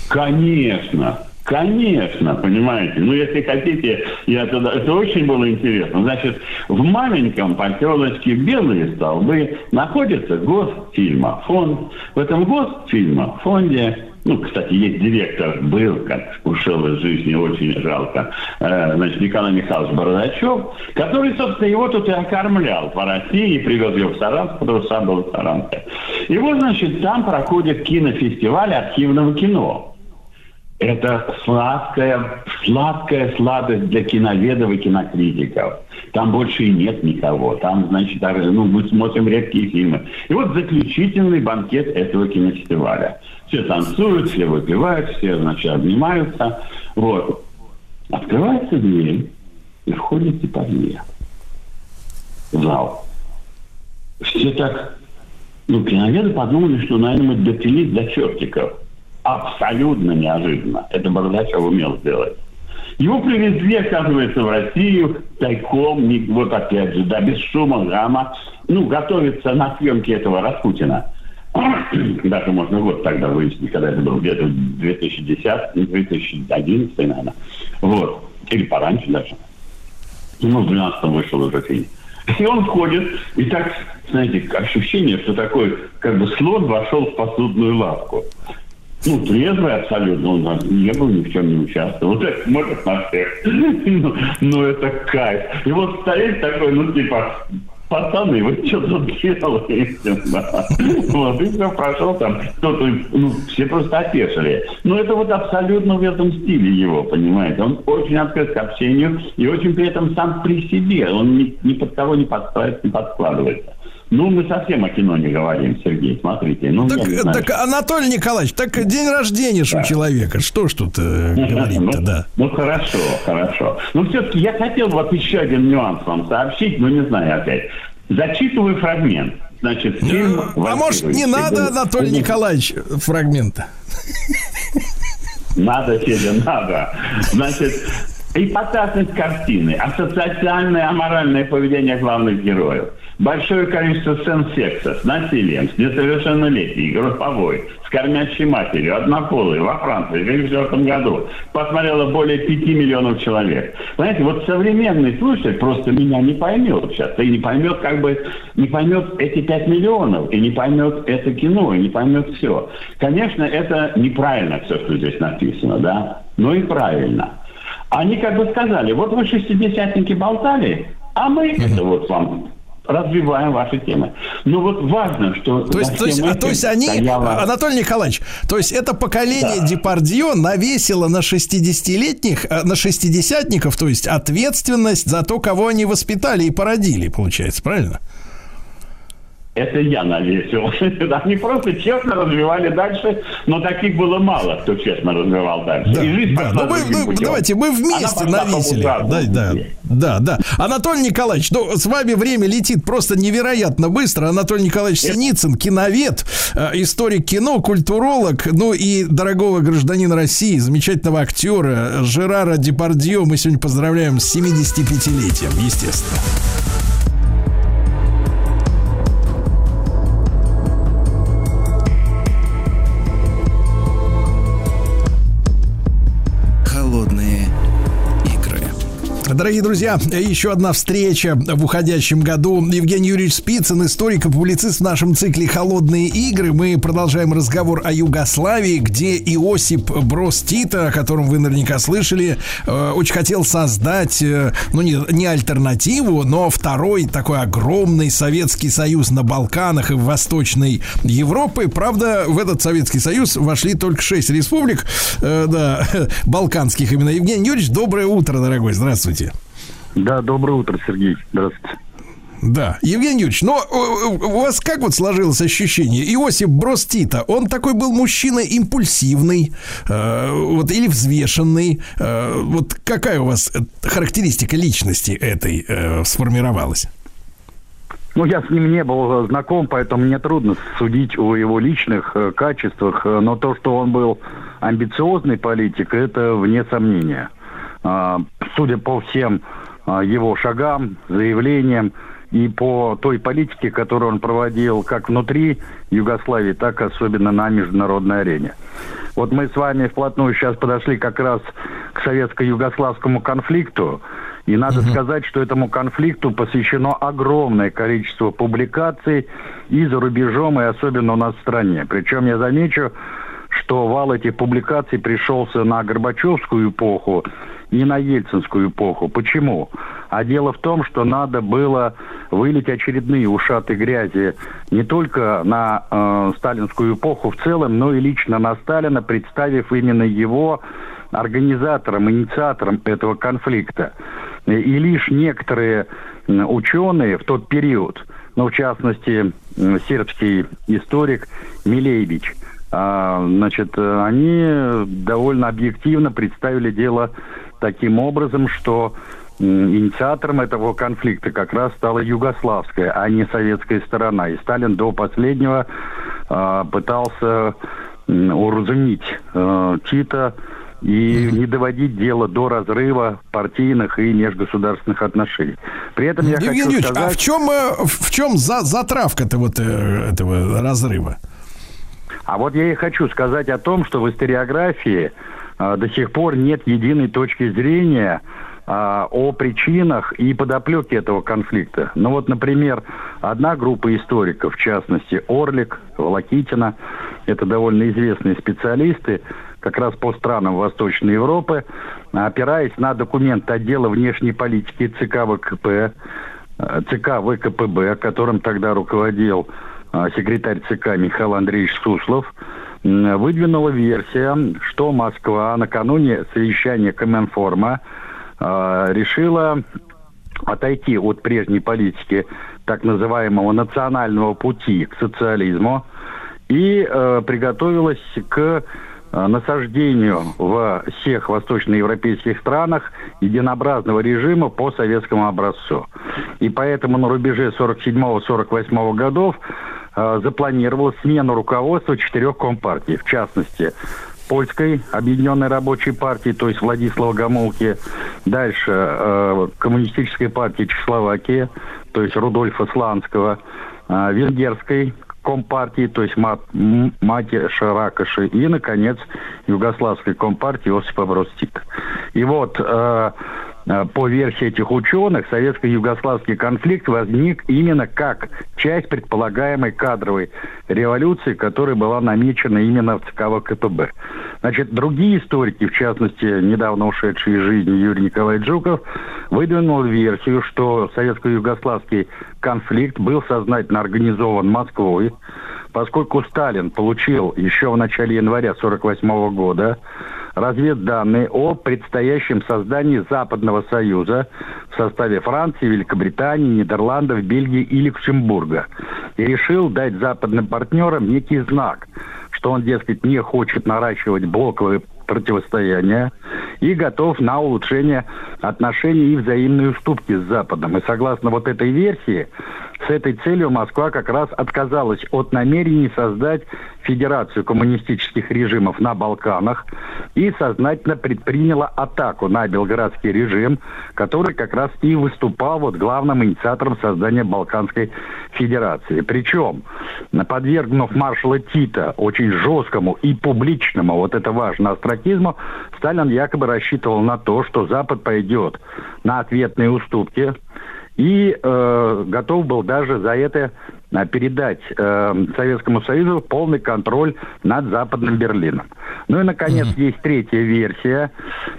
Конечно. Конечно, понимаете. Ну, если хотите, я тогда... это очень было интересно. Значит, в маленьком поселочке Белые Столбы находится Госфильмофонд. В этом Госфильмофонде, ну, кстати, есть директор, был, как ушел из жизни, очень жалко, э, значит, Николай Михайлович Бородачев, который, собственно, его тут и окормлял по России, и привез его в Саранск, потому что сам был в Саранске. И вот, значит, там проходит кинофестиваль архивного кино. Это сладкая, сладкая сладость для киноведов и кинокритиков. Там больше и нет никого. Там, значит, ну, мы смотрим редкие фильмы. И вот заключительный банкет этого кинофестиваля. Все танцуют, все выпивают, все, значит, обнимаются. Вот. Открывается дверь, и входит Депардье в зал. Все так... Ну, киноведы подумали, что, наверное, мы допились до чертиков. Абсолютно неожиданно. Это Бородачев умел сделать. Его привезли, оказывается, в Россию тайком, вот опять же, да, без шума, гамма. Ну, готовится на съемки этого Распутина. Даже можно год тогда выяснить, когда это был, где-то две тысячи десятый, две тысячи одиннадцатый, наверное. Вот. Или пораньше даже. Ну, в двенадцатом вышел уже фильм. И он входит, и так, знаете, ощущение, что такой, как бы, слон вошел в посудную лавку. Ну, трезвый абсолютно, он не был, ни в чем не участвовал. Вот это может на всех. Ну, ну, это кайф. И вот стоит такой, ну, типа, пацаны, вы что тут делаете? Вот, и все, прошел там. Кто-то, ну, все просто опешили. Но это вот абсолютно в этом стиле его, понимаете. Он очень открыт к общению и очень при этом сам при себе. Он ни, ни под кого не подстраивается, не подкладывается. Ну, мы совсем о кино не говорим, Сергей, смотрите. Ну, так, знаю, так что... Анатолий Николаевич, так день рождения ж да. у человека. Что ж тут э, говорить-то, ну, да. Ну, хорошо, хорошо. Но все-таки я хотел вот еще один нюанс вам сообщить, но не знаю опять. Зачитываю фрагмент. Значит, фильм... А может, не надо, Анатолий Николаевич, фрагмента? Надо, Федя, надо. Значит... Ипостасность картины, асоциальное, аморальное поведение главных героев, большое количество сцен секса с насилием, с несовершеннолетней, групповой, с кормящей матерью, однополой, во Франции в две тысячи четвёртом году посмотрело более пяти миллионов человек. Знаете, вот современный слушатель просто меня не поймет сейчас, и не поймет, как бы, не поймет эти пять миллионов, и не поймет это кино, и не поймет все. Конечно, это неправильно все, что здесь написано, да, но и правильно. Они как бы сказали, вот вы шестидесятники болтали, а мы uh-huh. это вот вам развиваем ваши темы. Но вот важно, что... То есть, то есть, а, то есть они, стояло... Анатолий Николаевич, то есть это поколение да. Депардье навесило на шестидесятилетних, на шестидесятников, то есть ответственность за то, кого они воспитали и породили, получается, правильно? это я навесил. Они просто честно развивали дальше, но таких было мало, кто честно развивал дальше. Да, и жизнь да. Ну, мы, мы, давайте мы вместе навесили. Да, да, да, да. Анатолий Николаевич, ну, с вами время летит просто невероятно быстро. Анатолий Николаевич Синицын, киновед, историк кино, культуролог, ну и дорогого гражданина России, замечательного актера Жерара Депардье мы сегодня поздравляем с семидесятипятилетием, естественно. Дорогие друзья, еще одна встреча в уходящем году. Евгений Юрьевич Спицын, историк и публицист в нашем цикле «Холодные игры». Мы продолжаем разговор о Югославии, где Иосип Броз Тито, о котором вы наверняка слышали, очень хотел создать, ну, не, не альтернативу, но второй такой огромный Советский Союз на Балканах и в Восточной Европе. Правда, в этот Советский Союз вошли только шесть республик, э, да, балканских именно. Евгений Юрьевич, доброе утро, дорогой, здравствуйте. Да, доброе утро, Сергей. Здравствуйте. Да, Евгений Юрьевич, но у вас как вот сложилось ощущение? Иосип Броз Тито, он такой был мужчина импульсивный, э, вот, или взвешенный. Э, вот какая у вас характеристика личности этой э, сформировалась? Ну, я с ним не был знаком, поэтому мне трудно судить о его личных э, качествах, но то, что он был амбициозный политик, это вне сомнения. Э, судя по всем э, его шагам, заявлениям, и по той политике, которую он проводил как внутри Югославии, так и особенно на международной арене. Вот мы с вами вплотную сейчас подошли как раз к советско-югославскому конфликту, и надо uh-huh. сказать, что этому конфликту посвящено огромное количество публикаций и за рубежом, и особенно у нас в стране. Причем я замечу, что вал этих публикаций пришелся на Горбачевскую эпоху и на Ельцинскую эпоху. Почему? А дело в том, что надо было вылить очередные ушаты грязи не только на э, сталинскую эпоху в целом, но и лично на Сталина, представив именно его организатором, инициатором этого конфликта. И лишь некоторые ученые в тот период, ну, в частности, сербский историк Милеевич, э, значит, они довольно объективно представили дело таким образом, что инициатором этого конфликта как раз стала югославская, а не советская сторона. И Сталин до последнего э, пытался э, уразуметь э, Тита и не доводить дело до разрыва партийных и межгосударственных отношений. При этом я Евгений хочу Юрьевич, сказать... а в чем, в чем за, затравка-то вот этого разрыва? А вот я и хочу сказать о том, что в историографии э, до сих пор нет единой точки зрения о причинах и подоплеке этого конфликта. Ну вот, например, одна группа историков, в частности, Орлик, Волокитина, это довольно известные специалисты, как раз по странам Восточной Европы, опираясь на документ отдела внешней политики ЦК ВКП, ЦК ВКПБ, которым тогда руководил секретарь ЦК Михаил Андреевич Суслов, выдвинула версия, что Москва накануне совещания Коминформа решила отойти от прежней политики так называемого национального пути к социализму и э, приготовилась к э, насаждению во всех восточноевропейских странах единообразного режима по советскому образцу. И поэтому на рубеже сорок седьмого — сорок восьмого годов э, запланировала смену руководства четырех компартий, в частности, Польской объединенной рабочей партии, то есть Владислава Гомулки, дальше э, Коммунистической партии Чехословакии, то есть Рудольфа Сланского, э, Венгерской компартии, то есть Мат, Матиша Ракоши, и, наконец, Югославской компартии Иосипа Броз Тито. И вот э, по версии этих ученых, советско-югославский конфликт возник именно как часть предполагаемой кадровой революции, которая была намечена именно в ЦК ВКПБ. Значит, другие историки, в частности, недавно ушедший из жизни Юрий Николаевич Жуков, выдвинул версию, что советско-югославский конфликт был сознательно организован Москвой, поскольку Сталин получил еще в начале января сорок восьмого года разведданные о предстоящем создании Западного Союза в составе Франции, Великобритании, Нидерландов, Бельгии и Люксембурга. И решил дать западным партнерам некий знак, что он, дескать, не хочет наращивать блоковые противостояния и готов на улучшение отношений и взаимные уступки с Западом. И согласно вот этой версии, с этой целью Москва как раз отказалась от намерений создать федерацию коммунистических режимов на Балканах и сознательно предприняла атаку на белградский режим, который как раз и выступал вот главным инициатором создания Балканской Федерации. Причем, подвергнув маршала Тита очень жесткому и публичному, вот это важно, остракизму, Сталин якобы рассчитывал на то, что Запад пойдет на ответные уступки, и э, готов был даже за это э, передать э, Советскому Союзу полный контроль над Западным Берлином. Ну и, наконец, mm-hmm. есть третья версия.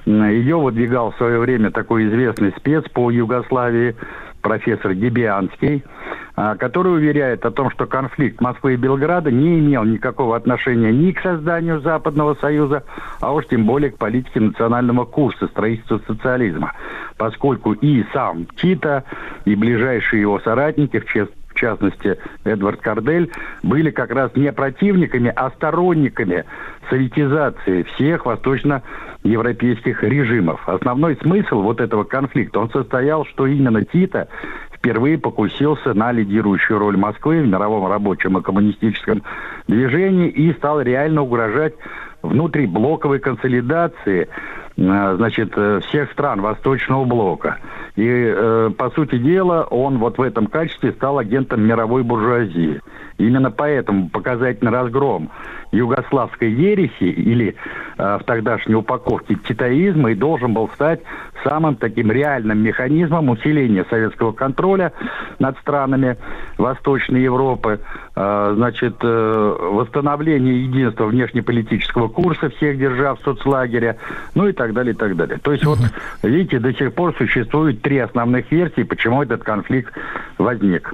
Ее выдвигал в свое время такой известный спец по Югославии, профессор Дебианский, который уверяет о том, что конфликт Москвы и Белграда не имел никакого отношения ни к созданию Западного Союза, а уж тем более к политике национального курса строительства социализма, поскольку и сам Тита, и ближайшие его соратники, в честь в частности, Эдвард Кардель, были как раз не противниками, а сторонниками советизации всех восточноевропейских режимов. Основной смысл вот этого конфликта, он состоял, что именно Тита впервые покусился на лидирующую роль Москвы в мировом рабочем и коммунистическом движении и стал реально угрожать внутриблоковой консолидации, значит, всех стран Восточного блока. И, э, по сути дела, он вот в этом качестве стал агентом мировой буржуазии. Именно поэтому показательный разгром югославской ереси или э, в тогдашней упаковке титаизма и должен был стать самым таким реальным механизмом усиления советского контроля над странами Восточной Европы, э, значит, э, восстановление единства внешнеполитического курса всех держав соцлагеря, ну и так далее, и так далее. То есть вот, видите, до сих пор существует три основных версии, почему этот конфликт возник.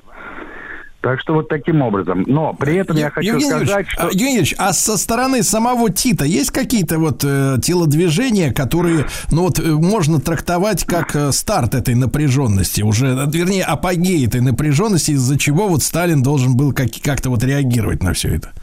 Так что вот таким образом. Но при этом я хочу Евгений сказать, что... Евгений Юрьевич, а со стороны самого Тита есть какие-то вот э, телодвижения, которые, ну вот, э, можно трактовать как э, старт этой напряженности, уже, вернее, апогей этой напряженности, из-за чего вот Сталин должен был как- как-то вот реагировать на все это?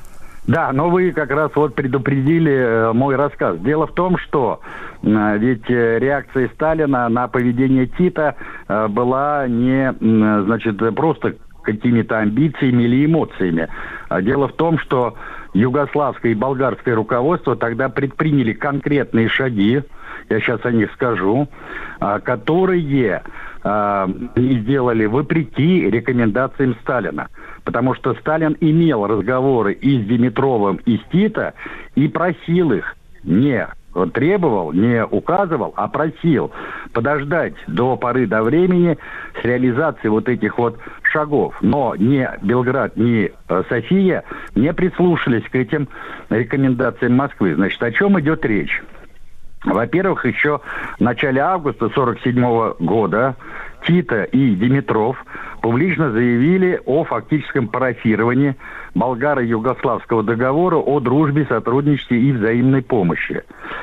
Да, но вы как раз вот предупредили э, мой рассказ. Дело в том, что э, ведь э, реакция Сталина на поведение Тита э, была не, э, значит, просто какими-то амбициями или эмоциями. А дело в том, что югославское и болгарское руководство тогда предприняли конкретные шаги, я сейчас о них скажу, э, которые э, сделали вопреки рекомендациям Сталина. Потому что Сталин имел разговоры и с Димитровым, и с Тито, и просил их, не требовал, не указывал, а просил подождать до поры до времени с реализацией вот этих вот шагов. Но ни Белград, ни София не прислушались к этим рекомендациям Москвы. Значит, о чем идет речь? Во-первых, еще в начале августа сорок седьмого года Тито и Димитров публично заявили о фактическом парафировании болгаро-югославского договора о дружбе, сотрудничестве и взаимной помощи.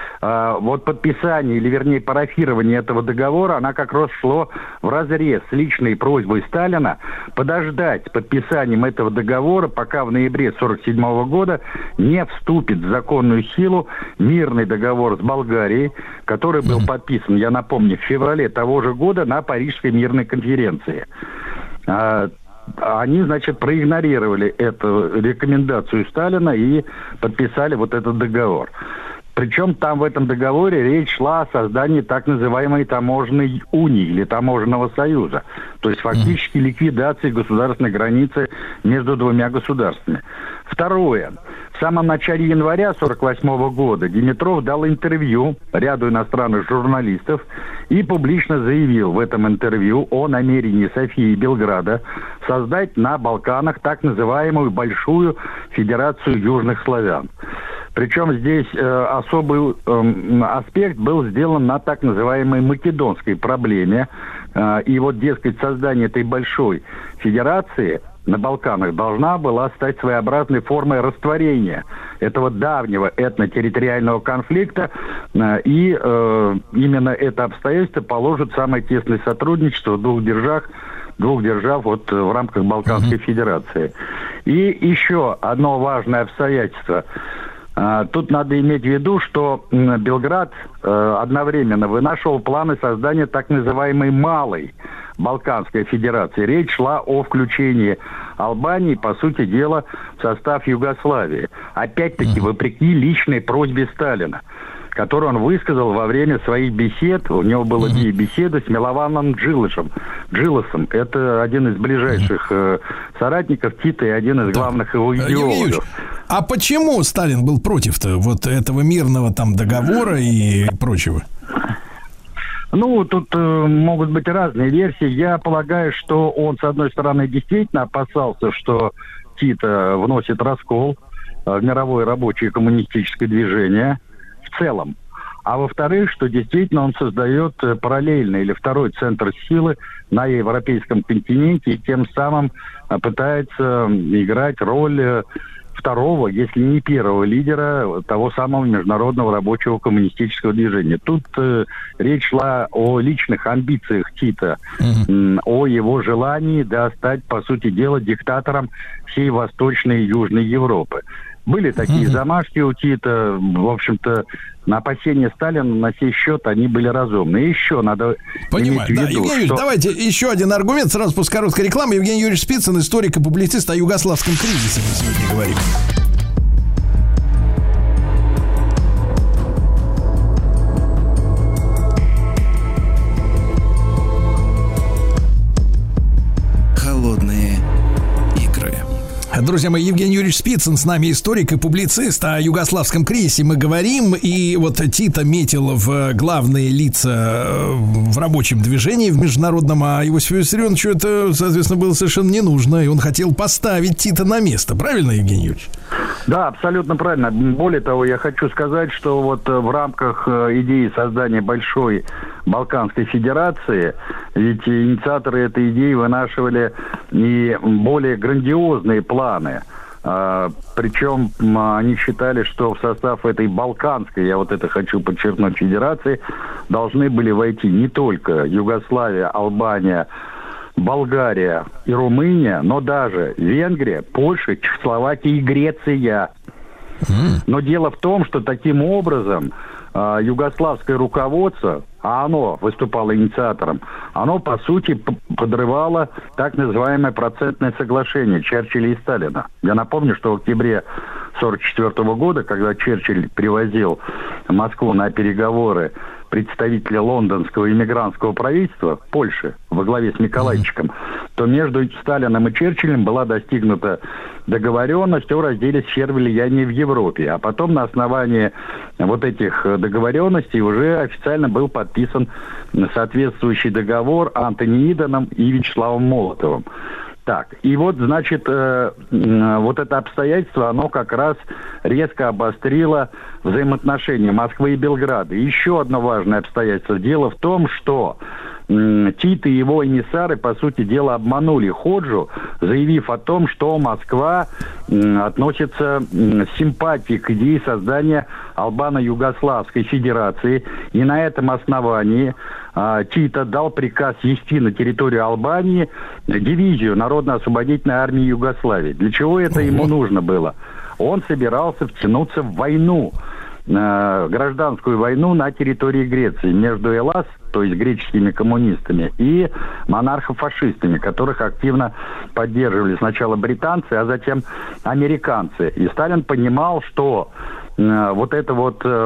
А, вот подписание, или вернее парафирование этого договора, она как раз шло вразрез с личной просьбой Сталина подождать с подписанием этого договора, пока в ноябре сорок седьмого года не вступит в законную силу мирный договор с Болгарией, который был подписан, я напомню, в феврале того же года на Парижской мирной конференции. А, они, значит, проигнорировали эту рекомендацию Сталина и подписали вот этот договор. Причем там в этом договоре речь шла о создании так называемой таможенной унии или таможенного союза. То есть фактически ликвидации государственной границы между двумя государствами. Второе. В самом начале января сорок восьмого года Димитров дал интервью ряду иностранных журналистов и публично заявил в этом интервью о намерении Софии и Белграда создать на Балканах так называемую Большую Федерацию Южных Славян. Причем здесь э, особый э, аспект был сделан на так называемой македонской проблеме. Э, и вот, дескать, создание этой большой федерации на Балканах должна была стать своеобразной формой растворения этого давнего этно-территориального конфликта, и э, именно это обстоятельство положит самое тесное сотрудничество в двух державах, двух держав вот, в рамках Балканской uh-huh. Федерации. И еще одно важное обстоятельство. Тут надо иметь в виду, что Белград одновременно вынашивал планы создания так называемой малой Балканской Федерации. Речь шла о включении Албании, по сути дела, в состав Югославии. Опять-таки, вопреки личной просьбе Сталина, которую он высказал во время своих бесед. У него было две беседы с Милованом Джилышем. Джилосом. Это один из ближайших э, соратников Тита и один из главных его идеологов. А почему Сталин был против-то вот этого мирного там договора и прочего? Ну, тут э, могут быть разные версии. Я полагаю, что он, с одной стороны, действительно опасался, что Тита вносит раскол э, в мировое рабочее коммунистическое движение в целом. А во-вторых, что действительно он создает параллельный или второй центр силы на европейском континенте и тем самым пытается играть роль второго, если не первого лидера того самого международного рабочего коммунистического движения. Тут э, речь шла о личных амбициях Тита, mm-hmm. э, о его желании да, стать, по сути дела, диктатором всей Восточной и Южной Европы. Были такие mm-hmm. замашки у Тита, в общем-то, на опасения Сталина на сей счет они были разумны. И еще надо Понимаю, иметь в виду, да. Евгений Юрьевич, что... давайте еще один аргумент, сразу после короткой рекламы. Евгений Юрьевич Спицын, историк и публицист, о югославском кризисе мы сегодня говорим. Холодные игры. Друзья мои, Евгений Юрьевич Спицын с нами, историк и публицист. О югославском кризисе мы говорим. И вот Тита метил в главные лица в рабочем движении, в международном, а Иосифу Виссарионовичу это, соответственно, было совершенно не нужно. И он хотел поставить Тита на место. Правильно, Евгений Юрьевич? Да, абсолютно правильно. Более того, я хочу сказать, что вот в рамках идеи создания большой Балканской Федерации, ведь инициаторы этой идеи вынашивали и более грандиозные планы. А, причем они считали, что в состав этой Балканской, я вот это хочу подчеркнуть, Федерации, должны были войти не только Югославия, Албания, Болгария и Румыния, но даже Венгрия, Польша, Чехословакия и Греция. Но дело в том, что таким образом э, югославское руководство, а оно выступало инициатором, оно, по сути, п- подрывало так называемое процентное соглашение Черчилля и Сталина. Я напомню, что в октябре сорок четвёртого года, когда Черчилль привозил в Москву на переговоры представителя лондонского иммигрантского правительства Польши во главе с Миколайчиком, mm-hmm. то между Сталином и Черчиллем была достигнута договоренность о разделе сфер влияния в Европе. А потом на основании вот этих договоренностей уже официально был подписан соответствующий договор Антони Иденом и Вячеславом Молотовым. Так, и вот, значит, э, э, вот это обстоятельство, оно как раз резко обострило взаимоотношения Москвы и Белграда. И еще одно важное обстоятельство. Дело в том, что э, Тит и его эмиссары, по сути дела, обманули Ходжу, заявив о том, что Москва э, относится э, с симпатией к идее создания Албано-Югославской Федерации. И на этом основании Тита дал приказ ввести на территорию Албании дивизию Народно-освободительной армии Югославии. Для чего это ему нужно было? Он собирался втянуться в войну, э, гражданскую войну на территории Греции между ЭЛАС, то есть греческими коммунистами, и монархофашистами, которых активно поддерживали сначала британцы, а затем американцы. И Сталин понимал, что э, вот это вот... Э,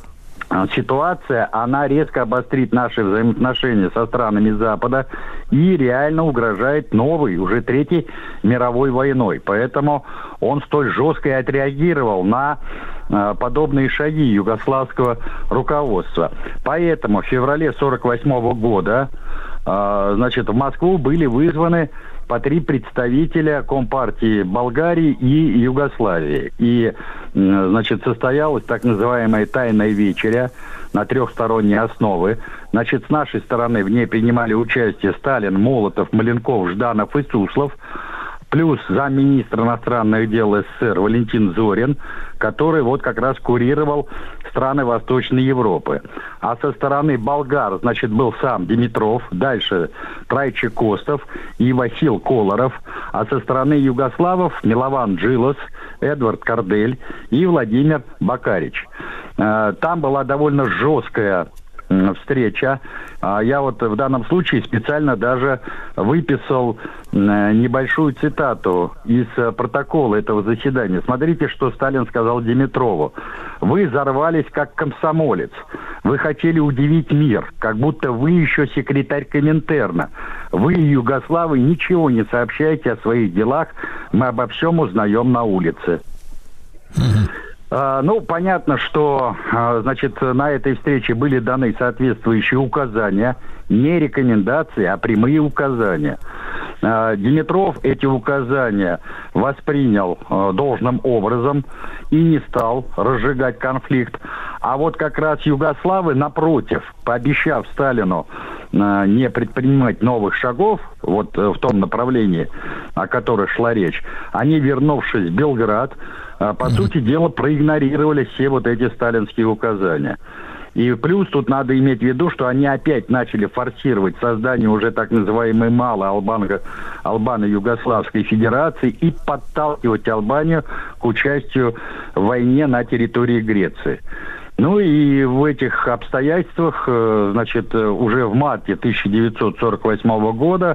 ситуация, она резко обострит наши взаимоотношения со странами Запада и реально угрожает новой, уже третьей мировой войной. Поэтому он столь жестко и отреагировал на э, подобные шаги югославского руководства. Поэтому в феврале сорок восьмого года э, значит, в Москву были вызваны по три представителя Компартии Болгарии и Югославии. И, значит, состоялась так называемая тайная вечеря на трехсторонней основе. Значит, с нашей стороны в ней принимали участие Сталин, Молотов, Маленков, Жданов и Суслов. плюс замминистра иностранных дел СССР Валентин Зорин, который вот как раз курировал страны Восточной Европы. А со стороны болгар, значит, был сам Димитров, дальше Трайчи Костов и Васил Колоров, а со стороны югославов Милован Джилос, Эдвард Кардель и Владимир Бакарич. Там была довольно жесткая встреча. Я вот в данном случае специально даже выписал небольшую цитату из протокола этого заседания. Смотрите, что Сталин сказал Димитрову. «Вы взорвались как комсомолец. Вы хотели удивить мир, как будто вы еще секретарь Коминтерна. Вы, югославы, ничего не сообщаете о своих делах. Мы обо всем узнаем на улице». Ну, понятно, что, значит, на этой встрече были даны соответствующие указания, не рекомендации, а прямые указания. Димитров эти указания воспринял должным образом и не стал разжигать конфликт. А вот как раз югославы, напротив, пообещав Сталину не предпринимать новых шагов, вот в том направлении, о которых шла речь, они, вернувшись в Белград, по сути дела, проигнорировали все вот эти сталинские указания. И плюс тут надо иметь в виду, что они опять начали форсировать создание уже так называемой малой албано- Албано-Югославской Федерации и подталкивать Албанию к участию в войне на территории Греции. Ну и в этих обстоятельствах, значит, уже в марте тысяча девятьсот сорок восьмого года,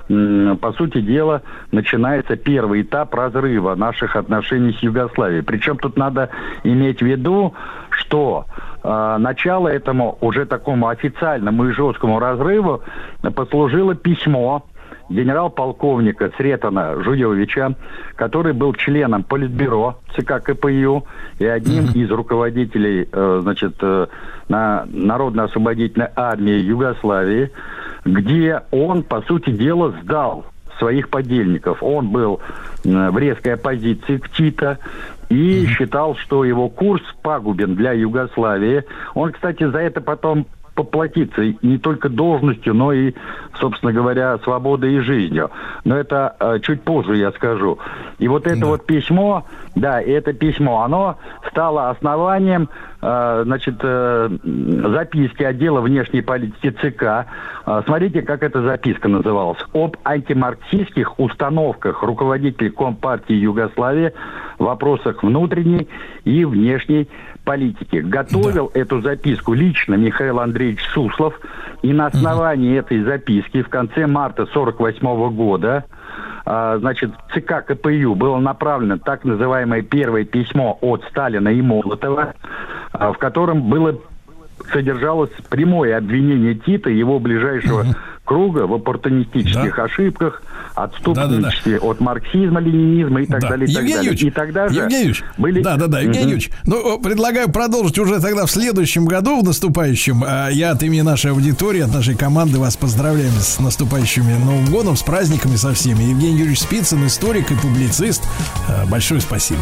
по сути дела, начинается первый этап разрыва наших отношений с Югославией. Причем тут надо иметь в виду, что э, начало этому уже такому официальному и жесткому разрыву послужило письмо генерал-полковника Сретана Жуевича, который был членом Политбюро ЦК КПЮ и одним из руководителей, э, значит, э, на Народно-освободительной армии Югославии, где он, по сути дела, сдал своих подельников. Он был э, в резкой оппозиции к Тито и считал, что его курс пагубен для Югославии. Он, кстати, за это потом поплатиться не только должностью, но и, собственно говоря, свободой и жизнью. Но это э, чуть позже я скажу. И вот это да. вот письмо, да, это письмо, оно стало основанием, э, значит, э, записки отдела внешней политики ЦК. Э, смотрите, как эта записка называлась. Об антимарксистских установках руководителей Компартии Югославии в вопросах внутренней и внешней политики. Готовил да. эту записку лично Михаил Андреевич Суслов, и на основании mm-hmm. этой записки в конце марта сорок восьмого года, а, значит, в ЦК КПЮ было направлено так называемое первое письмо от Сталина и Молотова, а, в котором было содержалось прямое обвинение Тита и его ближайшего mm-hmm. круга в оппортунистических да. ошибках, отступничестве да, да, да. от марксизма, ленинизма и так да. далее. И, так далее. И тогда же Евгений были... Да, да, да, Евгений Юрьевич, ну, предлагаю продолжить уже тогда в следующем году, в наступающем. Я от имени нашей аудитории, от нашей команды вас поздравляем с наступающими Новым годом, с праздниками со всеми. Евгений Юрьевич Спицын, историк и публицист. Большое спасибо.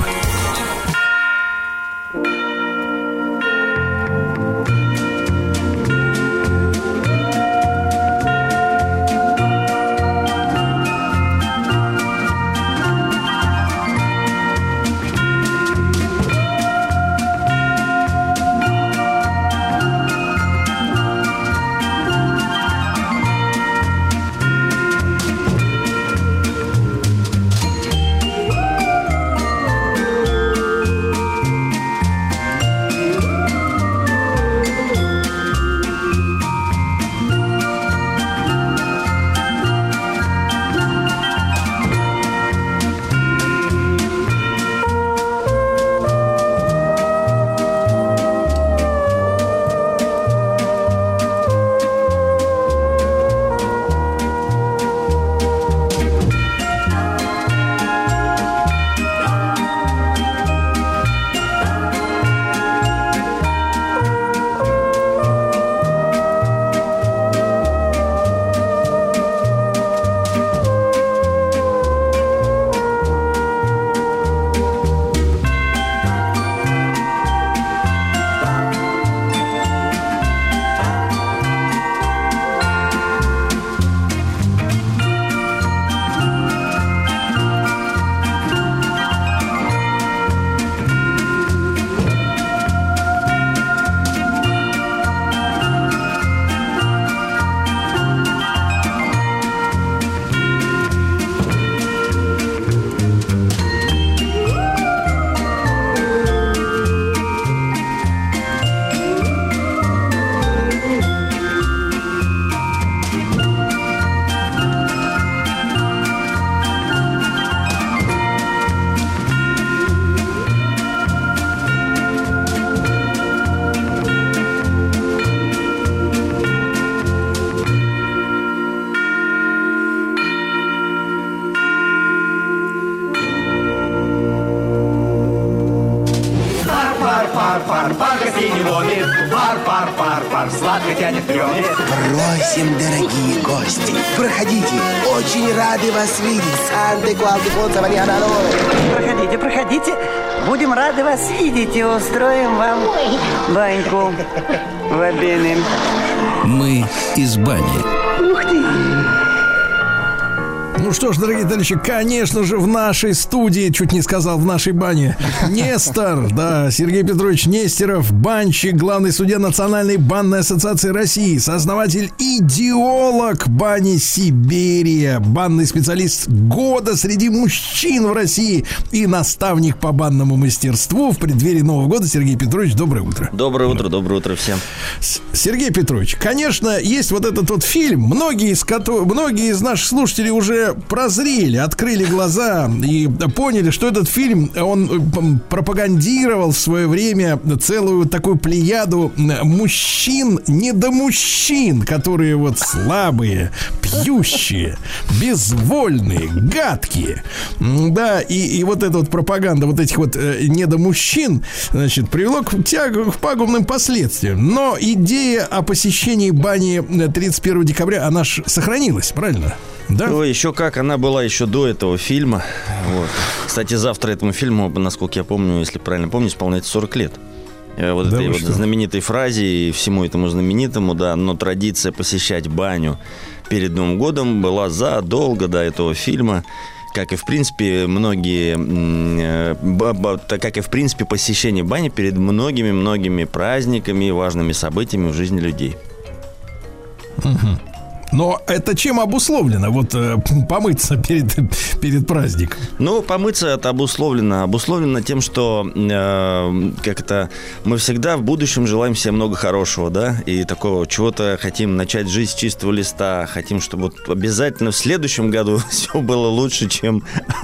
пар, пар гостей не ловит. Пар, пар, пар, пар, сладко тянет в дреме. Просим, дорогие гости, проходите. Очень рады вас видеть. Санте Клауди Конца Ванианадоре. Проходите, проходите. Будем рады вас видеть и устроим вам баньку в обеим. Мы из бани. Ух ты! Ну что ж, дорогие товарищи, конечно же, в нашей студии, чуть не сказал, в нашей бане, Нестор, да, Сергей Петрович Нестеров, банщик, главный судья Национальной банной ассоциации России, сооснователь, идеолог бани Сибирия, банный специалист года среди мужчин в России и наставник по банному мастерству в преддверии Нового года. Сергей Петрович, доброе утро. Доброе утро, доброе утро всем. Сергей Петрович, конечно, есть вот этот вот фильм, многие из, многие из наших слушателей уже прозрели, открыли глаза и поняли, что этот фильм, он пропагандировал в свое время целую такую плеяду мужчин, не до мужчин, которые вот слабые, пьющие, безвольные, гадкие. Да, и, и вот эта вот пропаганда вот этих вот недомужчин, значит, привело к, тягу, к пагубным последствиям. Но идея о посещении бани тридцать первого декабря, она ж сохранилась, правильно? Да? Ну, еще как, она была еще до этого фильма. Вот. Кстати, завтра этому фильму, насколько я помню, если правильно помню, исполняется сорок лет. Вот да этой вот знаменитой фразе и всему этому знаменитому, да, но традиция посещать баню перед Новым годом была задолго до этого фильма. Как и, в принципе, многие, как и, в принципе, посещение бани перед многими-многими праздниками и важными событиями в жизни людей. Угу. Но это чем обусловлено? Вот э, помыться перед, перед праздником. Ну, помыться это обусловлено. Обусловлено тем, что э, как это, мы всегда в будущем желаем себе много хорошего, да, и такого чего-то хотим начать жизнь с чистого листа, хотим, чтобы вот обязательно в следующем году все было лучше, чем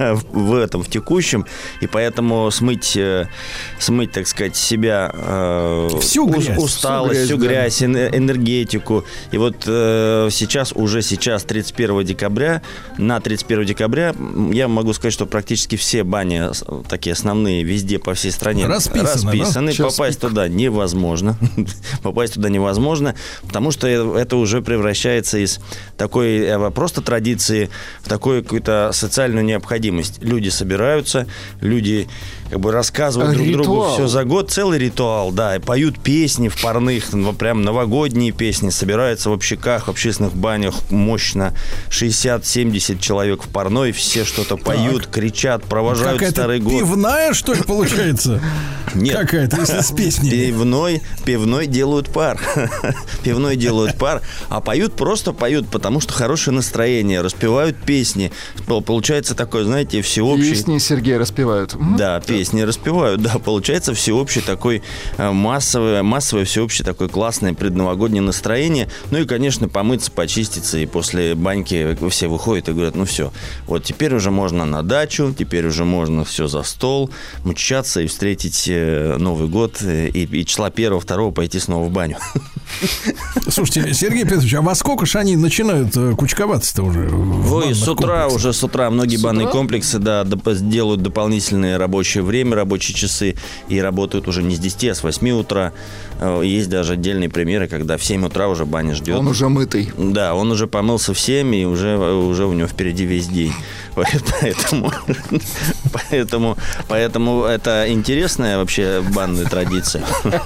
в этом, в текущем. И поэтому смыть, э, смыть, так сказать, себя э, всю грязь, усталость, всю грязь, всю грязь да. энергетику. И вот э, сейчас Сейчас, уже сейчас, тридцать первого декабря, на тридцать первого декабря, я могу сказать, что практически все бани, такие основные, везде по всей стране расписаны. расписаны. Да? Попасть пик. туда невозможно. Попасть туда невозможно, потому что это уже превращается из такой просто традиции в такую какую-то социальную необходимость. Люди собираются, люди как бы рассказывают друг ритуал. другу все за год. Целый ритуал, да, и поют песни в парных, ну, прям новогодние песни, собираются в общаках, в общественных банях мощно, шестьдесят-семьдесят человек в парной, все что-то поют, так. кричат, провожают Какая-то Старый год. Пивная, что ли, получается? Нет. Какая-то, если с песней. Пивной, пивной делают пар. Пивной делают пар, а поют просто поют, потому что хорошее настроение, распевают песни. Получается такое, знаете, всеобщий... Песни, Сергей, распевают. Да, песни распевают, да, получается всеобщий такой массовое, массовое всеобщее такое классное предновогоднее настроение. Ну и, конечно, помыться, почиститься, и после баньки все выходят и говорят, ну все, вот теперь уже можно на дачу, теперь уже можно все за стол, мчаться и встретить Новый год, и, и числа первого, второго пойти снова в баню. Слушайте, Сергей Петрович, а во сколько же они начинают кучковаться-то уже? Ой, с утра комплексах? Уже с утра многие с банные утра? комплексы, да, делают дополнительное рабочее время, рабочие часы, и работают уже не с десяти, а с восьми утра. Есть даже отдельные примеры, когда в семь утра уже баня ждет. Он уже мытый. Да, он уже помылся в семь, и уже, уже у него впереди весь день. Поэтому, поэтому, поэтому это интересная вообще банная традиция.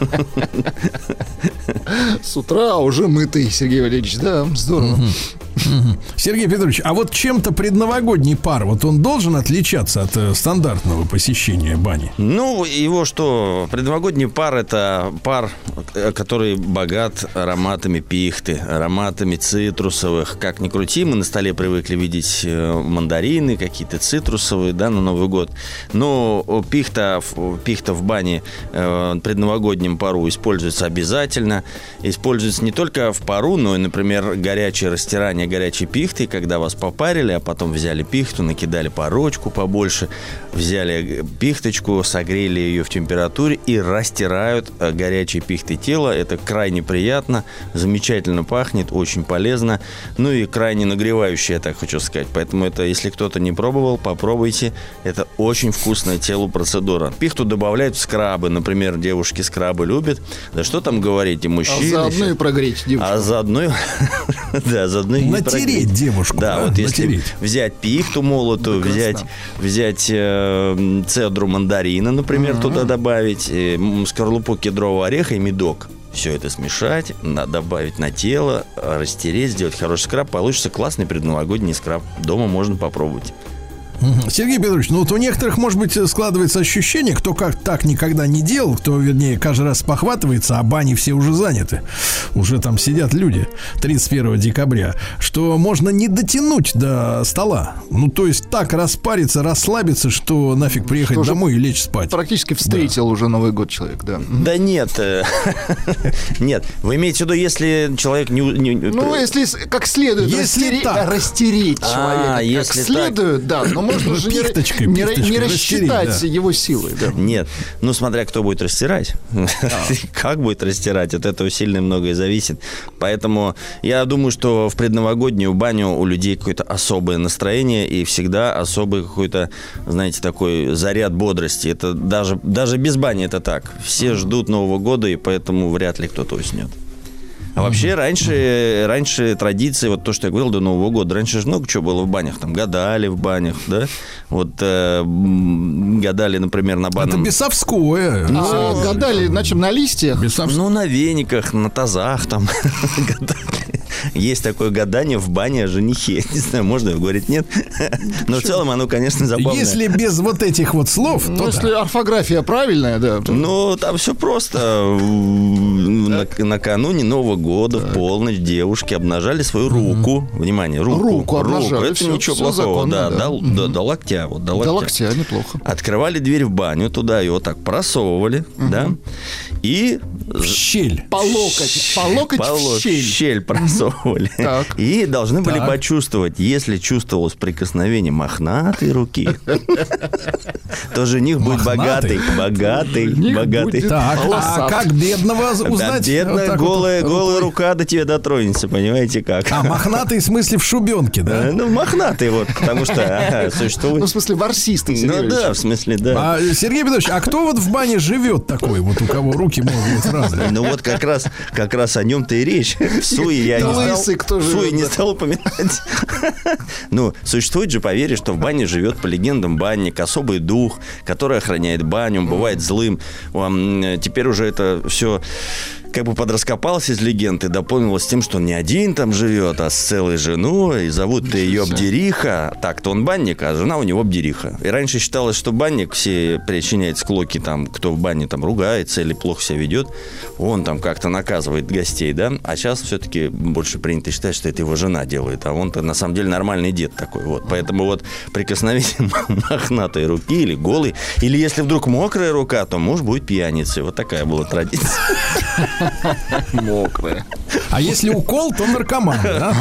С утра уже мытый, Сергей Валерьевич, да, здорово. Угу. Угу. Сергей Петрович, а вот чем-то предновогодний пар, вот он должен отличаться от э, стандартного посещения бани? Ну, его что, предновогодний пар — это пар, который богат ароматами пихты, ароматами цитрусовых. Как ни крути, мы на столе привыкли видеть мандарины, какие-то цитрусовые, да, на Новый год. Но пихта, пихта в бане э, предновогоднем пару используется обязательно. Используется не только в пару, но и, например, горячее растирание горячей пихты, когда вас попарили, а потом взяли пихту, накидали порочку побольше, взяли пихточку, согрели ее в температуре и растирают горячей пихтой тело. Это крайне приятно, замечательно пахнет, очень полезно, ну и крайне нагревающее, я так хочу сказать. Поэтому это, если кто-то не пробовал, попробуйте. Это очень вкусная телу процедура. Пихту добавляют в скрабы. Например, девушки скрабы любят. Да что там говорить, и мужчины. А заодно и прогреть девушку. А заодно, да, заодно и натереть девушку. Да, вот если взять пихту молотую, взять, взять э, цедру мандарина, например, туда добавить, э, скорлупу кедрового ореха и медок. Все это смешать, добавить на тело, растереть, сделать хороший скраб. Получится классный предновогодний скраб. Дома можно попробовать. Сергей Петрович, ну вот у некоторых, может быть, складывается ощущение, кто как так никогда не делал, кто, вернее, каждый раз похватывается, а бани все уже заняты. Уже там сидят люди тридцать первого декабря, что можно не дотянуть до стола. Ну, то есть так распариться, расслабиться, что нафиг приехать что домой и лечь спать. Практически встретил да. уже Новый год человек, да. Да нет. Нет, вы имеете в виду, если человек не... Ну, если как следует растереть человека, как следует, да, но можно же пихточкой, не, пихточкой не рассчитать да. его силы. Да. Нет, ну смотря кто будет растирать. А. Как будет растирать, от этого сильно многое зависит. Поэтому я думаю, что в предновогоднюю баню у людей какое-то особое настроение и всегда особый какой-то, знаете, такой заряд бодрости. Это даже, даже без бани это так. Все ждут Нового года, и поэтому вряд ли кто-то уснет. А вообще раньше, раньше традиции, вот то, что я говорил, до Нового года, раньше же много чего было в банях, там гадали в банях, да, вот э, гадали, например, на банном... Это бесовское. Ну, а, гадали на чем, на листьях? Бесовское. Ну, на вениках, на тазах там гадали. Есть такое гадание в бане о женихе. Не знаю, можно говорить нет. Но в целом оно, конечно, забавное. Если без вот этих вот слов, то ну, если да. орфография правильная, да. То... Ну, там все просто. Накануне Нового года в полночь девушки обнажали свою руку. Внимание, руку. Руку обнажали. Это ничего плохого. Да, до локтя. До локтя, неплохо. Открывали дверь в баню, туда ее вот так просовывали, да, и... В щель. По локоть. По локоть в щель. Щель просовывали. Так. И должны были так. почувствовать, если чувствовалось прикосновение мохнатой руки, то жених будет богатый, богатый, богатый. Так, а как бедного узнать? Бедная голая рука до тебя дотронется, понимаете как? А мохнатый в смысле в шубенке, да? Ну, мохнатый вот, потому что существует... Ну, в смысле ворсистый. Ну да, в смысле, да. Сергей Петрович, а кто вот в бане живет такой, вот у кого руки могут быть разные? Ну вот как раз, как раз о нем-то и речь. В Суе я не стал, кто в Суе не стал упоминать. Ну, существует же поверье, что в бане живет, по легендам, банник, особый дух, который охраняет баню, он бывает злым. Теперь уже это все... как бы подраскопалась из легенды, дополнилось тем, что он не один там живет, а с целой женой, и зовут-то ее Абдериха. Так-то он банник, а жена у него Абдериха. И раньше считалось, что банник все причиняет склоки, там, кто в бане там ругается или плохо себя ведет, он там как-то наказывает гостей, да? А сейчас все-таки больше принято считать, что это его жена делает, а он-то на самом деле нормальный дед такой, вот. Поэтому вот прикосновение мохнатой руки или голой, или если вдруг мокрая рука, то муж будет пьяницей. Вот такая была традиция. Мокрая. А если укол, то наркоман, да?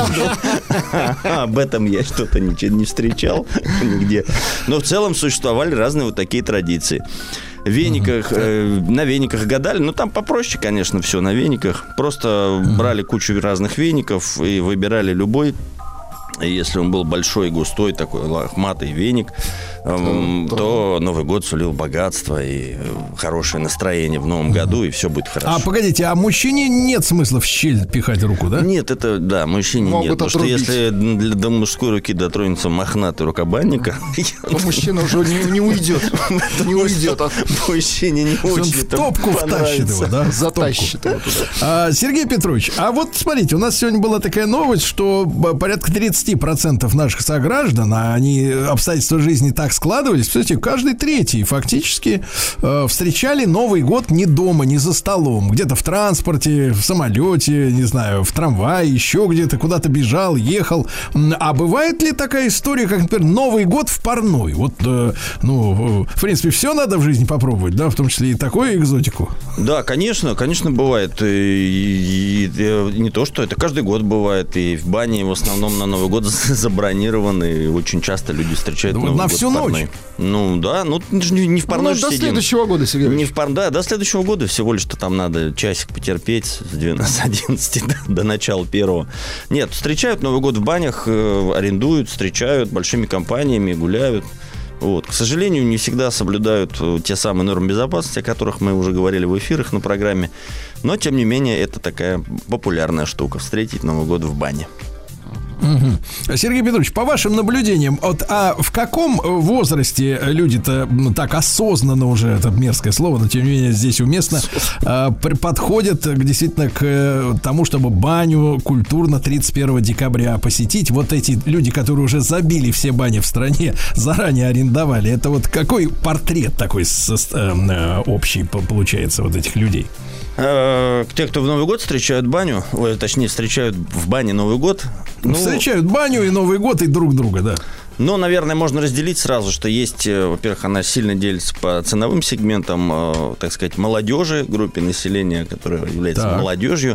Об этом я что-то не встречал нигде. Но в целом существовали разные вот такие традиции. В вениках, э, на вениках гадали. Ну, там попроще, конечно, все на вениках. Просто брали кучу разных веников и выбирали любой. Если он был большой, густой, такой лохматый веник, эм, то, то Новый год сулил богатство и хорошее настроение в Новом году, и все будет хорошо. А погодите, а мужчине нет смысла в щель пихать руку, да? Нет, это, да, мужчине Могут нет. Потому отрубить. что если для, до мужской руки дотронется мохнатый рукобанника... То мужчина уже не, не уйдет. Не уйдет. Мужчине не очень в топку втащит его, да? Затащит его туда. Сергей Петрович, а вот смотрите, у нас сегодня была такая новость, что порядка тридцать процентов наших сограждан, а они обстоятельства жизни так так складывались, кстати, каждый третий фактически э, встречали Новый год не дома, не за столом, где-то в транспорте, в самолете, не знаю, в трамвае, еще где-то, куда-то бежал, ехал. А бывает ли такая история, как, например, Новый год в парной? Вот, э, ну, в принципе, все надо в жизни попробовать, да, в том числе и такую экзотику. Да, конечно, конечно, бывает. И, и, и не то, что это каждый год бывает. И в бане в основном на Новый год забронированы. И очень часто люди встречают да, Новый на год всю в парной. ночь. Ну, да, ну, не в парной ну, же до сидим. следующего года, Сергей. Не в пар... Да, до следующего года всего лишь-то там надо часик потерпеть с одиннадцати до, до начала первого. Нет, встречают Новый год в банях, э, арендуют, встречают большими компаниями, гуляют. Вот. К сожалению, не всегда соблюдают те самые нормы безопасности, о которых мы уже говорили в эфирах на программе. Но, тем не менее, это такая популярная штука — встретить Новый год в бане. Угу. Сергей Петрович, по вашим наблюдениям, вот, а в каком возрасте люди-то ну, так осознанно уже, это мерзкое слово, но тем не менее здесь уместно, а, подходят действительно к тому, чтобы баню культурно тридцать первого декабря посетить? Вот эти люди, которые уже забили все бани в стране, заранее арендовали, это вот какой портрет такой со, э, общий получается вот этих людей? Те, кто в Новый год встречают баню, ой, точнее, встречают в бане Новый год. Ну, встречают баню и Новый год и друг друга, да. Ну, наверное, можно разделить сразу, что есть, во-первых, она сильно делится по ценовым сегментам, так сказать, молодежи, группе населения, которая является так. молодежью.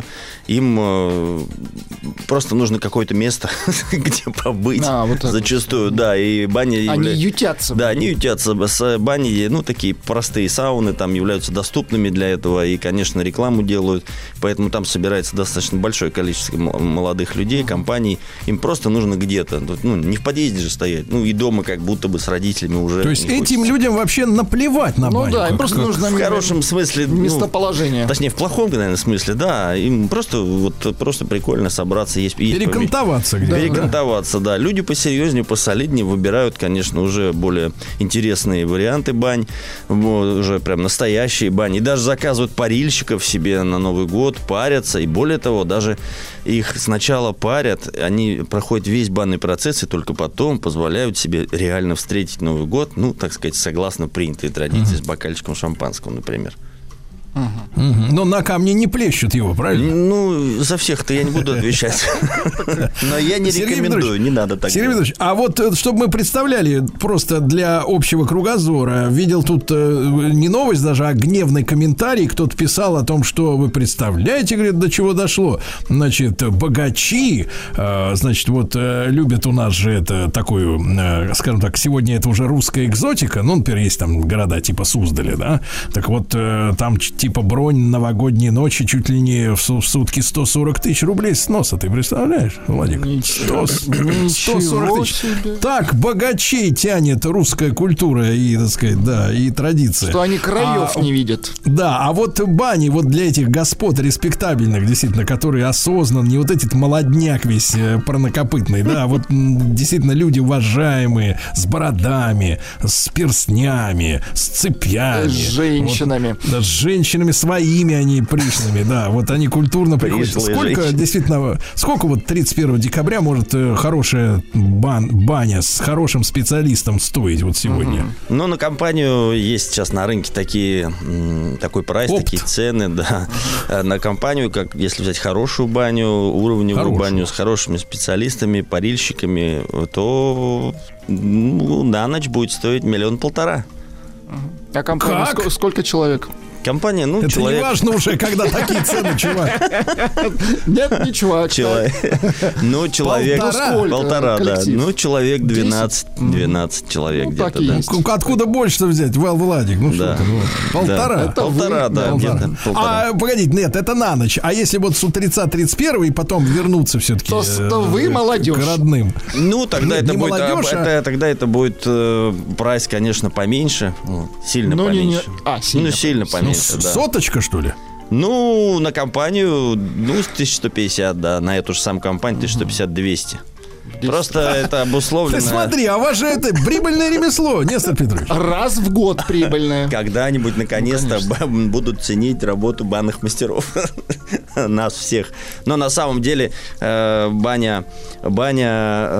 Им просто нужно какое-то место, где побыть. А, вот зачастую, да, и бани... Они явля... ютятся. Да, они ютятся. С бани, ну, такие простые сауны там являются доступными для этого, и, конечно, рекламу делают, поэтому там собирается достаточно большое количество молодых людей, компаний. Им просто нужно где-то, ну, не в подъезде же стоять. Ну, и дома как будто бы с родителями уже. То есть этим хочется. Людям вообще наплевать на баню? Ну да, им просто как, нужно в хорошем смысле местоположение. Ну, точнее, в плохом, наверное, смысле, да. Им просто вот просто прикольно собраться, есть. Перекантоваться есть, где-то. Перекантоваться, да. Люди посерьезнее, посолиднее выбирают, конечно, уже более интересные варианты бань, вот, уже прям настоящие бани. И даже заказывают парильщиков себе на Новый год, парятся. И более того, даже их сначала парят, они проходят весь банный процесс, и только потом позволяют себе реально встретить Новый год, ну, так сказать, согласно принятой традиции, uh-huh. с бокальчиком шампанского, например. Uh-huh. Uh-huh. Но на камне не плещут его, правильно? Ну, за всех-то я не буду отвечать. Но я не рекомендую, не надо так. Сергей Петрович, а вот чтобы мы представляли просто для общего кругозора, видел тут не новость даже, а гневный комментарий. Кто-то писал о том, что вы представляете, говорит, до чего дошло. Значит, богачи, значит, вот любят у нас же это такую, скажем так, сегодня это уже русская экзотика. Ну, например, есть там города типа Суздаля, да? Так вот, там типа бронь новогодней ночи чуть ли не в сутки сто сорок тысяч рублей сноса. Ты представляешь, Владик? сто сорок тысяч. Так богачей тянет русская культура и, так сказать, да, и традиция. Что они краев а, не видят. Да, а вот бани вот для этих господ респектабельных, действительно, которые осознан, не вот этот молодняк весь парнокопытный, да, а вот действительно люди уважаемые, с бородами, с перстнями, с цепями. С женщинами. Вот, да, с женщинами своими, они пришлыми, да, вот они культурно приходят. Сколько, женщины. Действительно, сколько вот тридцать первого декабря может хорошая бан, баня с хорошим специалистом стоить вот сегодня? Угу. Ну, на компанию есть сейчас на рынке такие, такой прайс, Опт. такие цены, да. На компанию, как если взять хорошую баню, уровневую хорошую. баню с хорошими специалистами, парильщиками, то ну, на ночь будет стоить миллион-полтора. А компания ск- сколько человек? Компания, ну, это человек... не важно уже, когда такие цены, чувак. Нет, не чувак. Человек. Ну, человек... Полтора. Полтора, да. Ну, человек двенадцать, двенадцать человек ну, где-то, да. Ну, откуда больше-то взять, Владик? Ну, да. что ты? Полтора. Да. Полтора, да, где-то. А, погодите, нет, это на ночь. А если вот с утреца тридцать первого и потом вернуться все-таки то, э, то вы молодежь. К родным. Ну, тогда, ну, это, будет, молодежь, а... это, тогда это будет э, прайс, конечно, поменьше. Сильно ну, поменьше. Не, не... А, сильно, ну, сильно поменьше. Ну, Да. Соточка, что ли? Ну, на компанию, ну, тысяча сто пятьдесят, да, на эту же самую компанию тысяча сто пятьдесят - двести. Просто это обусловлено... Ты смотри, а ваше это прибыльное ремесло, Нестор Петрович. Раз в год прибыльное. Когда-нибудь, наконец-то, ну, будут ценить работу банных мастеров. нас всех. Но на самом деле э, баня, баня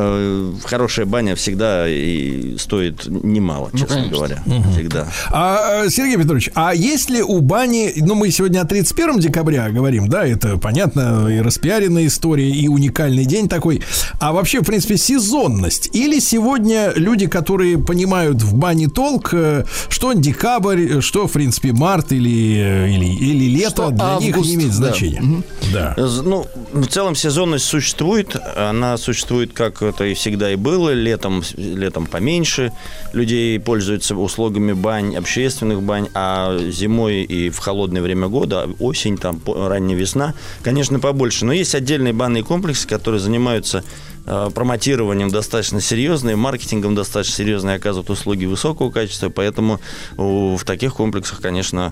э, хорошая баня всегда и стоит немало, честно ну, говоря. Угу. Всегда. А, Сергей Петрович, а есть ли у бани, ну мы сегодня о тридцать первом декабря говорим, да, это понятно, и распиаренная история, и уникальный день такой. А вообще, в принципе, сезонность? Или сегодня люди, которые понимают в бане толк, что декабрь, что, в принципе, март или, или, или лето, что для август, них не имеет значения? Да. Да. Ну, в целом сезонность существует. Она существует, как это и всегда и было. Летом, летом поменьше людей пользуются услугами бань, общественных бань, а зимой и в холодное время года, осень, там, ранняя весна, конечно, побольше. Но есть отдельные банные комплексы, которые занимаются промотированием достаточно серьезные, маркетингом достаточно серьезные, оказывают услуги высокого качества, поэтому в таких комплексах, конечно,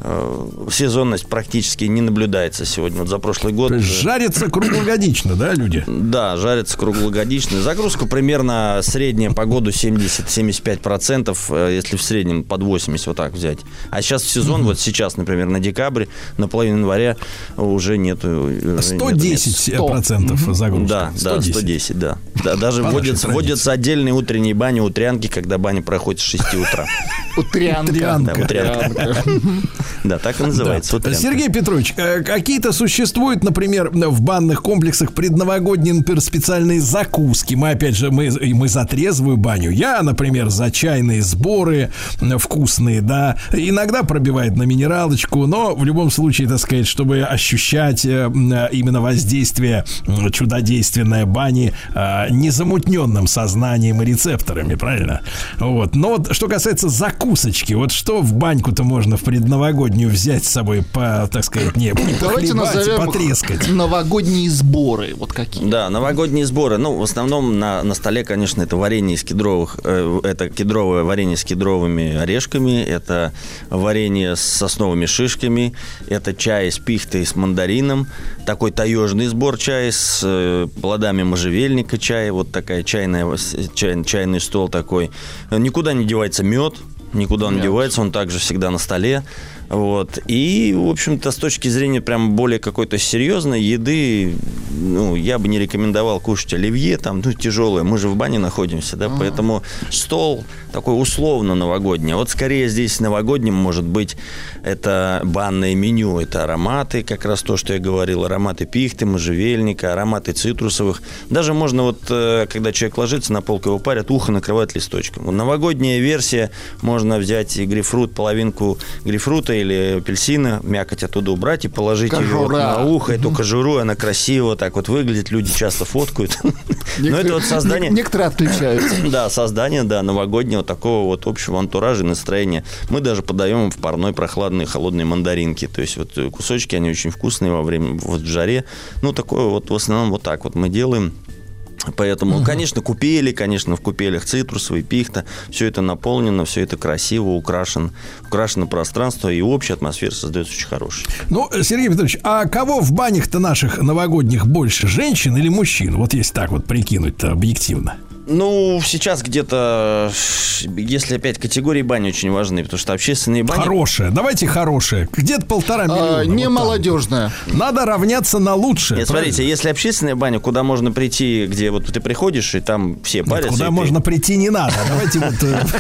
сезонность практически не наблюдается сегодня. Вот за прошлый год... То есть жарятся круглогодично, да, люди? Да, жарятся круглогодично. Загрузка примерно средняя по году семьдесят - семьдесят пять процентов, если в среднем под восемьдесят, вот так взять. А сейчас в сезон, mm-hmm. вот сейчас, например, на декабрь, на половину января уже нету... сто десять процентов загрузка. Да, да, сто десять. Да. Да, даже вводятся, вводятся отдельные утренние бани, утрянки, когда баня проходит с шести утра. Утрянка. Да, утрянка. Да, так и называется. Да. Сергей Петрович, какие-то существуют, например, в банных комплексах предновогодние, например, специальные закуски? Мы, опять же, мы, мы за трезвую баню. Я, например, за чайные сборы вкусные, да. Иногда пробивает на минералочку, но в любом случае, так сказать, чтобы ощущать именно воздействие чудодейственной бани незамутненным сознанием и рецепторами, правильно? Вот. Но вот что касается закусочки, вот что в баньку-то можно в предновогоднюю взять с собой, по, так сказать, не, не похлебать, потрескать? Новогодние сборы, вот какие? Да, новогодние сборы. Ну, в основном на, на столе, конечно, это варенье из кедровых, э, это кедровое варенье с кедровыми орешками, это варенье с сосновыми шишками, это чай с пихтой и с мандарином, такой таежный сбор чая с э, плодами можжевельника, чай, вот такая чайная, чай, чайный стол такой. Никуда не девается мед, никуда он не девается, он также всегда на столе. Вот. И, в общем-то, с точки зрения прям более какой-то серьезной еды, ну, я бы не рекомендовал кушать оливье, там, ну, тяжелое. Мы же в бане находимся, да, А-а-а. Поэтому стол такой условно новогодний. Вот скорее здесь новогодним может быть это банное меню, это ароматы, как раз то, что я говорил, ароматы пихты, можжевельника, ароматы цитрусовых. Даже можно вот, когда человек ложится, на полку его парят, ухо накрывают листочком. Вот новогодняя версия, можно взять грейпфрут, половинку грейпфрута или апельсина, мякоть оттуда убрать и положить Кожура. ее на ухо, эту кожуру, она красиво так вот выглядит, люди часто фоткают. Но это вот создание... Некоторые отключаются. Да, создание, да, новогоднего такого вот общего антуража и настроения. Мы даже подаем в парной прохладные холодные мандаринки. То есть вот кусочки, они очень вкусные во время, вот в жаре. Ну, такое вот в основном вот так вот мы делаем. Поэтому, угу. конечно, купели, конечно, в купелях цитрусовый, пихта, все это наполнено, все это красиво, украшено, украшено пространство, и общая атмосфера создается очень хорошая. Ну, Сергей Петрович, а кого в банях-то наших новогодних больше, женщин или мужчин? Вот если так вот прикинуть-то объективно. Ну, сейчас где-то, если опять категории бани очень важны, потому что общественные бани... Хорошая, давайте хорошая. Где-то полтора миллиона. А, не вот молодежная. Надо равняться на лучшее. Нет, смотрите, если общественная баня, куда можно прийти, где вот ты приходишь, и там все парятся... Нет, куда можно ты... прийти не надо. Давайте вот...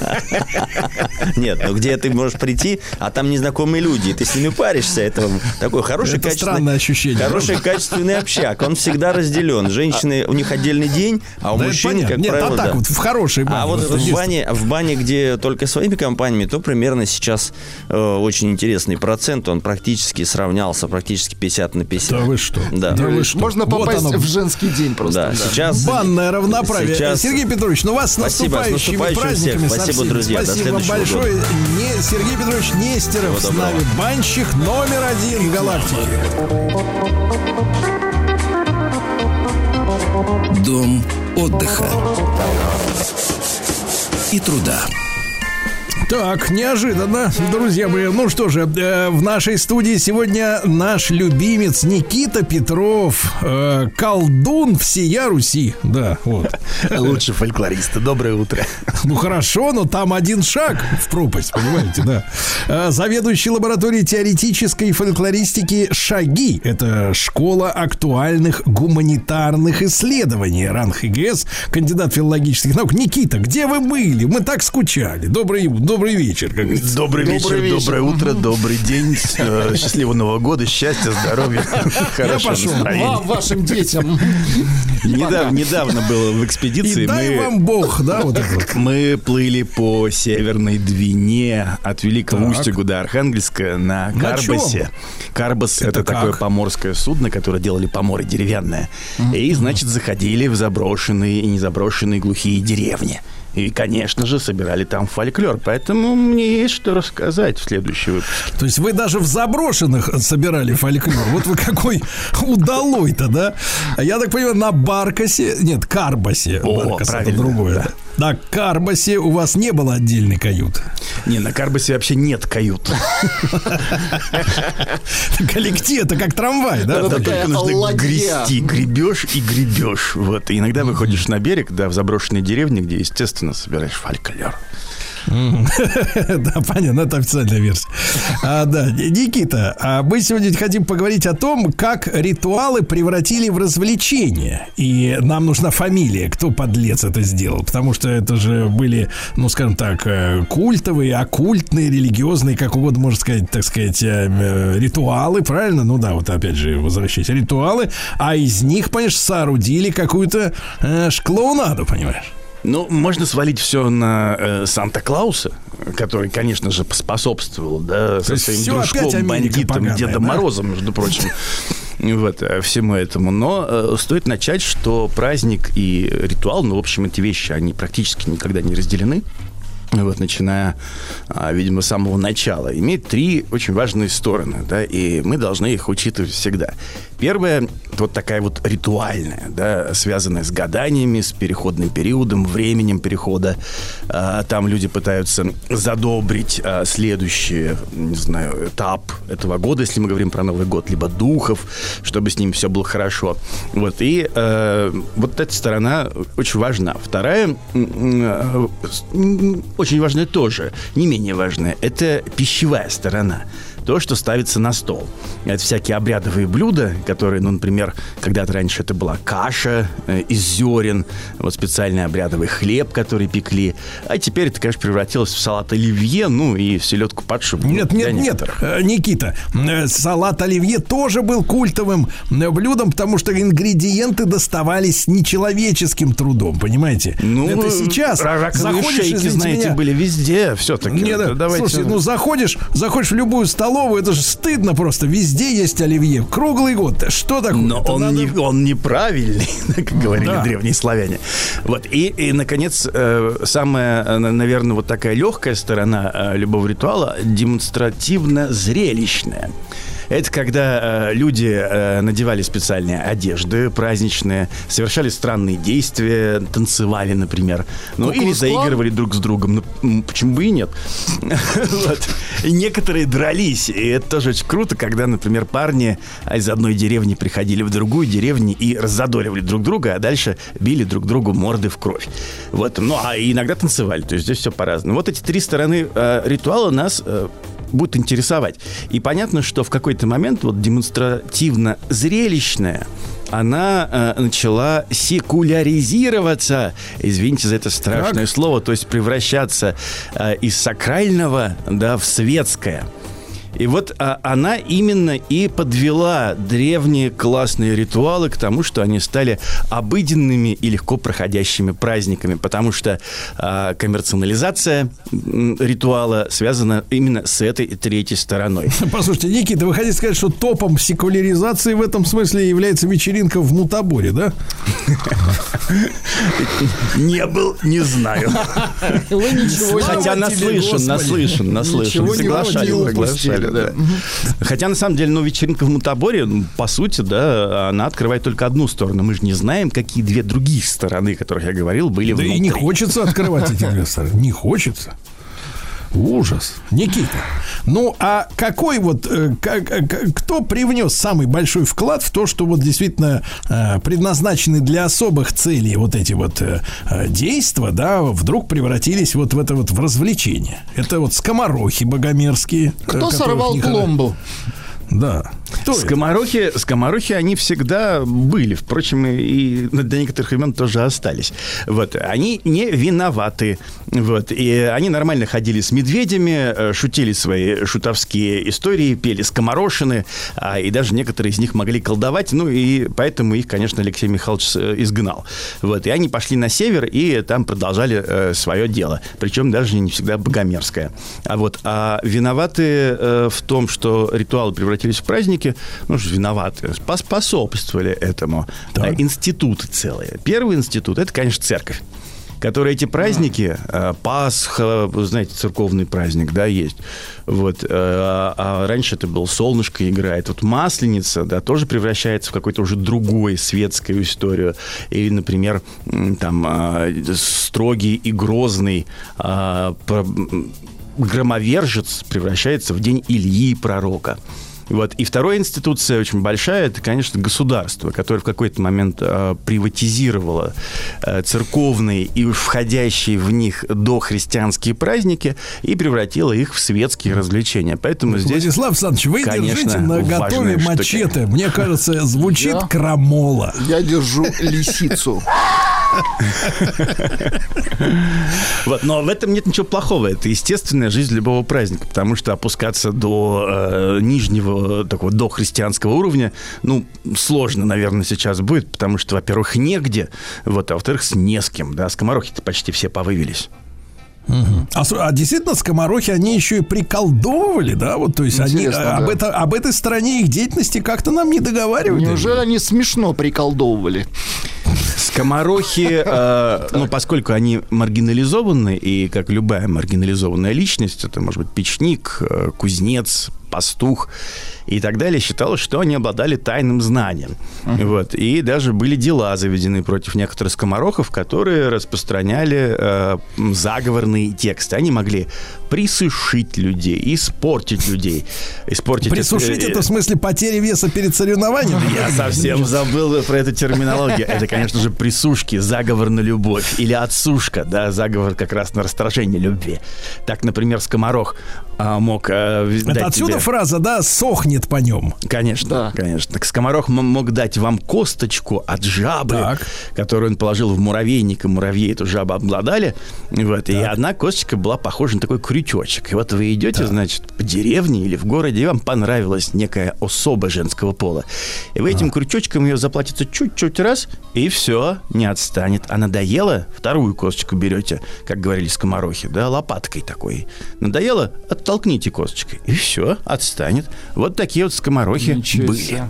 Нет, ну где ты можешь прийти, а там незнакомые люди, и ты с ними паришься. Это такой хороший, качественный... странное ощущение. Хороший, качественный общак. Он всегда разделен. Женщины, у них отдельный день, а у мужчин, как Нет, а так да. вот в хорошей бане. А вот в бане, в бане, где только своими компаниями, то примерно сейчас э, очень интересный процент. Он практически сравнялся, практически пятьдесят на пятьдесят. Да вы что? Да. Да вы что? Можно попасть вот в женский день просто. Да, да. Сейчас... Банное равноправие. Сейчас... Сергей Петрович, ну вас с Спасибо, наступающими с наступающим праздниками. Всех. Спасибо, друзья. Спасибо вам большое. Не, Сергей Петрович Нестеров с нами. Банщик номер один в галактике. Дом отдыха и труда. Так, неожиданно, друзья мои. Ну что же, э, в нашей студии сегодня наш любимец Никита Петров, э, колдун всея Руси. Да, вот. Лучший фольклорист. Доброе утро. Ну хорошо, но там один шаг в пропасть, понимаете, да. Э, заведующий лабораторией теоретической фольклористики «Шаги». Это школа актуальных гуманитарных исследований. РАН ХГС, кандидат филологических наук. Никита, где вы были? Мы так скучали. Добрый, добрый вечер, как говорится. Добрый вечер, добрый вечер. Доброе утро, добрый день. Счастливого Нового года, счастья, здоровья, хорошего настроения. Вам, вашим детям. Недавно, недавно был в экспедиции. И дай мы, вам Бог, да, вот это вот. Мы плыли по Северной Двине от Великого Так. Устюга до Архангельска на На Карбасе. чем? Карбас — это, Это такое как? поморское судно, которое делали поморы деревянное. И, значит, заходили в заброшенные и незаброшенные глухие деревни. И, конечно же, собирали там фольклор. Поэтому мне есть что рассказать в следующий выпуск. То есть вы даже в заброшенных собирали фольклор. Вот вы какой удалой-то, да? Я так понимаю, на Баркасе, нет, Карбасе. О, Баркас это правильно, другое. да. На Карбасе у вас не было отдельной каюты? Не, на Карбасе вообще нет кают. Коллектив, это как трамвай, да? Это Да, такая только нужно ладья. грести, гребешь и гребешь. Вот. И иногда выходишь на берег, да, в заброшенной деревне, где, естественно, собираешь фольклор. Да, понятно, это официальная версия. А, да, Никита, а мы сегодня хотим поговорить о том, как ритуалы превратили в развлечение. И нам нужна фамилия, кто подлец это сделал. Потому что это же были, ну, скажем так, э, культовые, оккультные, религиозные, как угодно можно сказать, так сказать, э, э, ритуалы, правильно? Ну да, вот опять же, возвращаясь, ритуалы. А из них, понимаешь, соорудили какую-то э, шклоунаду, понимаешь? Ну, можно свалить все на э, Санта-Клауса, который, конечно же, поспособствовал, да, со есть своим всё опять дружком, Америка бандитом, поганая, Дедом да? Морозом, между прочим. Вот, э, всему этому. Но э, стоит начать, что праздник и ритуал, ну, в общем, эти вещи, они практически никогда не разделены. Вот, начиная, а, видимо, с самого начала, имеет три очень важные стороны, да, и мы должны их учитывать всегда. Первая, вот такая вот ритуальная, да, связанная с гаданиями, с переходным периодом, временем перехода. А, там люди пытаются задобрить а, следующий, не знаю, этап этого года, если мы говорим про Новый год, либо духов, чтобы с ними все было хорошо. Вот, и а, вот эта сторона очень важна. Вторая, очень важная тоже, не менее важная, это пищевая сторона. То, что ставится на стол. Это всякие обрядовые блюда, которые, ну, например, когда-то раньше это была каша э, из зерен, вот специальный обрядовый хлеб, который пекли. А теперь это, конечно, превратилось в салат оливье, ну, и в селедку под шубу. Нет, нет, нет, Никита, э, салат оливье тоже был культовым э, блюдом, потому что ингредиенты доставались нечеловеческим трудом, понимаете? Ну, это сейчас раковые заходишь, шейки, извините знаете, меня, были везде, все-таки. Нет, да, давайте... слушайте, ну заходишь, заходишь в любую столовую, это же стыдно просто, везде есть оливье, круглый год. Что такое? Но он, надо... не, он неправильный, как говорили да. древние славяне. Вот. И, и, наконец, э, самая, наверное, вот такая легкая сторона э, любого ритуала — демонстративно-зрелищная. Это когда э, люди э, надевали специальные одежды праздничные, совершали странные действия, танцевали, например. Ну, или заигрывали друг с другом. Ну, почему бы и нет? И некоторые дрались. И это тоже очень круто, когда, например, парни из одной деревни приходили в другую деревню и раззадоривали друг друга, а дальше били друг другу морды в кровь. Вот. Ну, а иногда танцевали. То есть здесь все по-разному. Вот эти три стороны э, ритуала нас... Э, будет интересовать. И понятно, что в какой-то момент вот демонстративно-зрелищная она э, начала секуляризироваться, извините за это страшное так. слово, то есть превращаться э, из сакрального, да, в светское. И вот а, она именно и подвела древние классные ритуалы к тому, что они стали обыденными и легко проходящими праздниками, потому что а, коммерциализация м, ритуала связана именно с этой третьей стороной. Послушайте, Никита, вы хотите сказать, что топом секуляризации в этом смысле является вечеринка в Мутаборе, да? Не был, не знаю. Хотя наслышан, наслышан, наслышан. Соглашаюсь, соглашаюсь. Да. Угу. Хотя, на самом деле, ну, вечеринка в Мутаборе, ну, по сути, да, она открывает только одну сторону. Мы же не знаем, какие две другие стороны, о которых я говорил, были да внутри. И не хочется открывать эти две стороны. Не хочется. Ужас. Никита. Ну, а какой вот, как, кто привнес самый большой вклад в то, что вот действительно предназначены для особых целей вот эти вот действия, да, вдруг превратились вот в это вот в развлечение? Это вот скоморохи богомерзкие. Кто сорвал пломбу? Да. Кто скоморохи, скоморохи, они всегда были. Впрочем, и до некоторых времен тоже остались. Вот. Они не виноваты. Вот. И они нормально ходили с медведями, шутили свои шутовские истории, пели скоморошины, а, и даже некоторые из них могли колдовать. Ну, и поэтому их, конечно, Алексей Михайлович изгнал. Вот. И они пошли на север и там продолжали э, свое дело. Причем даже не всегда богомерзкое. А, вот. а виноваты э, в том, что ритуалы превратились в праздники, ну, же виноваты, способствовали этому. Да. Институты целые. Первый институт – это, конечно, церковь, которая эти праздники, а. Пасха, вы знаете, церковный праздник, да, есть. Вот, а, а раньше это был солнышко играет. Вот Масленица, да, тоже превращается в какой-то уже другой светскую историю. Или, например, там строгий и грозный громовержец превращается в день Ильи пророка. Вот. И вторая институция очень большая, это, конечно, государство, которое в какой-то момент э, приватизировало э, церковные и уж входящие в них дохристианские праздники и превратило их в светские развлечения. Поэтому здесь, Владислав Александрович, вы конечно, держите на готове мачете. Штуки. Мне кажется, звучит я, крамола. Я держу лисицу. Вот, но в этом нет ничего плохого. Это естественная жизнь любого праздника, потому что опускаться до э, нижнего такого дохристианского уровня, ну, сложно, наверное, сейчас будет, потому что, во-первых, негде, вот, а во-вторых, с не с кем, да, скоморохи-то почти все повывелись. Угу. А, а действительно, скоморохи, они еще и приколдовывали, да? Вот, то есть они, да. об, это, об этой стороне их деятельности как-то нам не договаривают. Неужели они смешно приколдовывали? Скоморохи, э, ну, поскольку они маргинализованы, и как любая маргинализованная личность, это может быть печник, э, кузнец, пастух и так далее, считалось, что они обладали тайным знанием. Uh-huh. Вот. И даже были дела заведены против некоторых скоморохов, которые распространяли э, заговорные тексты. Они могли присушить людей, испортить людей. Испортить Присушить это, это в смысле потери веса перед соревнованием? Я совсем забыл про эту терминологию. Это, конечно же, присушки, заговор на любовь. Или отсушка, да, заговор как раз на расторжение любви. Так, например, скоморох а, мог а, дать это отсюда тебе... фраза, да, сохнет по нем. Конечно, да. конечно. Так, скоморох мог дать вам косточку от жабы, так. которую он положил в муравейник, и муравьи эту жабу обглодали. Вот, и одна косточка была похожа на такой крючочек. И вот вы идете, так. значит, по деревне или в городе, и вам понравилась некая особа женского пола. И вы этим а. крючочком ее заплатите чуть-чуть раз, и все, не отстанет. А надоело, вторую косточку берете, как говорили скоморохи, да, лопаткой такой. Надоело, оттолкните косточкой, и все, отстанет. Вот такие вот скоморохи Ничего были. Себе.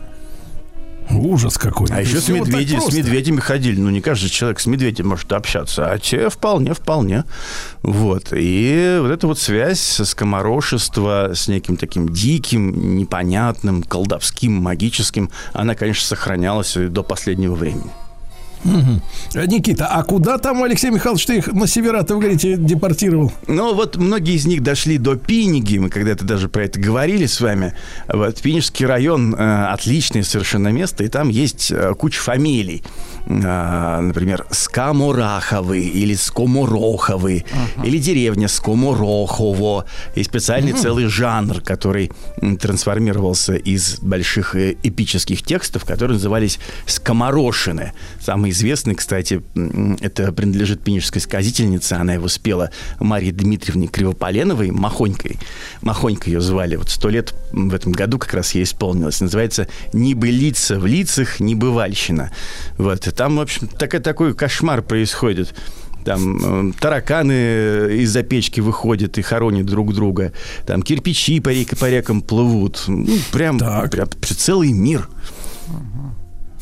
Ужас какой. А еще с, медведи, с медведями ходили. Ну, не каждый человек с медведем может общаться, а те вполне, вполне. Вот. И вот эта вот связь скоморошества с неким таким диким, непонятным, колдовским, магическим, она, конечно, сохранялась до последнего времени. Угу. Никита, а куда там, Алексей Михайлович, ты их на севера-то, вы говорите, депортировал? Ну, вот многие из них дошли до Пиниги. Мы когда-то даже про это говорили с вами. Вот, Пинижский район э, отличное совершенно место, и там есть э, куча фамилий. Э, например, Скомораховы или Скомороховы, uh-huh. или деревня Скоморохово. И специальный uh-huh. целый жанр, который трансформировался из больших э, эпических текстов, которые назывались скоморошины. Самый известный, кстати, это принадлежит пинижской сказительнице. Она его спела Марье Дмитриевне Кривополеновой, Махонькой. Махонька ее звали. Вот сто лет в этом году как раз ей исполнилось. Называется «Не былица в лицах, не бывальщина». Вот. И там, в общем, такой, такой кошмар происходит. Там э, тараканы из-за печки выходят и хоронят друг друга. Там кирпичи по, рек, по рекам плывут. Ну, прям, прям целый мир.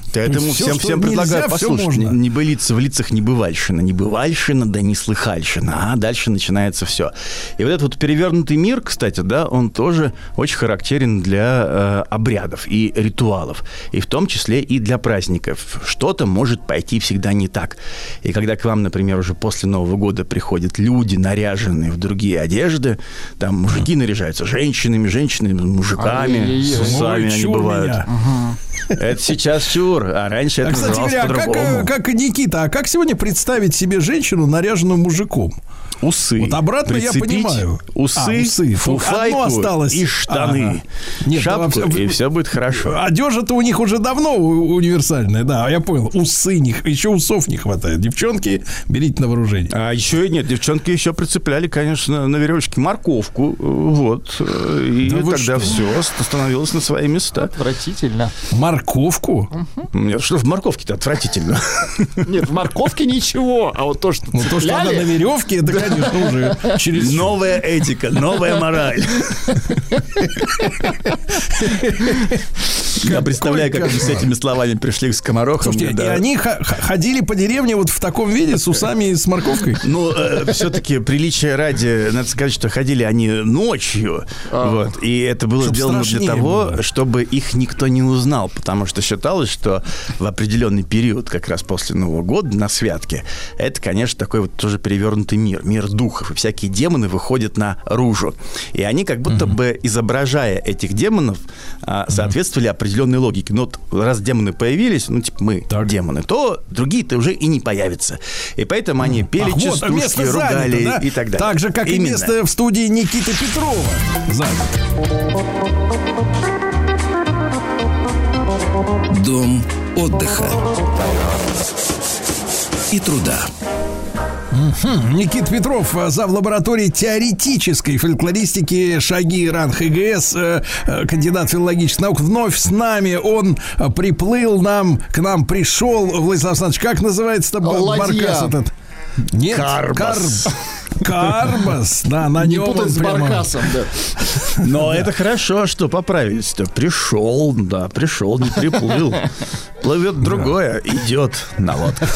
Поэтому Всё, всем, что всем нельзя, предлагаю всё послушать. можно. Не, не былиться в лицах небывальщина. Небывальщина, да не слыхальщина. А дальше начинается все. И вот этот вот перевернутый мир, кстати, да, он тоже очень характерен для э, обрядов и ритуалов. И в том числе и для праздников. Что-то может пойти всегда не так. И когда к вам, например, уже после Нового года приходят люди, наряженные в другие одежды, там мужики наряжаются женщинами, женщины мужиками, сами они бывают. Это сейчас чур, а раньше это Кстати называлось говоря, по-другому. как, как Никита, а как сегодня представить себе женщину, наряженную мужиком? Усы. Вот обратно я прицепить, понимаю. Усы, а, усы. фуфайку Одно осталось. и штаны. Ага. Нет, шапку, вообще, и все будет хорошо. Одежда-то у них уже давно универсальная, да, я понял. Усы, не, еще усов не хватает. Девчонки, берите на вооружение. А еще и нет, девчонки еще прицепляли, конечно, на веревочке морковку. Вот. И да тогда все становилось на свои места. Отвратительно. Морковку? Нет, что в морковке-то отвратительно? Нет, в морковке ничего, а вот то, что ну, то, что она на веревке, это, конечно, уже через... Новая этика, новая мораль. Я представляю, как они с этими словами пришли к скоморохам. Слушайте, и они ходили по деревне вот в таком виде, с усами и с морковкой? Ну, все-таки приличия ради, надо сказать, что ходили они ночью. Вот, и это было сделано для того, чтобы их никто не узнал, потому что считалось, что в определенный период, как раз после Нового года, на святке, это, конечно, такой вот тоже перевернутый мир, мир духов, и всякие демоны выходят наружу. И они как будто mm-hmm. бы, изображая этих демонов, соответствовали mm-hmm. определенной логике. Ну, вот раз демоны появились, ну, типа, мы так. демоны, то другие-то уже и не появятся. И поэтому они пели Ах, частушки, вот, ругали занято, да? и так далее. Так же, как Именно. и место в студии Никиты Петрова занято. Дом отдыха и труда. Угу. Никита Петров, зав. Лаборатории теоретической фольклористики ШАГИ РАН ХГС, кандидат филологических наук, вновь с нами. Он приплыл нам, к нам пришел. Владислав Александрович, как называется-то баркас этот? Нет, Карбас. Карб... Карбас, да, на не нем путать с прямо... баркасом, да. Но это хорошо, что поправились-то. Пришел, да, пришел, не приплыл. Плывет другое, идет на лодках.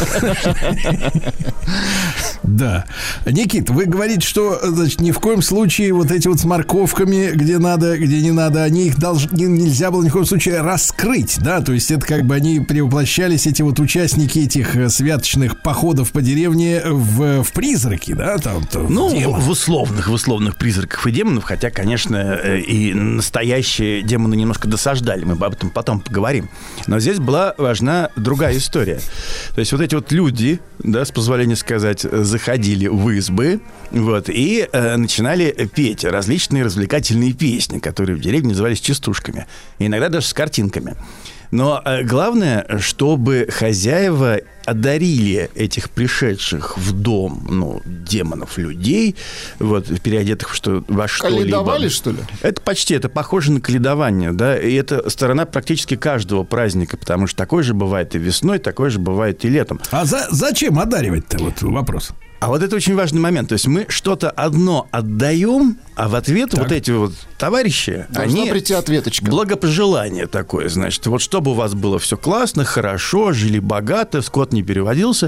Да. Никит, вы говорите, что, значит, ни в коем случае вот эти вот с морковками, где надо, где не надо, они их должны, нельзя было ни в коем случае раскрыть, да, то есть это как бы они превоплощались, эти вот участники этих святочных походов по деревне в, в призраки, да, там. Ну, в, в условных, в условных призраках и демонов, хотя, конечно, и настоящие демоны немножко досаждали, мы об этом потом поговорим. Но здесь была важна другая история. То есть вот эти вот люди, да, с позволения сказать, заходили в избы, вот, и э, начинали петь различные развлекательные песни, которые в деревне назывались частушками, и иногда даже с картинками. Но э, главное, чтобы хозяева одарили этих пришедших в дом, ну, демонов, людей, вот, переодетых что, во что-либо. Каледовали, что ли? Это почти, это похоже на каледование, да, и это сторона практически каждого праздника, потому что такое же бывает и весной, такое же бывает и летом. А за, зачем одаривать-то, вот вопрос? А вот это очень важный момент. То есть мы что-то одно отдаем, а в ответ так. вот эти вот товарищи, должна они... прийти ответочка. Благопожелание такое, значит. Вот чтобы у вас было все классно, хорошо, жили богато, скот не переводился.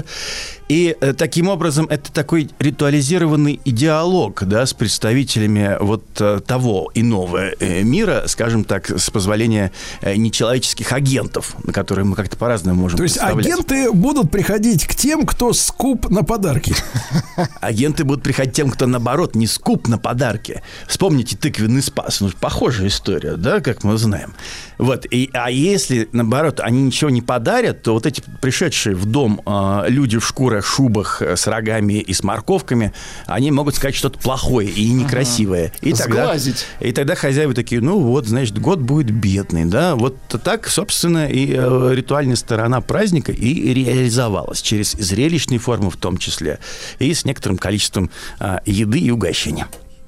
И э, таким образом это такой ритуализированный диалог, да, с представителями вот э, того иного э, мира, скажем так, с позволения э, нечеловеческих агентов, на которые мы как-то по-разному можем представлять. То есть агенты будут приходить к тем, кто скуп на подарки. Агенты будут приходить тем, кто, наоборот, не скуп на подарки. Вспомните тыквенный спас. Ну, похожая история, да, как мы знаем. Вот. И, а если, наоборот, они ничего не подарят, то вот эти пришедшие в дом э, люди в шкурах, шубах с рогами и с морковками, они могут сказать что-то плохое и некрасивое. И тогда, и тогда хозяева такие, ну вот, значит, год будет бедный, да. Вот так, собственно, и э, ритуальная сторона праздника и реализовалась через зрелищные формы в том числе, и с некоторым количеством э, еды и угощения.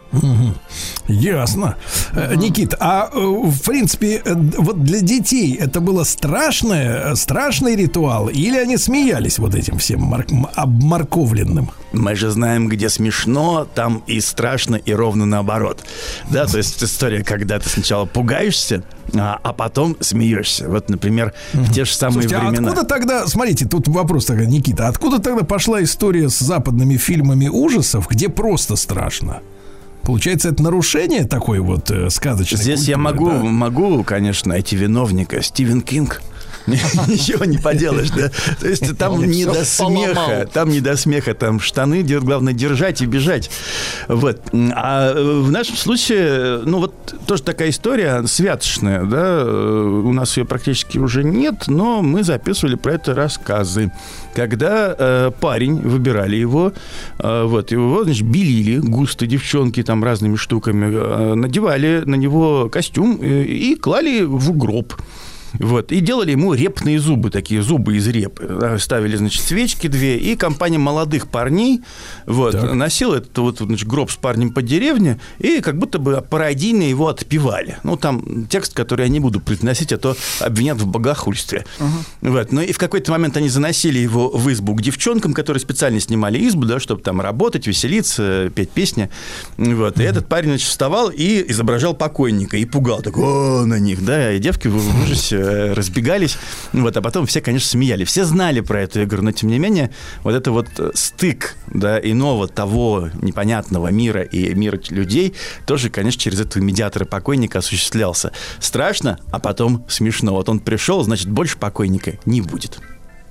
Угу. Ясно. Uh-huh. Никит, а в принципе, вот для детей это было страшное, страшный ритуал, или они смеялись вот этим всем мар- обморковленным? Мы же знаем, где смешно, там и страшно, и ровно наоборот. Да, то есть история, когда ты сначала пугаешься, а, а потом смеешься. Вот, например, uh-huh. в те же самые Слушайте, времена. А откуда тогда, смотрите, тут вопрос такой, Никита, откуда тогда пошла история с западными фильмами ужасов, где просто страшно? Получается, это нарушение такой вот э, сказочной Здесь культуры, я могу, да? могу, конечно, найти виновника. Стивен Кинг. Ничего не поделаешь, да? То есть там не до смеха, там не до смеха, там штаны, главное, держать и бежать. Вот. А в нашем случае, ну вот тоже такая история святочная, да, у нас ее практически уже нет, но мы записывали про это рассказы. Когда э, парень, выбирали его, э, вот, его, значит, белили густо девчонки там разными штуками, э, надевали на него костюм э, и клали в гроб. Вот, и делали ему репные зубы, такие зубы из репы. Ставили, значит, свечки две, и компания молодых парней вот, носила этот вот, значит, гроб с парнем по деревне, и как будто бы пародийно его отпевали. Ну, там текст, который я не буду произносить, а то обвинят в богохульстве. Uh-huh. Вот, ну, и в какой-то момент они заносили его в избу к девчонкам, которые специально снимали избу, да, чтобы там работать, веселиться, петь песни. Вот, uh-huh. И этот парень, значит, вставал и изображал покойника, и пугал, такой, о, на них, да, и девки в ужасе разбегались, вот, а потом все, конечно, смеяли. Все знали про эту игру, но, тем не менее, вот это вот стык, да, иного того непонятного мира и мира людей тоже, конечно, через этого медиатора покойника осуществлялся. Страшно, а потом смешно. Вот он пришел, значит, больше покойника не будет.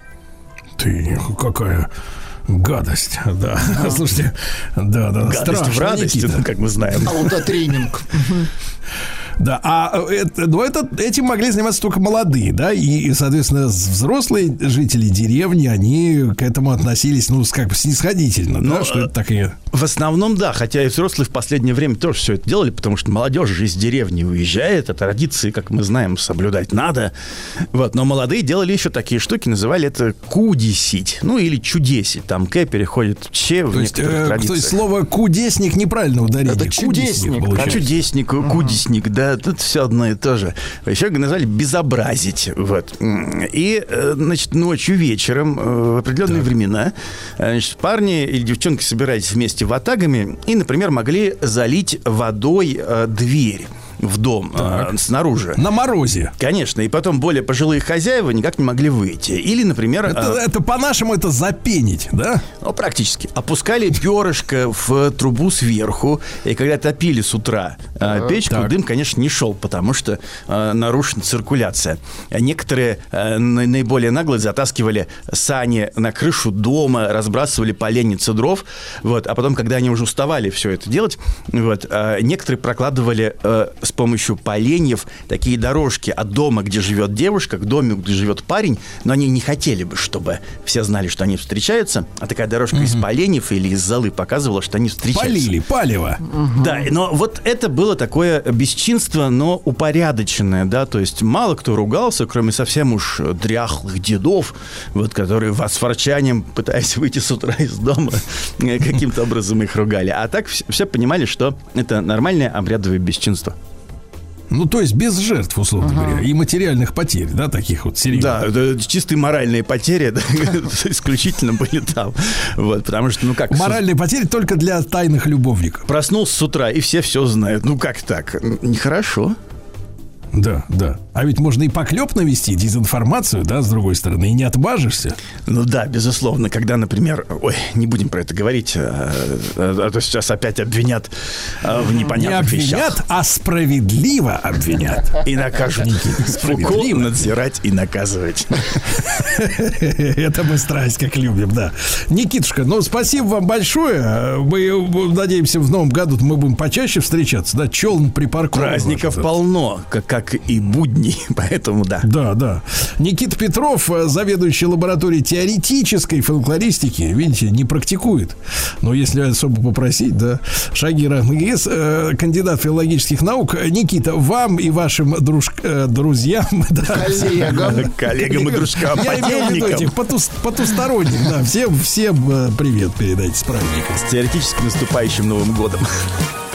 Ты какая... гадость, да. Слушайте, да, да, гадость страшно, в радости, ну, как мы знаем. Аутотренинг. Да, а это, ну, это, этим могли заниматься только молодые, да, и, и, соответственно, взрослые жители деревни, они к этому относились, ну, как бы снисходительно, ну, да, что это такие... В основном, да, хотя и взрослые в последнее время тоже все это делали, потому что молодежь же из деревни уезжает, а традиции, как мы знаем, соблюдать надо, вот, но молодые делали еще такие штуки, называли это кудесить, ну, или чудесить, там К переходит в Ч в то есть, некоторых э, традициях. То есть слово кудесник неправильно ударили. Это чудесник. А чудесник, uh-huh. кудесник, да, тут все одно и то же. Еще назвали безобразить. Вот. И, значит, ночью, вечером, в определенные так. времена, значит, парни или девчонки собирались вместе ватагами и, например, могли залить водой дверь в дом э, снаружи. На морозе. Конечно. И потом более пожилые хозяева никак не могли выйти. Или, например... Это, э, это по-нашему это запенить, да? Ну, практически. Опускали перышко в трубу сверху. И когда топили с утра э, печку, так. дым, конечно, не шел, потому что э, нарушена циркуляция. Некоторые э, наиболее наглые затаскивали сани на крышу дома, разбрасывали поленницы дров. Вот. А потом, когда они уже уставали все это делать, вот, э, некоторые прокладывали... Э, с помощью поленьев такие дорожки от дома, где живет девушка, к дому, где живет парень, но они не хотели бы, чтобы все знали, что они встречаются, а такая дорожка угу. из поленьев или из золы показывала, что они встречаются. Полили, палево. Угу. Да, но вот это было такое бесчинство, но упорядоченное, да, то есть мало кто ругался, кроме совсем уж дряхлых дедов, вот, которые с ворчанием, пытаясь выйти с утра из дома, каким-то образом их ругали. А так все понимали, что это нормальное обрядовое бесчинство. Ну, то есть без жертв, условно ага. говоря, и материальных потерь, да, таких вот серьезных. Да, это чистые моральные потери да, исключительно были там. Вот, потому что, ну как... Моральные с... потери только для тайных любовников. Проснулся с утра, и все все знают. Ну, как так? Нехорошо. Да, да. А ведь можно и поклеп навести, дезинформацию, да, с другой стороны, и не отмажешься. Ну да, безусловно. Когда, например... Ой, не будем про это говорить, а, а то сейчас опять обвинят а, в непонятных вещах. Не обвинят, а справедливо обвинят. И накажут. Справедливо надзирать и наказывать. Это мы страсть как любим, да. Никитушка, ну, спасибо вам большое. Мы надеемся, в новом году мы будем почаще встречаться, да, челн припаркован. Праздников полно, как, как и будни, поэтому да. Да, да. Никита Петров, заведующий лабораторией теоретической фольклористики, видите, не практикует, но если особо попросить, да, Шагира МГИС, кандидат филологических наук. Никита, вам и вашим друж... друзьям, да, коллегам, коллегам и дружкам, подельникам, потусторонним, да, всем, всем привет передайте с праздником. С теоретически наступающим Новым годом.